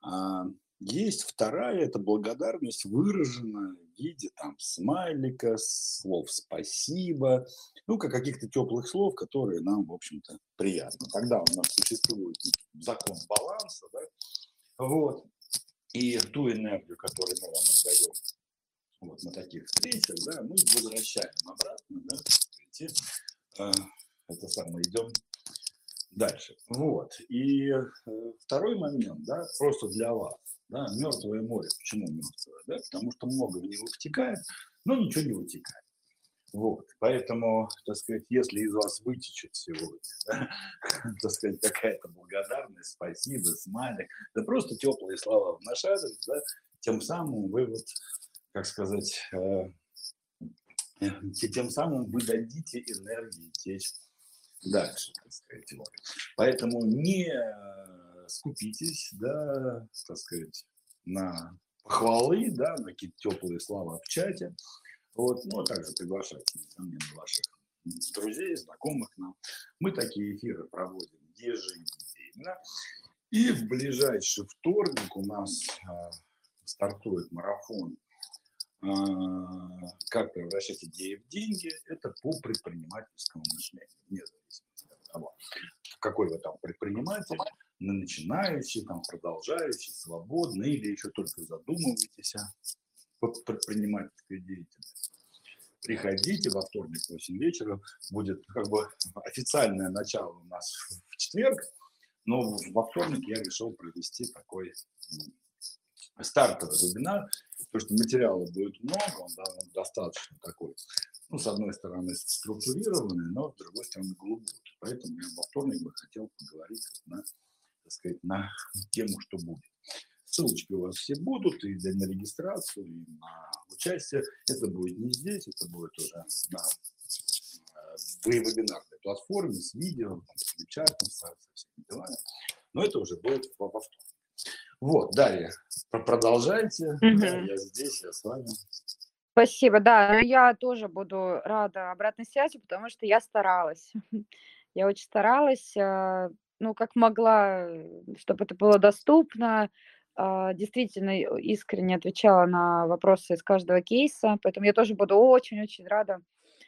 Есть вторая – это благодарность, выраженная в виде там смайлика, слов спасибо, ну, как каких-то теплых слов, которые нам, в общем-то, приятны. Тогда у нас существует закон баланса, да, вот, и ту энергию, которую мы вам отдаем вот на таких встречах, да, мы возвращаем обратно, да, и, это самое, идем дальше. Вот. И второй момент, да, просто для вас, да, мертвое море. Почему мертвое? Да? Потому что много в него втекает, но ничего не вытекает. Вот. Поэтому, так сказать, если из вас вытечет сегодня, да, так сказать, какая-то благодарность, спасибо, смайлик, да просто теплые слова в наш адрес, да, тем самым вы вот, как сказать, тем самым вы дадите энергии течь дальше, так сказать. Вот. Поэтому не скупитесь, да, так сказать, на похвалы, да, на какие-то теплые слова в чате. Вот, ну, а также приглашайте, несомненно, ваших друзей, знакомых нам. Мы такие эфиры проводим еженедельно. И в ближайший вторник у нас стартует марафон как превращать идеи в деньги, это по предпринимательскому мышлению, вне зависимости от того, какой вы там предприниматель, начинающий, там, продолжающий, свободный или еще только задумываетесь о предпринимательской деятельности. Приходите во вторник в 8 вечера, будет как бы официальное начало у нас в четверг, но во вторник я решил провести такой стартовый вебинар, потому что материала будет много, он достаточно такой, ну, с одной стороны, структурированный, но с другой стороны, глубокий. Поэтому я во вторник бы хотел поговорить на, так сказать, на тему, что будет. Ссылочки у вас все будут и на регистрацию, и на участие. Это будет не здесь, это будет уже на вебинарной платформе с видео, с флипчартом, со всеми делами. Но это уже будет во вторник. Вот, Дарья, продолжайте. Да, я здесь, я с вами. Спасибо, да, я тоже буду рада обратной связи, потому что я старалась. Я очень старалась, ну, как могла, чтобы это было доступно. Действительно, искренне отвечала на вопросы из каждого кейса, поэтому я тоже буду очень-очень рада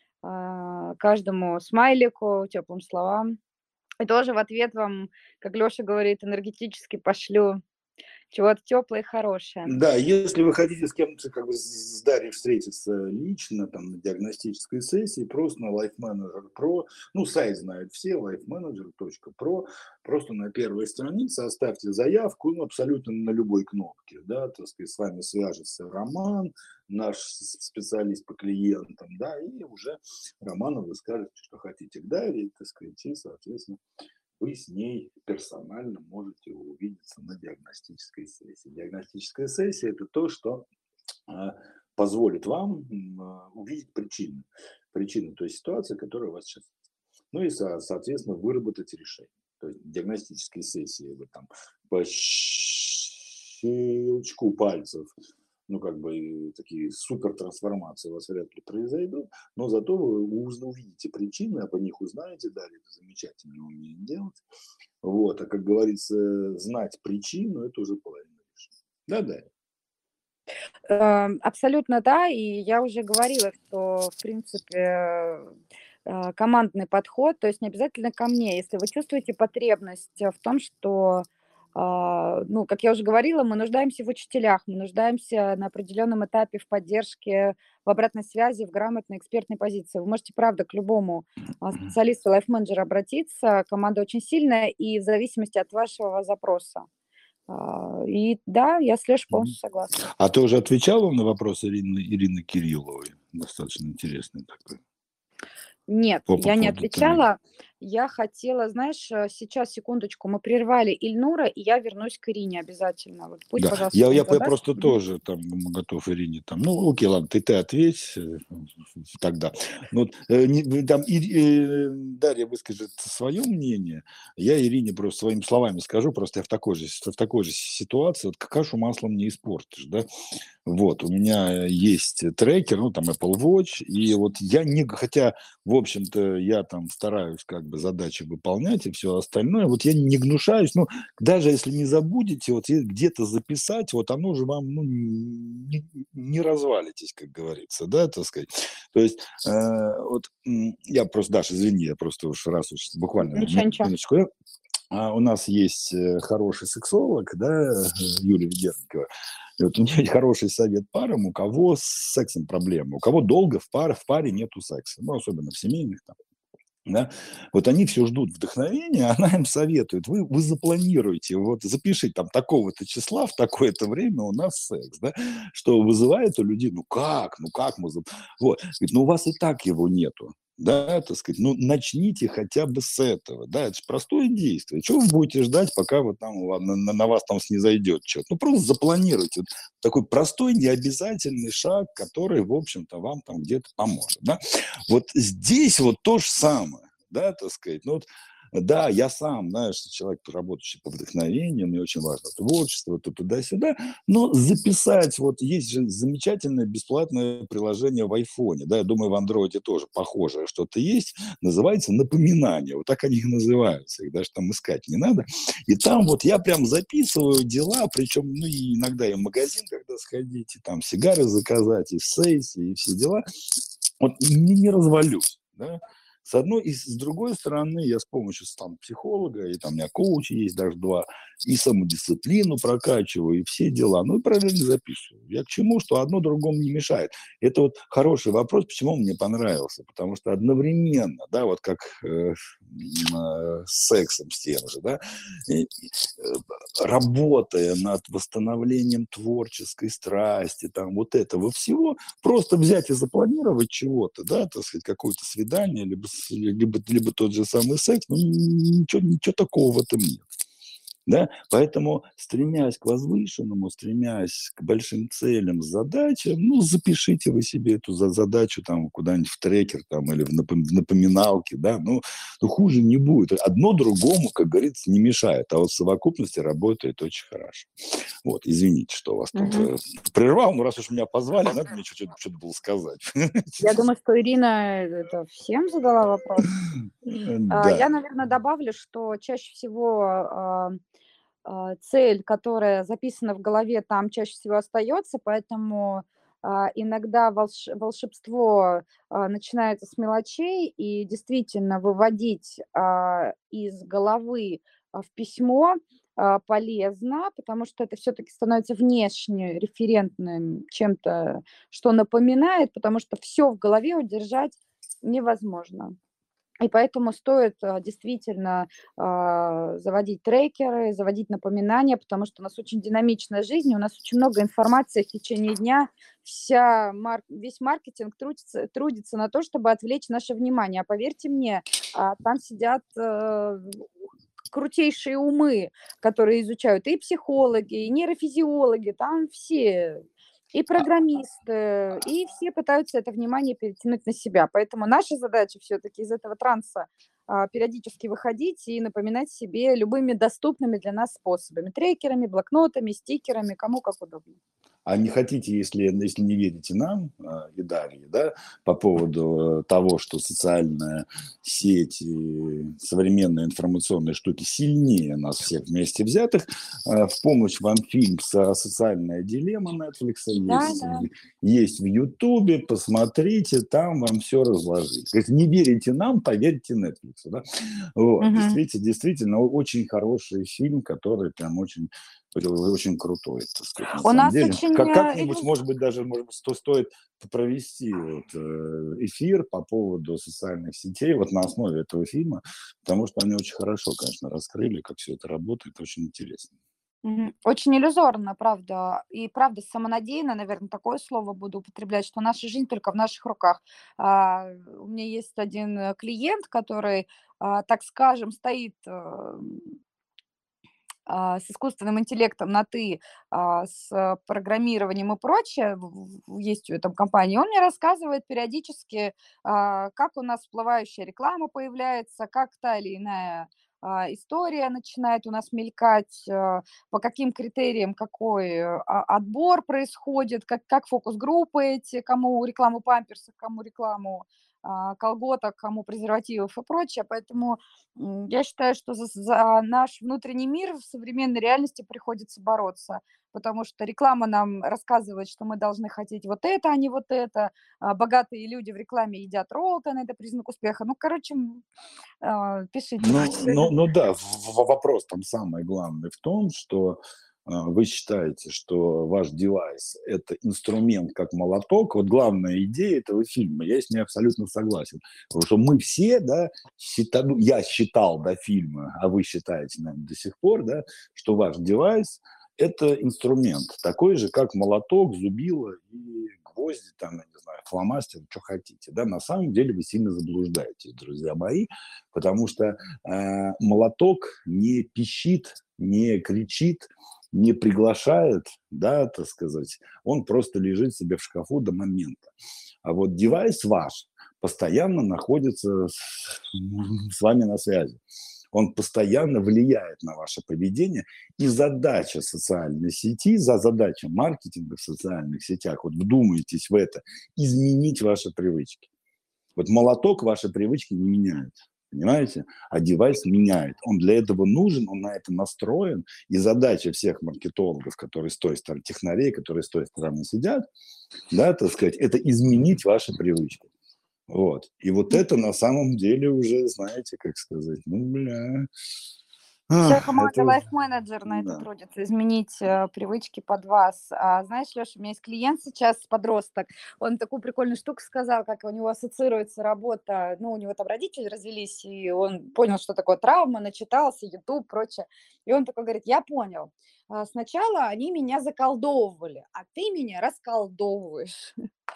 каждому смайлику, теплым словам. И тоже в ответ вам, как Леша говорит, энергетически пошлю чего-то теплое и хорошее. Да, если вы хотите с кем-то, как бы с Дарьей встретиться лично, там, на диагностической сессии, просто на Life Manager Pro, ну, сайт знают все, lifemanager.pro, просто на первой странице оставьте заявку, ну, абсолютно на любой кнопке, да, так сказать, с вами свяжется Роман, наш специалист по клиентам, да, и уже Роману вы скажете, что хотите к Дарье, так сказать, и, соответственно, вы с ней персонально можете увидеться на диагностической сессии. Диагностическая сессия – это то, что позволит вам увидеть причины той ситуации, которая у вас сейчас есть. Ну и, соответственно, выработать решение. То есть диагностические сессии вы там по щелчку пальцев, ну, как бы такие супер трансформации у вас вряд ли произойдут, но зато вы увидите причины, об них узнаете, далее это замечательно умеет делать. Вот, а как говорится, знать причину – это уже половина решения. Да. Абсолютно да, и я уже говорила, что, в принципе, командный подход, то есть не обязательно ко мне, если вы чувствуете потребность в том, что ну, как я уже говорила, мы нуждаемся в учителях, мы нуждаемся на определенном этапе в поддержке, в обратной связи, в грамотной экспертной позиции. Вы можете, правда, к любому специалисту лайф-менеджера обратиться. Команда очень сильная и в зависимости от вашего запроса. И да, я с Лешей полностью согласна. А ты уже отвечала на вопрос Ирины Кирилловой? Достаточно интересный такой. Нет, я не отвечала. Я хотела, знаешь, сейчас, секундочку, мы прервали Ильнура, и я вернусь к Ирине обязательно. Вот пусть, да. Пожалуйста, я просто тоже там готов Ирине там. Ну, окей, ладно, ты ответь тогда. Ну, там Дарья выскажет свое мнение, я Ирине просто своими словами скажу, просто я в такой же ситуации, вот кашу маслом не испортишь, да. Вот, у меня есть трекер, ну, там Apple Watch, и вот я не, хотя, в общем-то, я там стараюсь как бы задачи выполнять и все остальное, вот я не гнушаюсь, ну, даже если не забудете, вот где-то записать, вот оно же вам, ну, не развалитесь, как говорится, да, так сказать. То есть, вот, я просто, Даша, извини, я просто уж раз уж буквально минуточку. У нас есть хороший сексолог, да, Юлия Ведерникова. И вот у меня есть хороший совет парам, у кого с сексом проблемы, у кого долго в паре нету секса, ну, особенно в семейных там. Да? Вот они все ждут вдохновения, она им советует, вы запланируете, вот запишите там такого-то числа в такое-то время у нас секс, да? Что вызывает у людей, ну как мы, вот, говорит, ну у вас и так его нету. Да, так сказать, ну, начните хотя бы с этого, да, это же простое действие. Чего вы будете ждать, пока вот там на вас там снизойдет что-то? Ну, просто запланируйте. Вот такой простой, необязательный шаг, который, в общем-то, вам там где-то поможет, да. Вот здесь вот то же самое, да, так сказать, ну, вот Да, я сам, знаешь, человек, работающий по вдохновению, мне очень важно творчество, то туда-сюда, но записать, вот есть же замечательное бесплатное приложение в айфоне, да, я думаю, в андроиде тоже похожее что-то есть, называется «Напоминания», вот так они и называются, их даже там искать не надо, и там вот я прям записываю дела, причем, ну, и иногда и в магазин, когда сходить, и там сигары заказать, и в сессии, и все дела, вот не развалюсь, да. С одной и с другой стороны, я с помощью там психолога, и там у меня коучи есть даже 2, и самодисциплину прокачиваю, и все дела. Ну и параллельно записываю. Я к чему? Что одно другому не мешает. Это вот хороший вопрос, почему он мне понравился. Потому что одновременно, да, вот как с сексом с тем же, да, работая над восстановлением творческой страсти, там вот этого всего, просто взять и запланировать чего-то, да, так сказать, какое-то свидание, либо тот же самый секс, ну, ничего такого в этом нет. Да? Поэтому, стремясь к возвышенному, стремясь к большим целям, задачам, ну, запишите вы себе эту задачу там куда-нибудь в трекер там, или в напоминалке, да, ну, хуже не будет. Одно другому, как говорится, не мешает, а вот в совокупности работает очень хорошо. Вот, извините, что вас тут прервал, но раз уж меня позвали, надо мне что-то было сказать. Я думаю, что Ирина это всем задала вопрос. Я, наверное, добавлю, что чаще всего цель, которая записана в голове, там чаще всего остается, поэтому иногда волшебство начинается с мелочей, и действительно выводить из головы в письмо полезно, потому что это все-таки становится внешне референтным чем-то, что напоминает, потому что все в голове удержать невозможно. И поэтому стоит действительно заводить трекеры, заводить напоминания, потому что у нас очень динамичная жизнь, у нас очень много информации в течение дня, весь маркетинг трудится на то, чтобы отвлечь наше внимание. А поверьте мне, там сидят крутейшие умы, которые изучают и психологи, и нейрофизиологи, там все... И программисты, и все пытаются это внимание перетянуть на себя. Поэтому наша задача все-таки из этого транса периодически выходить и напоминать себе любыми доступными для нас способами. Трекерами, блокнотами, стикерами, кому как удобно. А не хотите, если не верите нам и Дарье, да, по поводу того, что социальная сеть и современные информационные штуки сильнее нас всех вместе взятых, в помощь вам фильм «Социальная дилемма» Netflix есть в Ютубе, посмотрите, там вам все разложили. То есть не верите нам, поверьте Netflix. Да? Вот. Действительно, очень хороший фильм, который прям очень крутой, так сказать, на самом деле. Как-нибудь, может быть, стоит провести эфир по поводу социальных сетей вот на основе этого фильма, потому что они очень хорошо, конечно, раскрыли, как все это работает, очень интересно. Очень иллюзорно, правда. И правда, самонадеянно, наверное, такое слово буду употреблять, что наша жизнь только в наших руках. У меня есть один клиент, который, так скажем, стоит с искусственным интеллектом на «ты», с программированием и прочее, есть в этом компании, он мне рассказывает периодически, как у нас всплывающая реклама появляется, как та или иная история начинает у нас мелькать, по каким критериям какой отбор происходит, как фокус-группы эти, кому рекламу памперсов, кому рекламу колготок, кому презервативов и прочее. Поэтому я считаю, что за наш внутренний мир в современной реальности приходится бороться, потому что реклама нам рассказывает, что мы должны хотеть вот это, а не вот это. Богатые люди в рекламе едят роллтон, это признак успеха. Ну, короче, пишите. Ну да, вопрос там самый главный в том, что вы считаете, что ваш девайс – это инструмент как молоток. Вот главная идея этого фильма, я с ней абсолютно согласен. Потому что мы все, да, я считал до фильма, а вы считаете, наверное, до сих пор, да, что ваш девайс – это инструмент, такой же, как молоток, зубило и гвозди, там, я не знаю, фломастер, что хотите. Да? На самом деле вы сильно заблуждаетесь, друзья мои, потому что молоток не пищит, не кричит, не приглашает, да, так сказать, он просто лежит себе в шкафу до момента. А вот девайс ваш постоянно находится с вами на связи. Он постоянно влияет на ваше поведение, и задача социальной сети, задача маркетинга в социальных сетях, вот вдумайтесь в это, изменить ваши привычки. Вот молоток ваши привычки не меняет, понимаете? А девайс меняет. Он для этого нужен, он на это настроен. И задача всех маркетологов, которые с той стороны, технарей, которые с той стороны сидят, да, так сказать, это изменить ваши привычки. Вот. И вот это на самом деле уже, знаете, как сказать, ну, бля... Вся команда это... Life Manager на это Да. трудится, изменить привычки под вас. Знаешь, Леша, у меня есть клиент сейчас, подросток, он такую прикольную штуку сказал, как у него ассоциируется работа, ну, у него там родители развелись, и он понял, что такое травма, начитался, YouTube, прочее. И он такой говорит, я понял, сначала они меня заколдовывали, а ты меня расколдовываешь.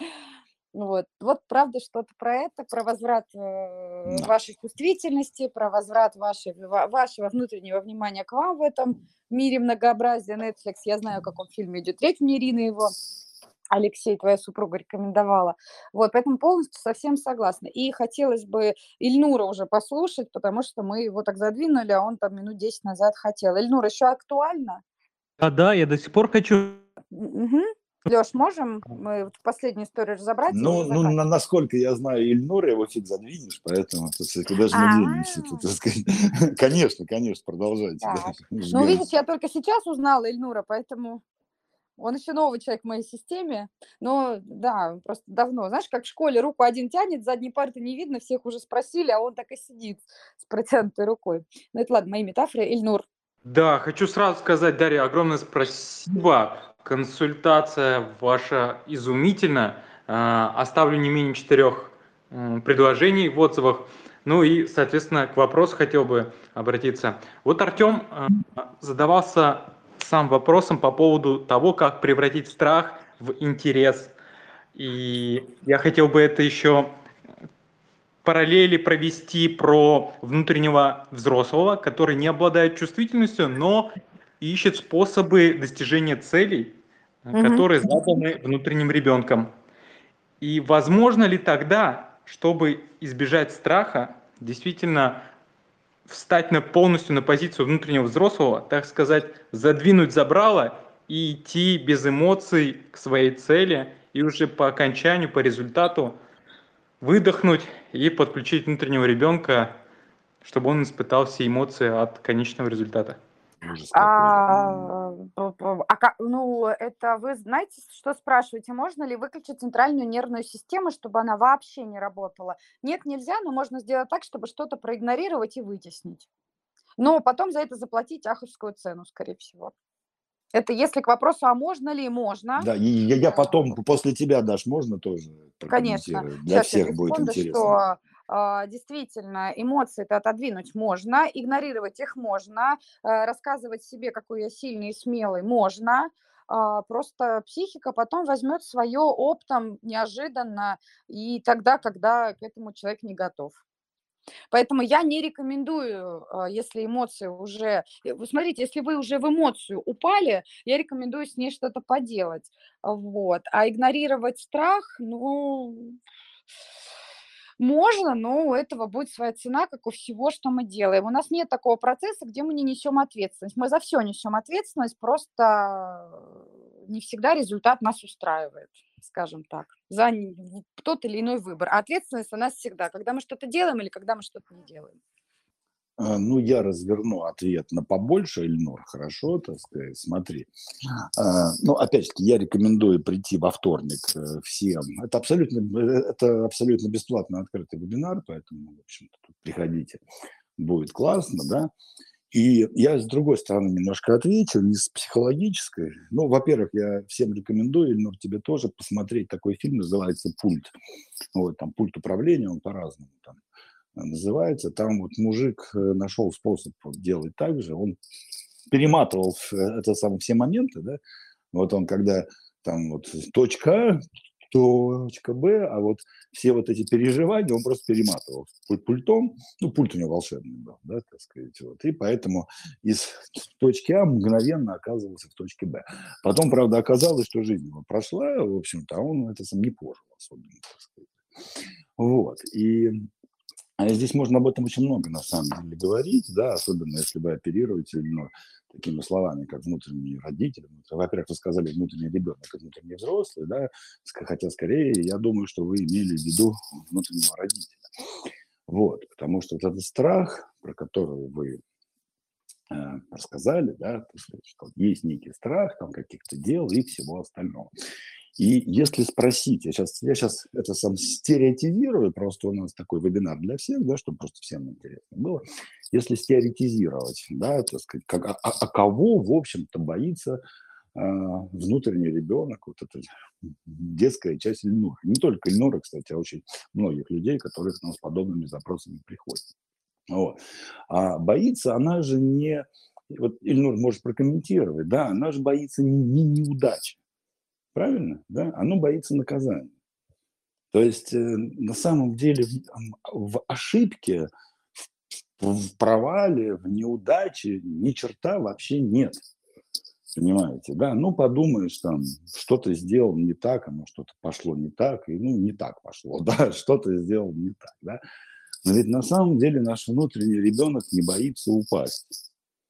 Вот правда что-то про это, про возврат Да. вашей чувствительности, про возврат вашего внутреннего внимания к вам в этом мире многообразия. Netflix, я знаю, о каком фильме идет речь, мне Ирина его, Алексей, твоя супруга, рекомендовала. Вот, поэтому полностью совсем согласна. И хотелось бы Ильнура уже послушать, потому что мы его так задвинули, а он там минут 10 назад хотел. Ильнур, еще актуально? Да, я до сих пор хочу. Угу. Леш, можем мы последнюю историю разобрать и Ну, уже заканчивать? насколько я знаю Ильнура, его фиг задвинешь, поэтому, так сказать, куда же мы денемся? Так сказать. Конечно, продолжайте. Да. Так. Ну, видишь, я только сейчас узнала Ильнура, поэтому он еще новый человек в моей системе. Но да, просто давно. Знаешь, как в школе руку один тянет, задней парты не видно, всех уже спросили, а он так и сидит с протянутой рукой. Ну, это ладно, мои метафоры. Ильнур. Да, хочу сразу сказать, Дарья, огромное спасибо. Консультация ваша изумительна. Оставлю не менее 4 предложений в отзывах. Ну и, соответственно, к вопросу хотел бы обратиться. Вот Артем задавался сам вопросом по поводу того, как превратить страх в интерес. И я хотел бы это еще параллели провести про внутреннего взрослого, который не обладает чувствительностью, но ищет способы достижения целей, которые заданы внутренним ребенком. И возможно ли тогда, чтобы избежать страха, действительно встать полностью на позицию внутреннего взрослого, так сказать, задвинуть забрало и идти без эмоций к своей цели, и уже по окончанию, по результату выдохнуть и подключить внутреннего ребенка, чтобы он испытал все эмоции от конечного результата? Ну, это вы знаете, что спрашиваете? Можно ли выключить центральную нервную систему, чтобы она вообще не работала? Нет, нельзя, но можно сделать так, чтобы что-то проигнорировать и вытеснить. Но потом за это заплатить аховскую цену, скорее всего. Это если к вопросу, а можно ли? Можно. Да, я потом после тебя, Даш, можно тоже Конечно. прокомментировать? Для всех будет интересно. Что действительно эмоции-то отодвинуть можно, игнорировать их можно, рассказывать себе, какой я сильный и смелый, можно. Просто психика потом возьмет свое оптом неожиданно и тогда, когда к этому человек не готов. Поэтому я не рекомендую, если эмоции уже... Вы смотрите, если вы уже в эмоцию упали, я рекомендую с ней что-то поделать. Вот. А игнорировать страх, можно, но у этого будет своя цена, как у всего, что мы делаем. У нас нет такого процесса, где мы не несем ответственность. Мы за все несем ответственность, просто не всегда результат нас устраивает, скажем так, за тот или иной выбор. А ответственность у нас всегда, когда мы что-то делаем или когда мы что-то не делаем. Ну, я разверну ответ на побольше, Ильнур, хорошо, так сказать, смотри. Ну, опять-таки, я рекомендую прийти во вторник всем. Это абсолютно бесплатно открытый вебинар, поэтому, в общем-то, приходите, будет классно, да. И я с другой стороны немножко отвечу, не с психологической. Ну, во-первых, я всем рекомендую, Ильнур, тебе тоже посмотреть такой фильм, называется «Пульт». Вот, там пульт управления, он по-разному там называется. Там вот мужик нашел способ делать так же. Он перематывал все моменты, да. Вот он когда там вот точка А, точка Б, а вот все вот эти переживания он просто перематывал пультом. Ну, пульт у него волшебный был, да, так сказать. Вот. И поэтому из точки А мгновенно оказывался в точке Б. Потом, правда, оказалось, что жизнь его прошла, в общем-то, а он это сам не пожил особенно, так сказать. Вот. И А здесь можно об этом очень много, на самом деле, говорить, да, особенно если вы оперируете такими словами, как внутренний родитель. Во-первых, вы сказали внутренний ребенок и внутренний взрослый, да, хотя скорее я думаю, что вы имели в виду внутреннего родителя. Вот, потому что вот этот страх, про который вы рассказали, да, так сказать, что есть некий страх там каких-то дел и всего остального. И если спросить, я сейчас это сам стереотизирую, просто у нас такой вебинар для всех, да, чтобы просто всем интересно было. Если стереотизировать, да, так сказать, кого, в общем-то, боится внутренний ребенок, вот эта детская часть Ильнура. Не только Ильнура, кстати, а очень многих людей, которые к нам с подобными запросами приходят. Вот. А боится она же не... Вот Ильнур может прокомментировать, да, она же боится не неудачи. Правильно? Да? Оно боится наказания. То есть на самом деле в ошибке, в провале, в неудаче ни черта вообще нет. Понимаете, да? Ну, подумаешь, там, что-то сделал не так, оно что-то пошло не так, и, ну, не так пошло, да, что-то сделал не так, да. Но ведь на самом деле наш внутренний ребенок не боится упасть.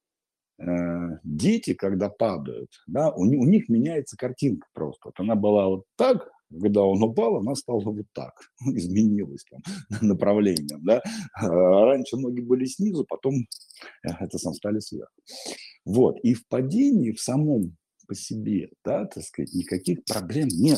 Дети, когда падают, да, у них меняется картинка просто. Вот она была вот так, когда он упал, она стала вот так, изменилась там направлением, да. Раньше ноги были снизу, потом стали сверху. Вот, и в падении в самом по себе, да, так сказать, никаких проблем нет.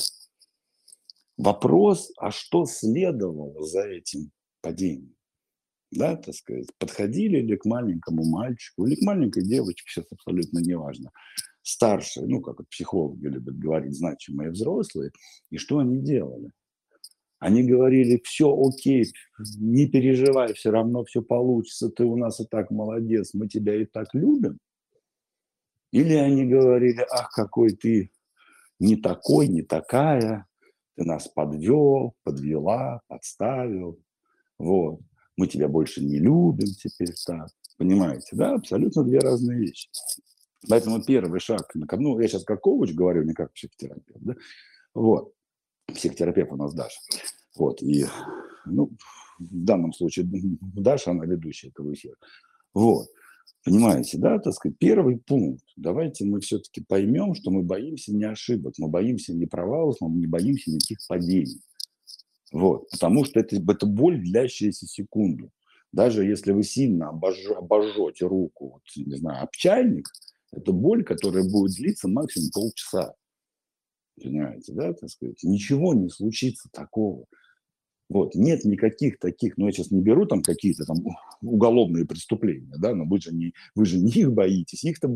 Вопрос, а что следовало за этим падением? Да, так сказать, подходили ли к маленькому мальчику или к маленькой девочке, сейчас абсолютно неважно, старшие, ну, как вот психологи любят говорить, значимые взрослые, и что они делали? Они говорили, все окей, не переживай, все равно все получится, ты у нас и так молодец, мы тебя и так любим. Или они говорили, ах, какой ты не такой, не такая, ты нас подвел, подвела, подставил, вот. Мы тебя больше не любим теперь так. Понимаете, да? Абсолютно две разные вещи. Поэтому первый шаг, ну, я сейчас как коуч говорю, не как психотерапевт, да? Вот. Психотерапевт у нас Даша. Вот. И, ну, в данном случае Даша, она ведущая этого эфира. Вот. Понимаете, да, так сказать, первый пункт. Давайте мы все-таки поймем, что мы боимся не ошибок, мы боимся не провалов, мы не боимся никаких падений. Вот, потому что это боль, длящаяся секунду. Даже если вы сильно обожжете руку, вот, не знаю, об чайник, это боль, которая будет длиться максимум полчаса. Понимаете, да, так сказать? Ничего не случится такого. Вот, нет никаких таких, ну, я сейчас не беру там какие-то там уголовные преступления, да, но вы же не их боитесь, их-то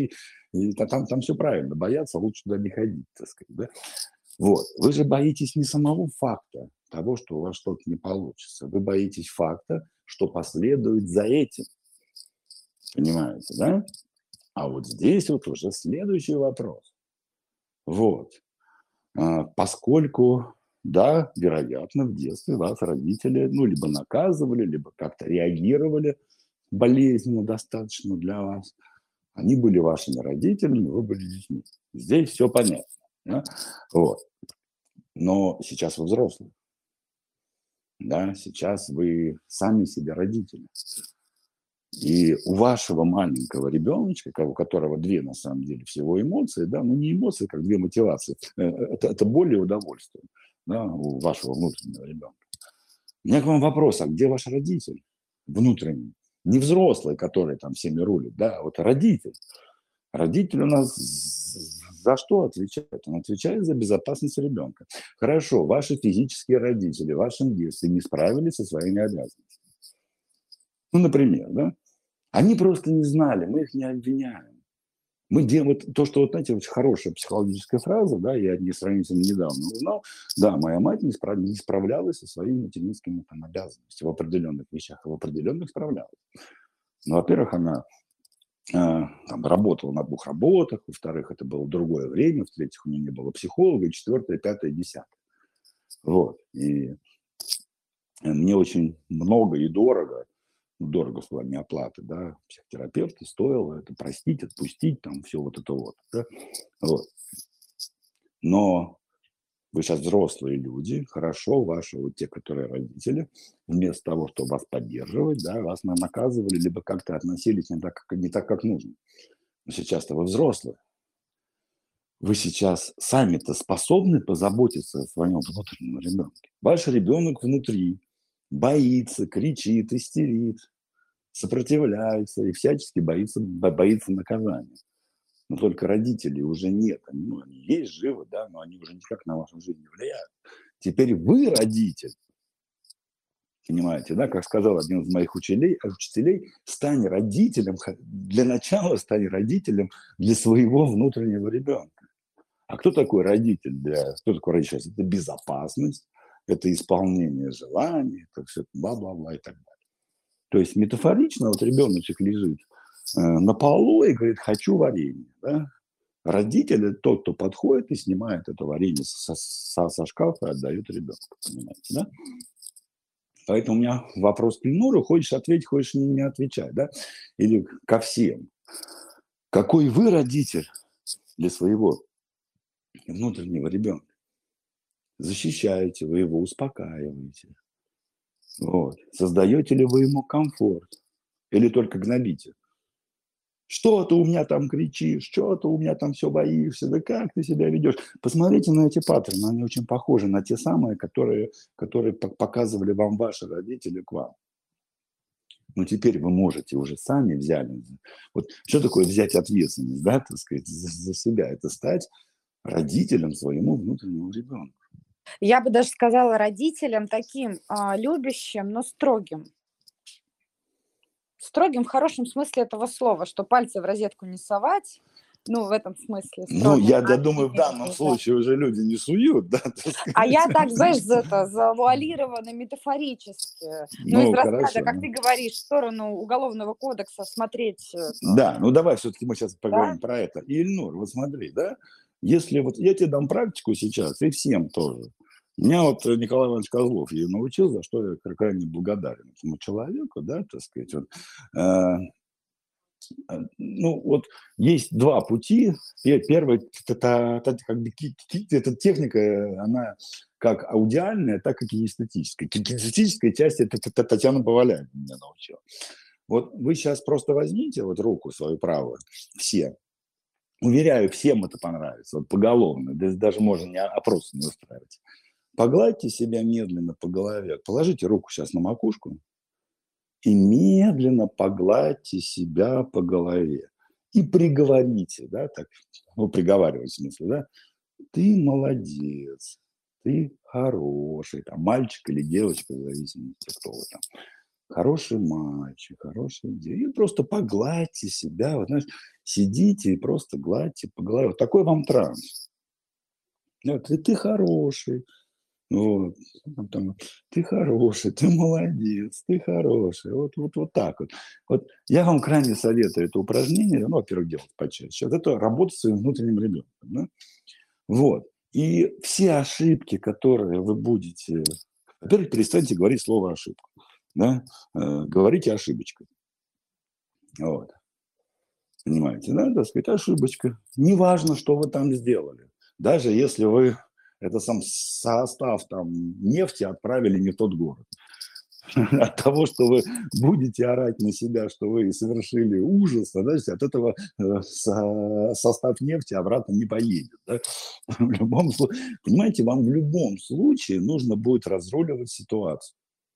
там все правильно, бояться лучше туда не ходить, так сказать, да. Вот, вы же боитесь не самого факта того, что у вас что-то не получится, вы боитесь факта, что последует за этим, понимаете, да. А вот здесь вот уже следующий вопрос. Вот, поскольку... Да, вероятно, в детстве вас родители, ну, либо наказывали, либо как-то реагировали болезненно достаточно для вас. Они были вашими родителями, вы были детьми. Здесь все понятно. Да? Вот. Но сейчас вы взрослые. Да? Сейчас вы сами себе родители. И у вашего маленького ребеночка, у которого две, на самом деле, всего эмоции, да, ну, не эмоции, как две мотивации, это боль и удовольствие. Да, у вашего внутреннего ребенка. У меня к вам вопрос, а где ваш родитель внутренний? Не взрослый, который там всеми рулит, да, а вот родитель. Родитель у нас за что отвечает? Он отвечает за безопасность ребенка. Хорошо, ваши физические родители в вашем детстве не справились со своими обязанностями. Ну, например, да, они просто не знали, мы их не обвиняем. Мы делаем вот то, что, вот, знаете, очень хорошая психологическая фраза, да, я не сравнительно недавно узнал, да, моя мать не справлялась со своими материнскими там обязанностями в определенных вещах, в определенных справлялась. Ну, во-первых, она там работала на 2 работах, во-вторых, это было другое время, в-третьих, у нее не было психолога, и 4-е, 5-е, 10-е. Вот, и мне очень много и дорого в плане оплаты, да, психотерапевта стоило это простить, отпустить, там все вот это вот, да? Вот. Но Вы сейчас взрослые люди, хорошо, ваши вот те, которые родители, вместо того, чтобы вас поддерживать, да, вас наказывали, либо как-то относились не так, как нужно. Но сейчас-то вы взрослые. Вы сейчас сами-то способны позаботиться о своем внутреннем ребенке. Ваш ребенок внутри боится, кричит, истерит, сопротивляется и всячески боится наказания. Но только родителей уже нет. Они есть живы, да, но они уже никак на вашу жизнь не влияют. Теперь вы родитель. Понимаете, да, как сказал один из моих учителей, стань родителем, для начала стань родителем для своего внутреннего ребенка. А кто такой родитель? Кто такой родитель? Это безопасность, это исполнение желаний, это все бла-бла-бла и так далее. То есть метафорично вот ребеночек лежит на полу и говорит, хочу варенье. Да? Родитель – это тот, кто подходит и снимает это варенье со шкафа и отдает ребенку. Понимаете, да? Поэтому у меня вопрос к Ильнуру. Хочешь ответить, хочешь не отвечать. Да? Или ко всем. Какой вы родитель для своего внутреннего ребенка? Защищаете вы его, успокаиваете. Вот. Создаете ли вы ему комфорт? Или только гнобите? Что ты у меня там кричишь, что ты у меня там все боишься, да как ты себя ведешь? Посмотрите на эти паттерны, они очень похожи на те самые, которые показывали вам ваши родители к вам. Но теперь вы можете уже сами взяли. Вот что такое взять ответственность, да, так сказать, за себя? Это стать родителем своему внутреннему ребенку. Я бы даже сказала родителям таким любящим, но строгим. Строгим в хорошем смысле этого слова, что пальцы в розетку не совать, в этом смысле. Ну, я думаю, в данном случае уже люди не суют, да? А я так, знаешь, завуалированно, метафорически. Из разряда, как ты говоришь, в сторону Уголовного кодекса смотреть. Да, давай все-таки мы сейчас поговорим про это. Ильнур, вот смотри, да? Если вот я тебе дам практику сейчас, и всем тоже. Меня вот Николай Иванович Козлов ее научил, за что я крайне благодарен этому человеку, да, так сказать. Вот есть два пути. Первый, эта техника, она как аудиальная, так и кинестетическая. Кинестетическая часть это Татьяна Поваляева меня научила. Вот вы сейчас просто возьмите вот руку свою правую, все. Уверяю, всем это понравится, вот поголовно, даже можно не опрос не устраивать. Погладьте себя медленно по голове, положите руку сейчас на макушку и медленно погладьте себя по голове. И приговорите, да, так, приговаривать в смысле, да, ты молодец, ты хороший, там, мальчик или девочка, в зависимости, кто вы там. Хороший мальчик, хорошая девочка. И просто погладьте себя, вот, знаешь, сидите и просто гладьте по голове. Вот такой вам транс. Вот, и ты хороший. Вот, ты хороший, ты молодец, ты хороший. Вот так вот. Вот я вам крайне советую это упражнение, во-первых, делать почаще. Вот это работа с своим внутренним ребенком. Да? Вот. И все ошибки, которые вы будете... Во-первых, перестаньте говорить слово ошибка. Да? Говорите ошибочкой. Вот. Понимаете, да? Так сказать, ошибочка. Неважно, что вы там сделали. Даже если вы это сам состав там нефти отправили не в тот город. От того, что вы будете орать на себя, что вы совершили ужас, значит, от этого состав нефти обратно не поедет. Да? В любом случае, понимаете, вам в любом случае нужно будет разруливать ситуацию.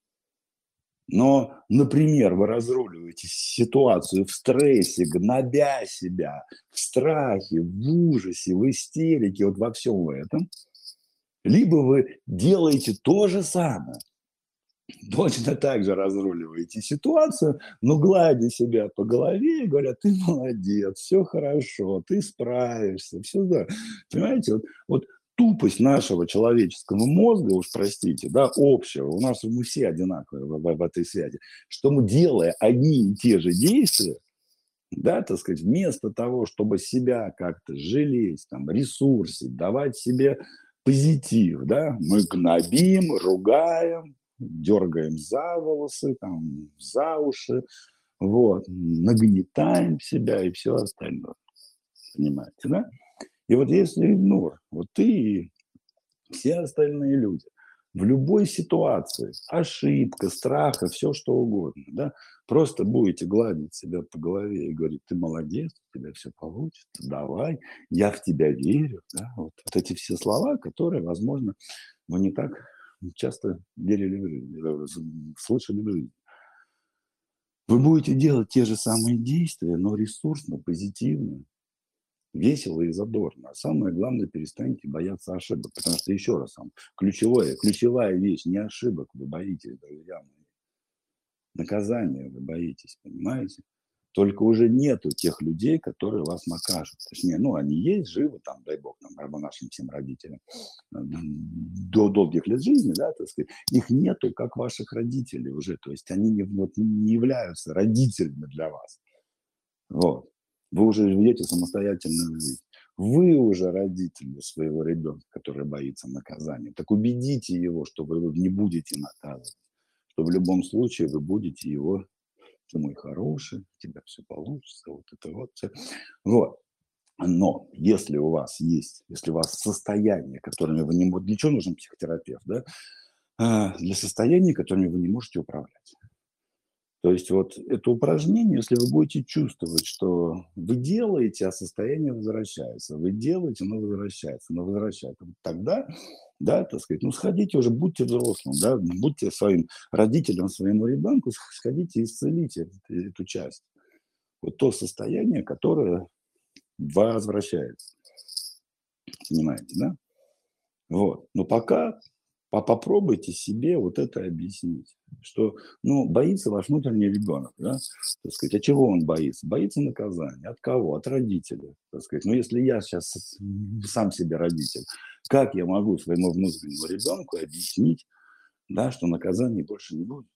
Но, например, вы разруливаете ситуацию в стрессе, гнобя себя, в страхе, в ужасе, в истерике, вот во всем этом. Либо вы делаете то же самое, точно так же разруливаете ситуацию, но гладя себя по голове и говорят, ты молодец, все хорошо, ты справишься, все да. Понимаете, вот тупость нашего человеческого мозга, уж простите, да, общего, у нас мы все одинаковые в этой связи, что мы, делая одни и те же действия, да, так сказать, вместо того, чтобы себя как-то жалеть, там, ресурсить, давать себе позитив, да, мы гнобим, ругаем, дергаем за волосы, там, за уши, вот, нагнетаем себя и все остальное. Понимаете, да? И вот если, вот ты Все остальные люди. В любой ситуации, ошибка, страх, все что угодно, да, просто будете гладить себя по голове и говорить: ты молодец, у тебя все получится, давай, я в тебя верю, да, вот эти все слова, которые, возможно, вы не так часто слышали в жизни. Вы будете делать те же самые действия, но ресурсно, позитивно, весело и задорно. А самое главное, перестаньте бояться ошибок. Потому что, еще раз, ключевая вещь, не ошибок вы боитесь, друзья мои. Наказания вы боитесь, понимаете? Только уже нету тех людей, которые вас накажут. Точнее, они есть, живы, там, дай бог, нашим всем родителям, до долгих лет жизни, да, так сказать. Их нету, как ваших родителей уже. То есть они не являются родителями для вас. Вот. Вы уже ведете самостоятельную жизнь. Вы уже родители своего ребенка, который боится наказания. Так убедите его, что вы не будете наказывать. Что в любом случае вы будете его: ты мой хороший, у тебя все получится, вот это вот. Вот. Но если у вас состояние, которыми вы не можете... Для чего нужен психотерапевт? Да? Для состояния, которыми вы не можете управлять. То есть вот это упражнение, если вы будете чувствовать, что вы делаете, а состояние возвращается, вы делаете, оно возвращается, тогда, да, так сказать, сходите уже, будьте взрослым, да, будьте своим родителем, своему ребенку, сходите и исцелите эту часть. Вот то состояние, которое возвращается. Понимаете, да? Вот. Но пока попробуйте себе вот это объяснить, что, боится ваш внутренний ребенок, да, так сказать. А чего он боится? Боится наказания. От кого? От родителей, так сказать. Если я сейчас сам себе родитель, как я могу своему внутреннему ребенку объяснить, да, что наказаний больше не будет?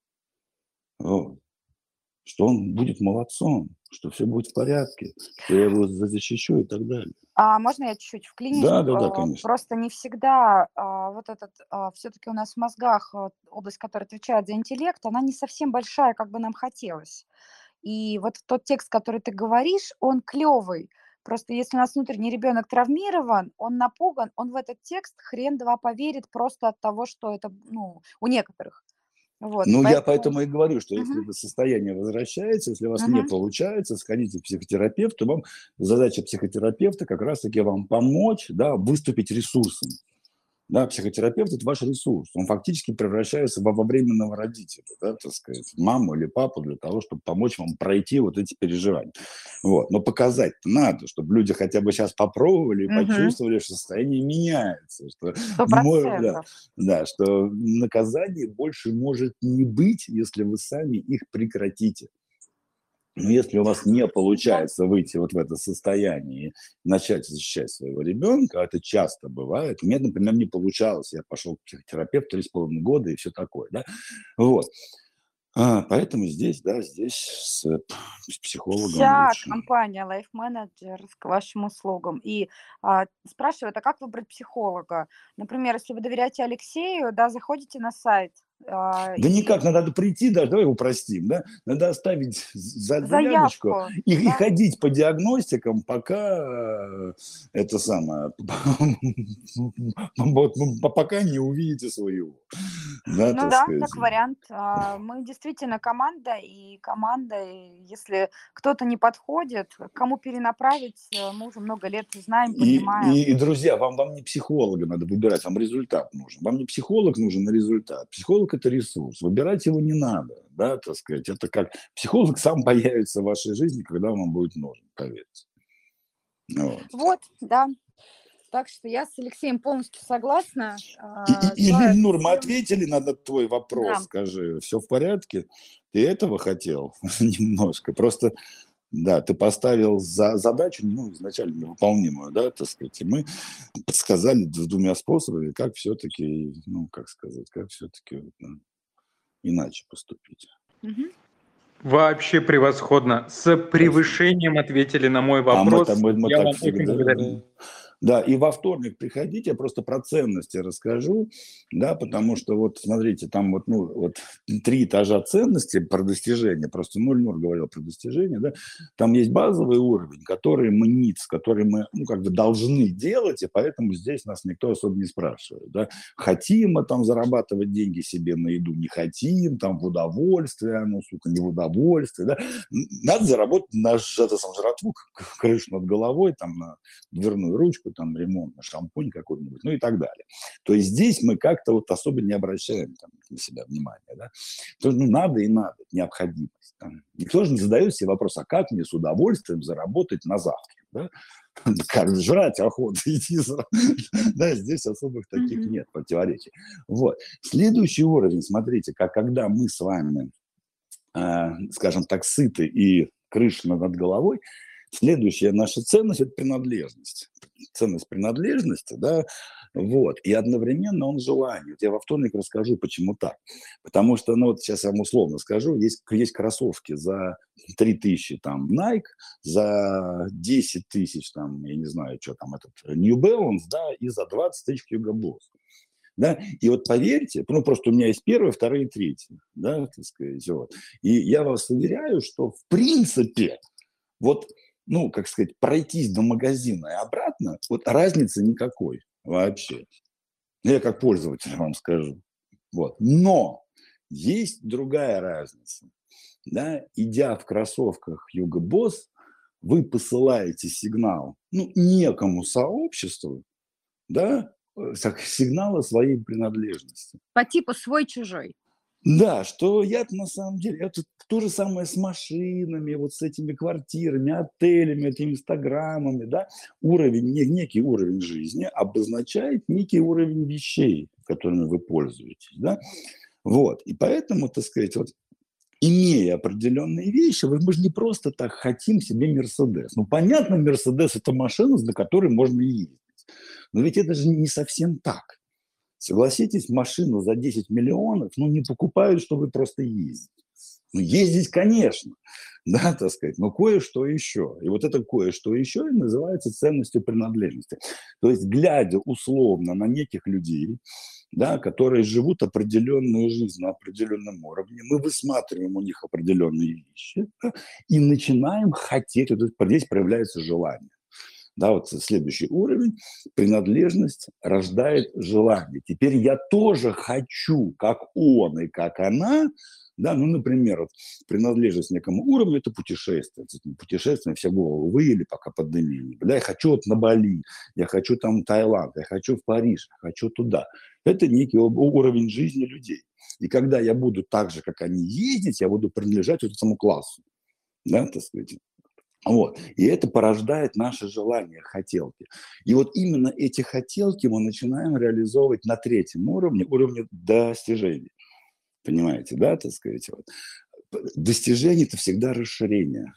Вот. Что он будет молодцом, что все будет в порядке, что я его защищу и так далее. А можно я чуть-чуть вклинюсь? Да, конечно. Просто не всегда все-таки у нас в мозгах область, которая отвечает за интеллект, она не совсем большая, как бы нам хотелось. И вот тот текст, который ты говоришь, он клевый. Просто если у нас внутренний ребенок травмирован, он напуган, он в этот текст хрен два поверит просто от того, что это, у некоторых. Вот, я поэтому и говорю, что если это состояние возвращается, если у вас не получается, сходите к психотерапевту. Вам задача психотерапевта как раз-таки вам помочь, да, выступить ресурсом. Да, психотерапевт – это ваш ресурс. Он фактически превращается во временного родителя, да, так сказать, маму или папу, для того, чтобы помочь вам пройти вот эти переживания. Вот. Но показать-то надо, чтобы люди хотя бы сейчас попробовали и почувствовали, что состояние меняется. Что, что наказание больше может не быть, если вы сами их прекратите. Но если у вас не получается выйти вот в это состояние и начать защищать своего ребенка, это часто бывает. У меня, например, не получалось. Я пошел к психотерапевту 3,5 года и все такое. Да? Вот. Поэтому здесь с психологом Вся лучше. компания Life Manager к вашим услугам. И спрашивают, а как выбрать психолога? Например, если вы доверяете Алексею, да, заходите на сайт. Да никак, надо прийти, даже давай упростим, да? Надо оставить заявочку и ходить по диагностикам, пока пока не увидите своего. Да, как вариант. Мы действительно команда, и если кто-то не подходит, кому перенаправить, мы уже много лет знаем, понимаем. И друзья, вам не психолога надо выбирать, вам результат нужен. Вам не психолог нужен, а результат. Психолог – это ресурс. Выбирать его не надо, да, так сказать. Это как психолог сам появится в вашей жизни, когда вам будет нужен, поверьте. Вот, да. Так что я с Алексеем полностью согласна. Ильнур, мы ответили на твой вопрос, да. Скажи, все в порядке? Ты этого хотел немножко? Просто, да, ты поставил задачу, изначально невыполнимую, да, так сказать, и мы подсказали двумя способами, как все-таки, иначе поступить. Вообще превосходно. С превышением ответили на мой вопрос. Мы Я так вам всегда, очень благодарен. Да, и во вторник приходите, я просто про ценности расскажу, да, потому что вот смотрите, там вот, ну, вот 3 этажа ценностей про достижения, просто Нур говорил про достижения, да, там есть базовый уровень, который мы ниц, который мы, ну, как бы должны делать, и поэтому здесь нас никто особо не спрашивает, да, хотим мы там зарабатывать деньги себе на еду, не хотим, там в удовольствие, ну, сука, не в удовольствие, да, надо заработать на жратву, крышу над головой, там, на дверную ручку, там, ремонт, на шампунь какой-нибудь, ну и так далее. То есть здесь мы как-то вот особо не обращаем там, на себя внимания, да. То есть, ну, надо и надо, необходимость. Там. Никто же не задает себе вопрос, а как мне с удовольствием заработать на завтрак, да? Как жрать охота, идти. Да, здесь особых таких нет противоречий. Вот. Следующий уровень, смотрите, когда мы с вами, скажем так, сыты и крыша над головой, следующая наша ценность – это принадлежность. Ценность принадлежности, да, вот, и одновременно он желание. Вот я во вторник расскажу, почему так. Потому что, ну, вот сейчас я вам условно скажу, есть кроссовки за 3000 там Nike, за 10 тысяч там, я не знаю, что там, этот New Balance, да, и за 20 тысяч Hugo Boss. Да? И вот поверьте, ну просто у меня есть первые, вторые, третьи, да, так сказать, вот. И я вас уверяю, что в принципе, вот, ну, как сказать, пройтись до магазина и обратно, вот разницы никакой вообще. Я как пользователь вам скажу. Вот. Но есть другая разница. Да? Идя в кроссовках Hugo Boss, вы посылаете сигнал, ну, некому сообществу, да, сигнал о своей принадлежности. По типу свой-чужой. Да, что я на самом деле, это то же самое с машинами, вот с этими квартирами, отелями, этими инстаграмами, да, уровень, некий уровень жизни обозначает некий уровень вещей, которыми вы пользуетесь, да, вот, и поэтому, так сказать, вот, имея определенные вещи, мы же не просто так хотим себе Мерседес. Ну, понятно, Мерседес – это машина, на которой можно ездить, но ведь это же не совсем так. Согласитесь, машину за 10 миллионов, ну, не покупают, чтобы просто ездить. Ну, ездить, конечно, да, так сказать, но кое-что еще. И вот это кое-что еще и называется ценностью принадлежности. То есть, глядя условно на неких людей, да, которые живут определенную жизнь на определенном уровне, мы высматриваем у них определенные вещи, да, и начинаем хотеть, вот здесь проявляется желание. Да, вот следующий уровень, принадлежность рождает желание. Теперь я тоже хочу, как он и как она, да, ну, например, вот, принадлежность некому уровню – это путешествие. Путешествие все голову выели, пока пандемия. Да, я хочу вот на Бали, я хочу там Таиланд, я хочу в Париж, я хочу туда. Это некий уровень жизни людей. И когда я буду так же, как они, ездить, я буду принадлежать вот этому классу. Да, так сказать. Вот. И это порождает наши желания, хотелки. И вот именно эти хотелки мы начинаем реализовывать на третьем уровне, уровне достижений. Понимаете, да, так сказать? Вот. Достижение – это всегда расширение.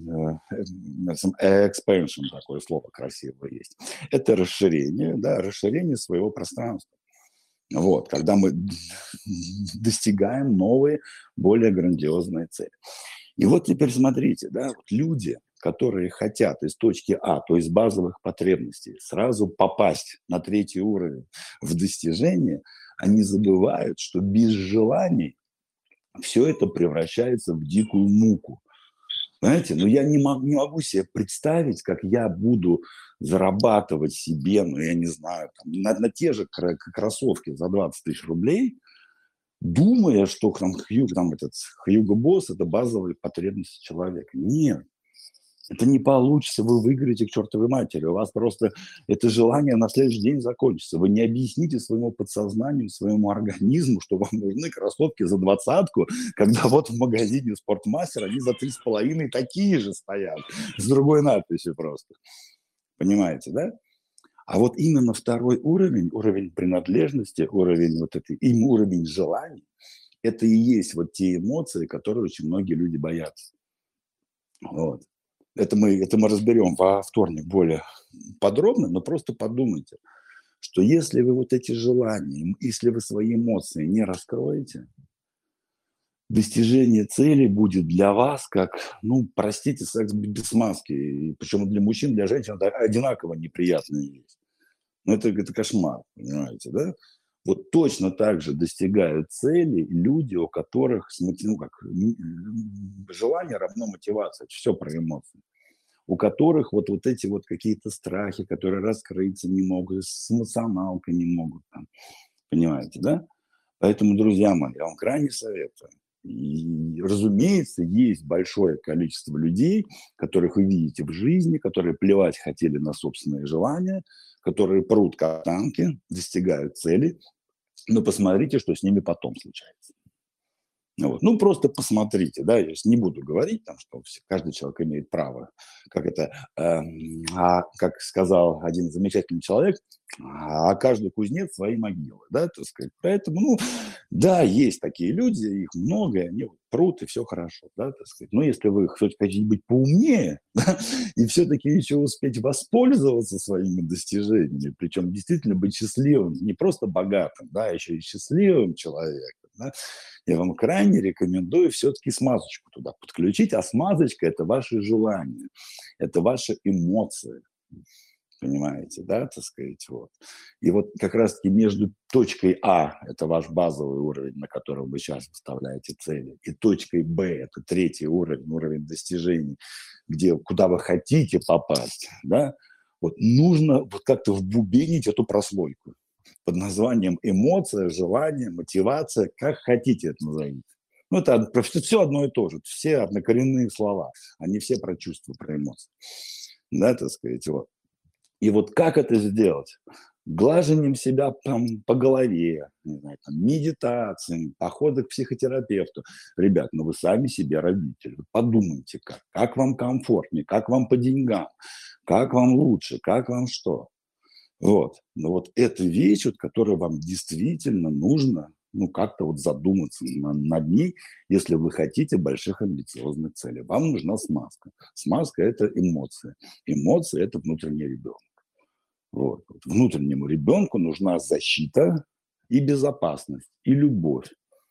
Expansion, такое слово красивое есть. Это расширение, да, расширение своего пространства. Вот, когда мы достигаем новые, более грандиозные цели. И вот теперь смотрите, да, вот люди, которые хотят из точки А, то есть базовых потребностей, сразу попасть на третий уровень в достижение, они забывают, что без желаний все это превращается в дикую муку. Знаете, ну я не могу себе представить, как я буду зарабатывать себе, ну я не знаю, там, на те же кроссовки за 20 тысяч рублей, думая, что там Hugo Boss – это базовые потребности человека. Нет, это не получится, вы выиграете к чертовой матери. У вас просто это желание на следующий день закончится. Вы не объясните своему подсознанию, своему организму, что вам нужны кроссовки за 20-ку, когда вот в магазине Спортмастер они за 3,5 такие же стоят, с другой надписью просто. Понимаете, да? А вот именно второй уровень, уровень принадлежности, уровень вот этой, уровень желаний, это и есть вот те эмоции, которые очень многие люди боятся. Вот. Это мы разберем во вторник более подробно, но просто подумайте, что если вы вот эти желания, если вы свои эмоции не раскроете, достижение цели будет для вас как, ну, простите, секс без маски. И причем для мужчин, для женщин это одинаково неприятно есть. Но это кошмар, понимаете, да? Вот точно так же достигают цели люди, у которых ну, как, желание равно мотивация. Все про эмоции. У которых вот эти вот какие-то страхи, которые раскрыться не могут, с эмоционалкой не могут, там, понимаете, да? Поэтому, друзья мои, я вам крайне советую. И, разумеется, есть большое количество людей, которых вы видите в жизни, которые плевать хотели на собственные желания, которые прут как танки, достигают цели, но посмотрите, что с ними потом случается. Вот. Ну, просто посмотрите, да, я не буду говорить, там, что каждый человек имеет право, как сказал один замечательный человек, а каждый кузнец свои могилы, да, так сказать. Поэтому, ну, да, есть такие люди, их много, они вот прут, и все хорошо, да, так сказать. Но если вы хотите быть поумнее, да, и все-таки еще успеть воспользоваться своими достижениями, причем действительно быть счастливым, не просто богатым, да, а еще и счастливым человеком, да, я вам крайне рекомендую все-таки смазочку туда подключить, а смазочка – это ваши желания, это ваши эмоции, понимаете, да, так сказать, вот. И вот как раз-таки между точкой А – это ваш базовый уровень, на котором вы сейчас выставляете цели, и точкой Б – это третий уровень, уровень достижений, куда вы хотите попасть, да, вот нужно вот как-то вбубенить эту прослойку под названием эмоция, желание, мотивация, как хотите это назовите. Ну, это все одно и то же, все однокоренные слова, они все про чувства, про эмоции. Да, так сказать, вот. И вот как это сделать? Глажением себя там, по голове, не знаю, там, медитацией, походы к психотерапевту. Ребят, ну вы сами себе родители. Подумайте, как вам комфортнее, как вам по деньгам, как вам лучше, как вам что. Вот. Но вот эта вещь, вот, которая вам действительно нужно, ну, как-то вот задуматься над ней, если вы хотите больших амбициозных целей. Вам нужна смазка. Смазка – это эмоции. Эмоции – это внутренний ребенок. Вот. Внутреннему ребенку нужна защита и безопасность, и любовь.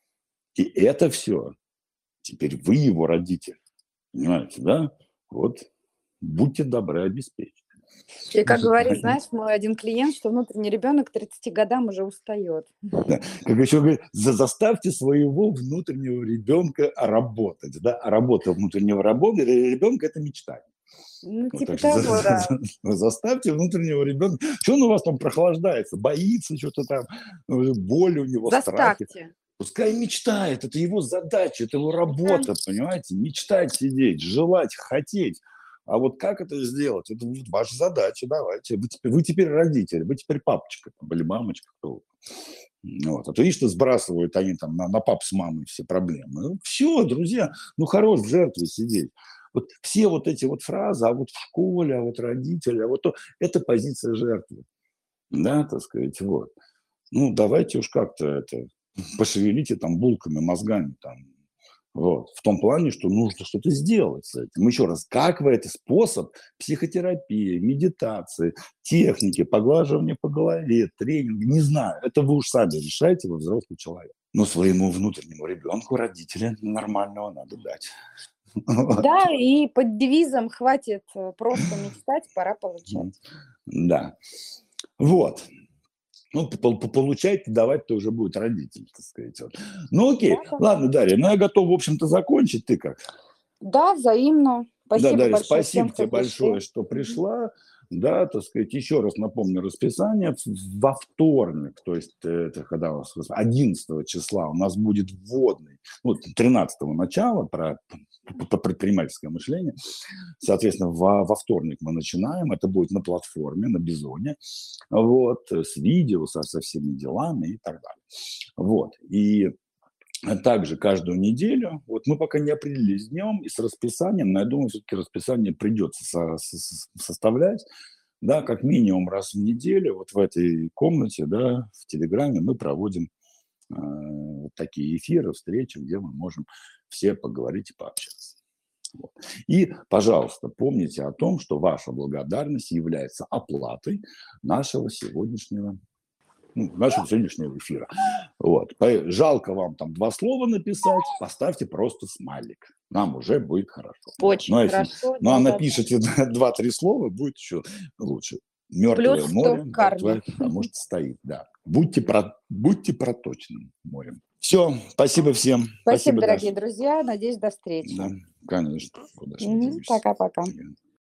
И это все. Теперь вы его родитель. Понимаете, да? Вот. Будьте добры, обеспечьте. И как говорит, знаешь, мой один клиент, что внутренний ребенок к 30 годам уже устает. Да. Как еще говорят, заставьте своего внутреннего ребенка работать. Да? А работа внутреннего ребенка – это мечтание. Ну, Вот, типа того, да. Заставьте внутреннего ребенка. Что он у вас там прохлаждается? Боится что-то там, боль у него, страхи. Заставьте. Пускай мечтает, это его задача, это его работа, понимаете? Мечтать, сидеть, желать, хотеть. А вот как это сделать? Это ваша задача, давайте. Вы теперь родитель, вы теперь папочка или мамочка. Вот. А то видишь, что сбрасывают они там на пап с мамой все проблемы. Ну, все, друзья, ну хорош в жертве сидеть. Вот все вот эти вот фразы, а вот в школе, а вот родители, а вот то, это позиция жертвы. Да, так сказать, вот. Ну, давайте уж как-то это, пошевелите там булками, мозгами там. Вот. В том плане, что нужно что-то сделать с этим. Еще раз, как вы это способ психотерапии, медитации, техники, поглаживания по голове, тренинг, не знаю. Это вы уж сами решаете, вы взрослый человек. Но своему внутреннему ребенку родителя нормального надо дать. Да, и под девизом «хватит просто мечтать, пора получать». Да. Вот. Ну, получать, давать-то уже будет родитель, так сказать. Вот. Ну, окей. Да. Ладно, Дарья, ну я готов, в общем-то, закончить. Ты как? Да, взаимно. Спасибо, да, Дарья, большое спасибо всем, тебе большое, что пришла. Да, так сказать, еще раз напомню расписание. Во вторник, то есть это когда у нас 11 числа у нас будет вводный, ну, 13-го начала про предпринимательское мышление. Соответственно, во вторник мы начинаем. Это будет на платформе, на Бизоне. Вот, с видео, со всеми делами и так далее. Вот. И также каждую неделю, вот мы пока не определились с днем и с расписанием, но я думаю, все-таки расписание придется составлять, да, как минимум раз в неделю, вот в этой комнате, да, в Телеграме мы проводим такие эфиры, встречи, где мы можем все поговорить и пообщаться. Вот. И, пожалуйста, помните о том, что ваша благодарность является оплатой нашего сегодняшнего нашего сегодняшнего эфира. Вот. Жалко вам там 2 слова написать, поставьте просто смайлик. Нам уже будет хорошо. Очень хорошо. Ну, а напишите 2-3 слова, будет еще лучше. Мертвое Плюс море, в карме. мертвое, потому что стоит, да. Будьте проточным морем. Все, спасибо всем. Спасибо, Даша. дорогие друзья. Надеюсь, до встречи. Да, конечно. Пока-пока.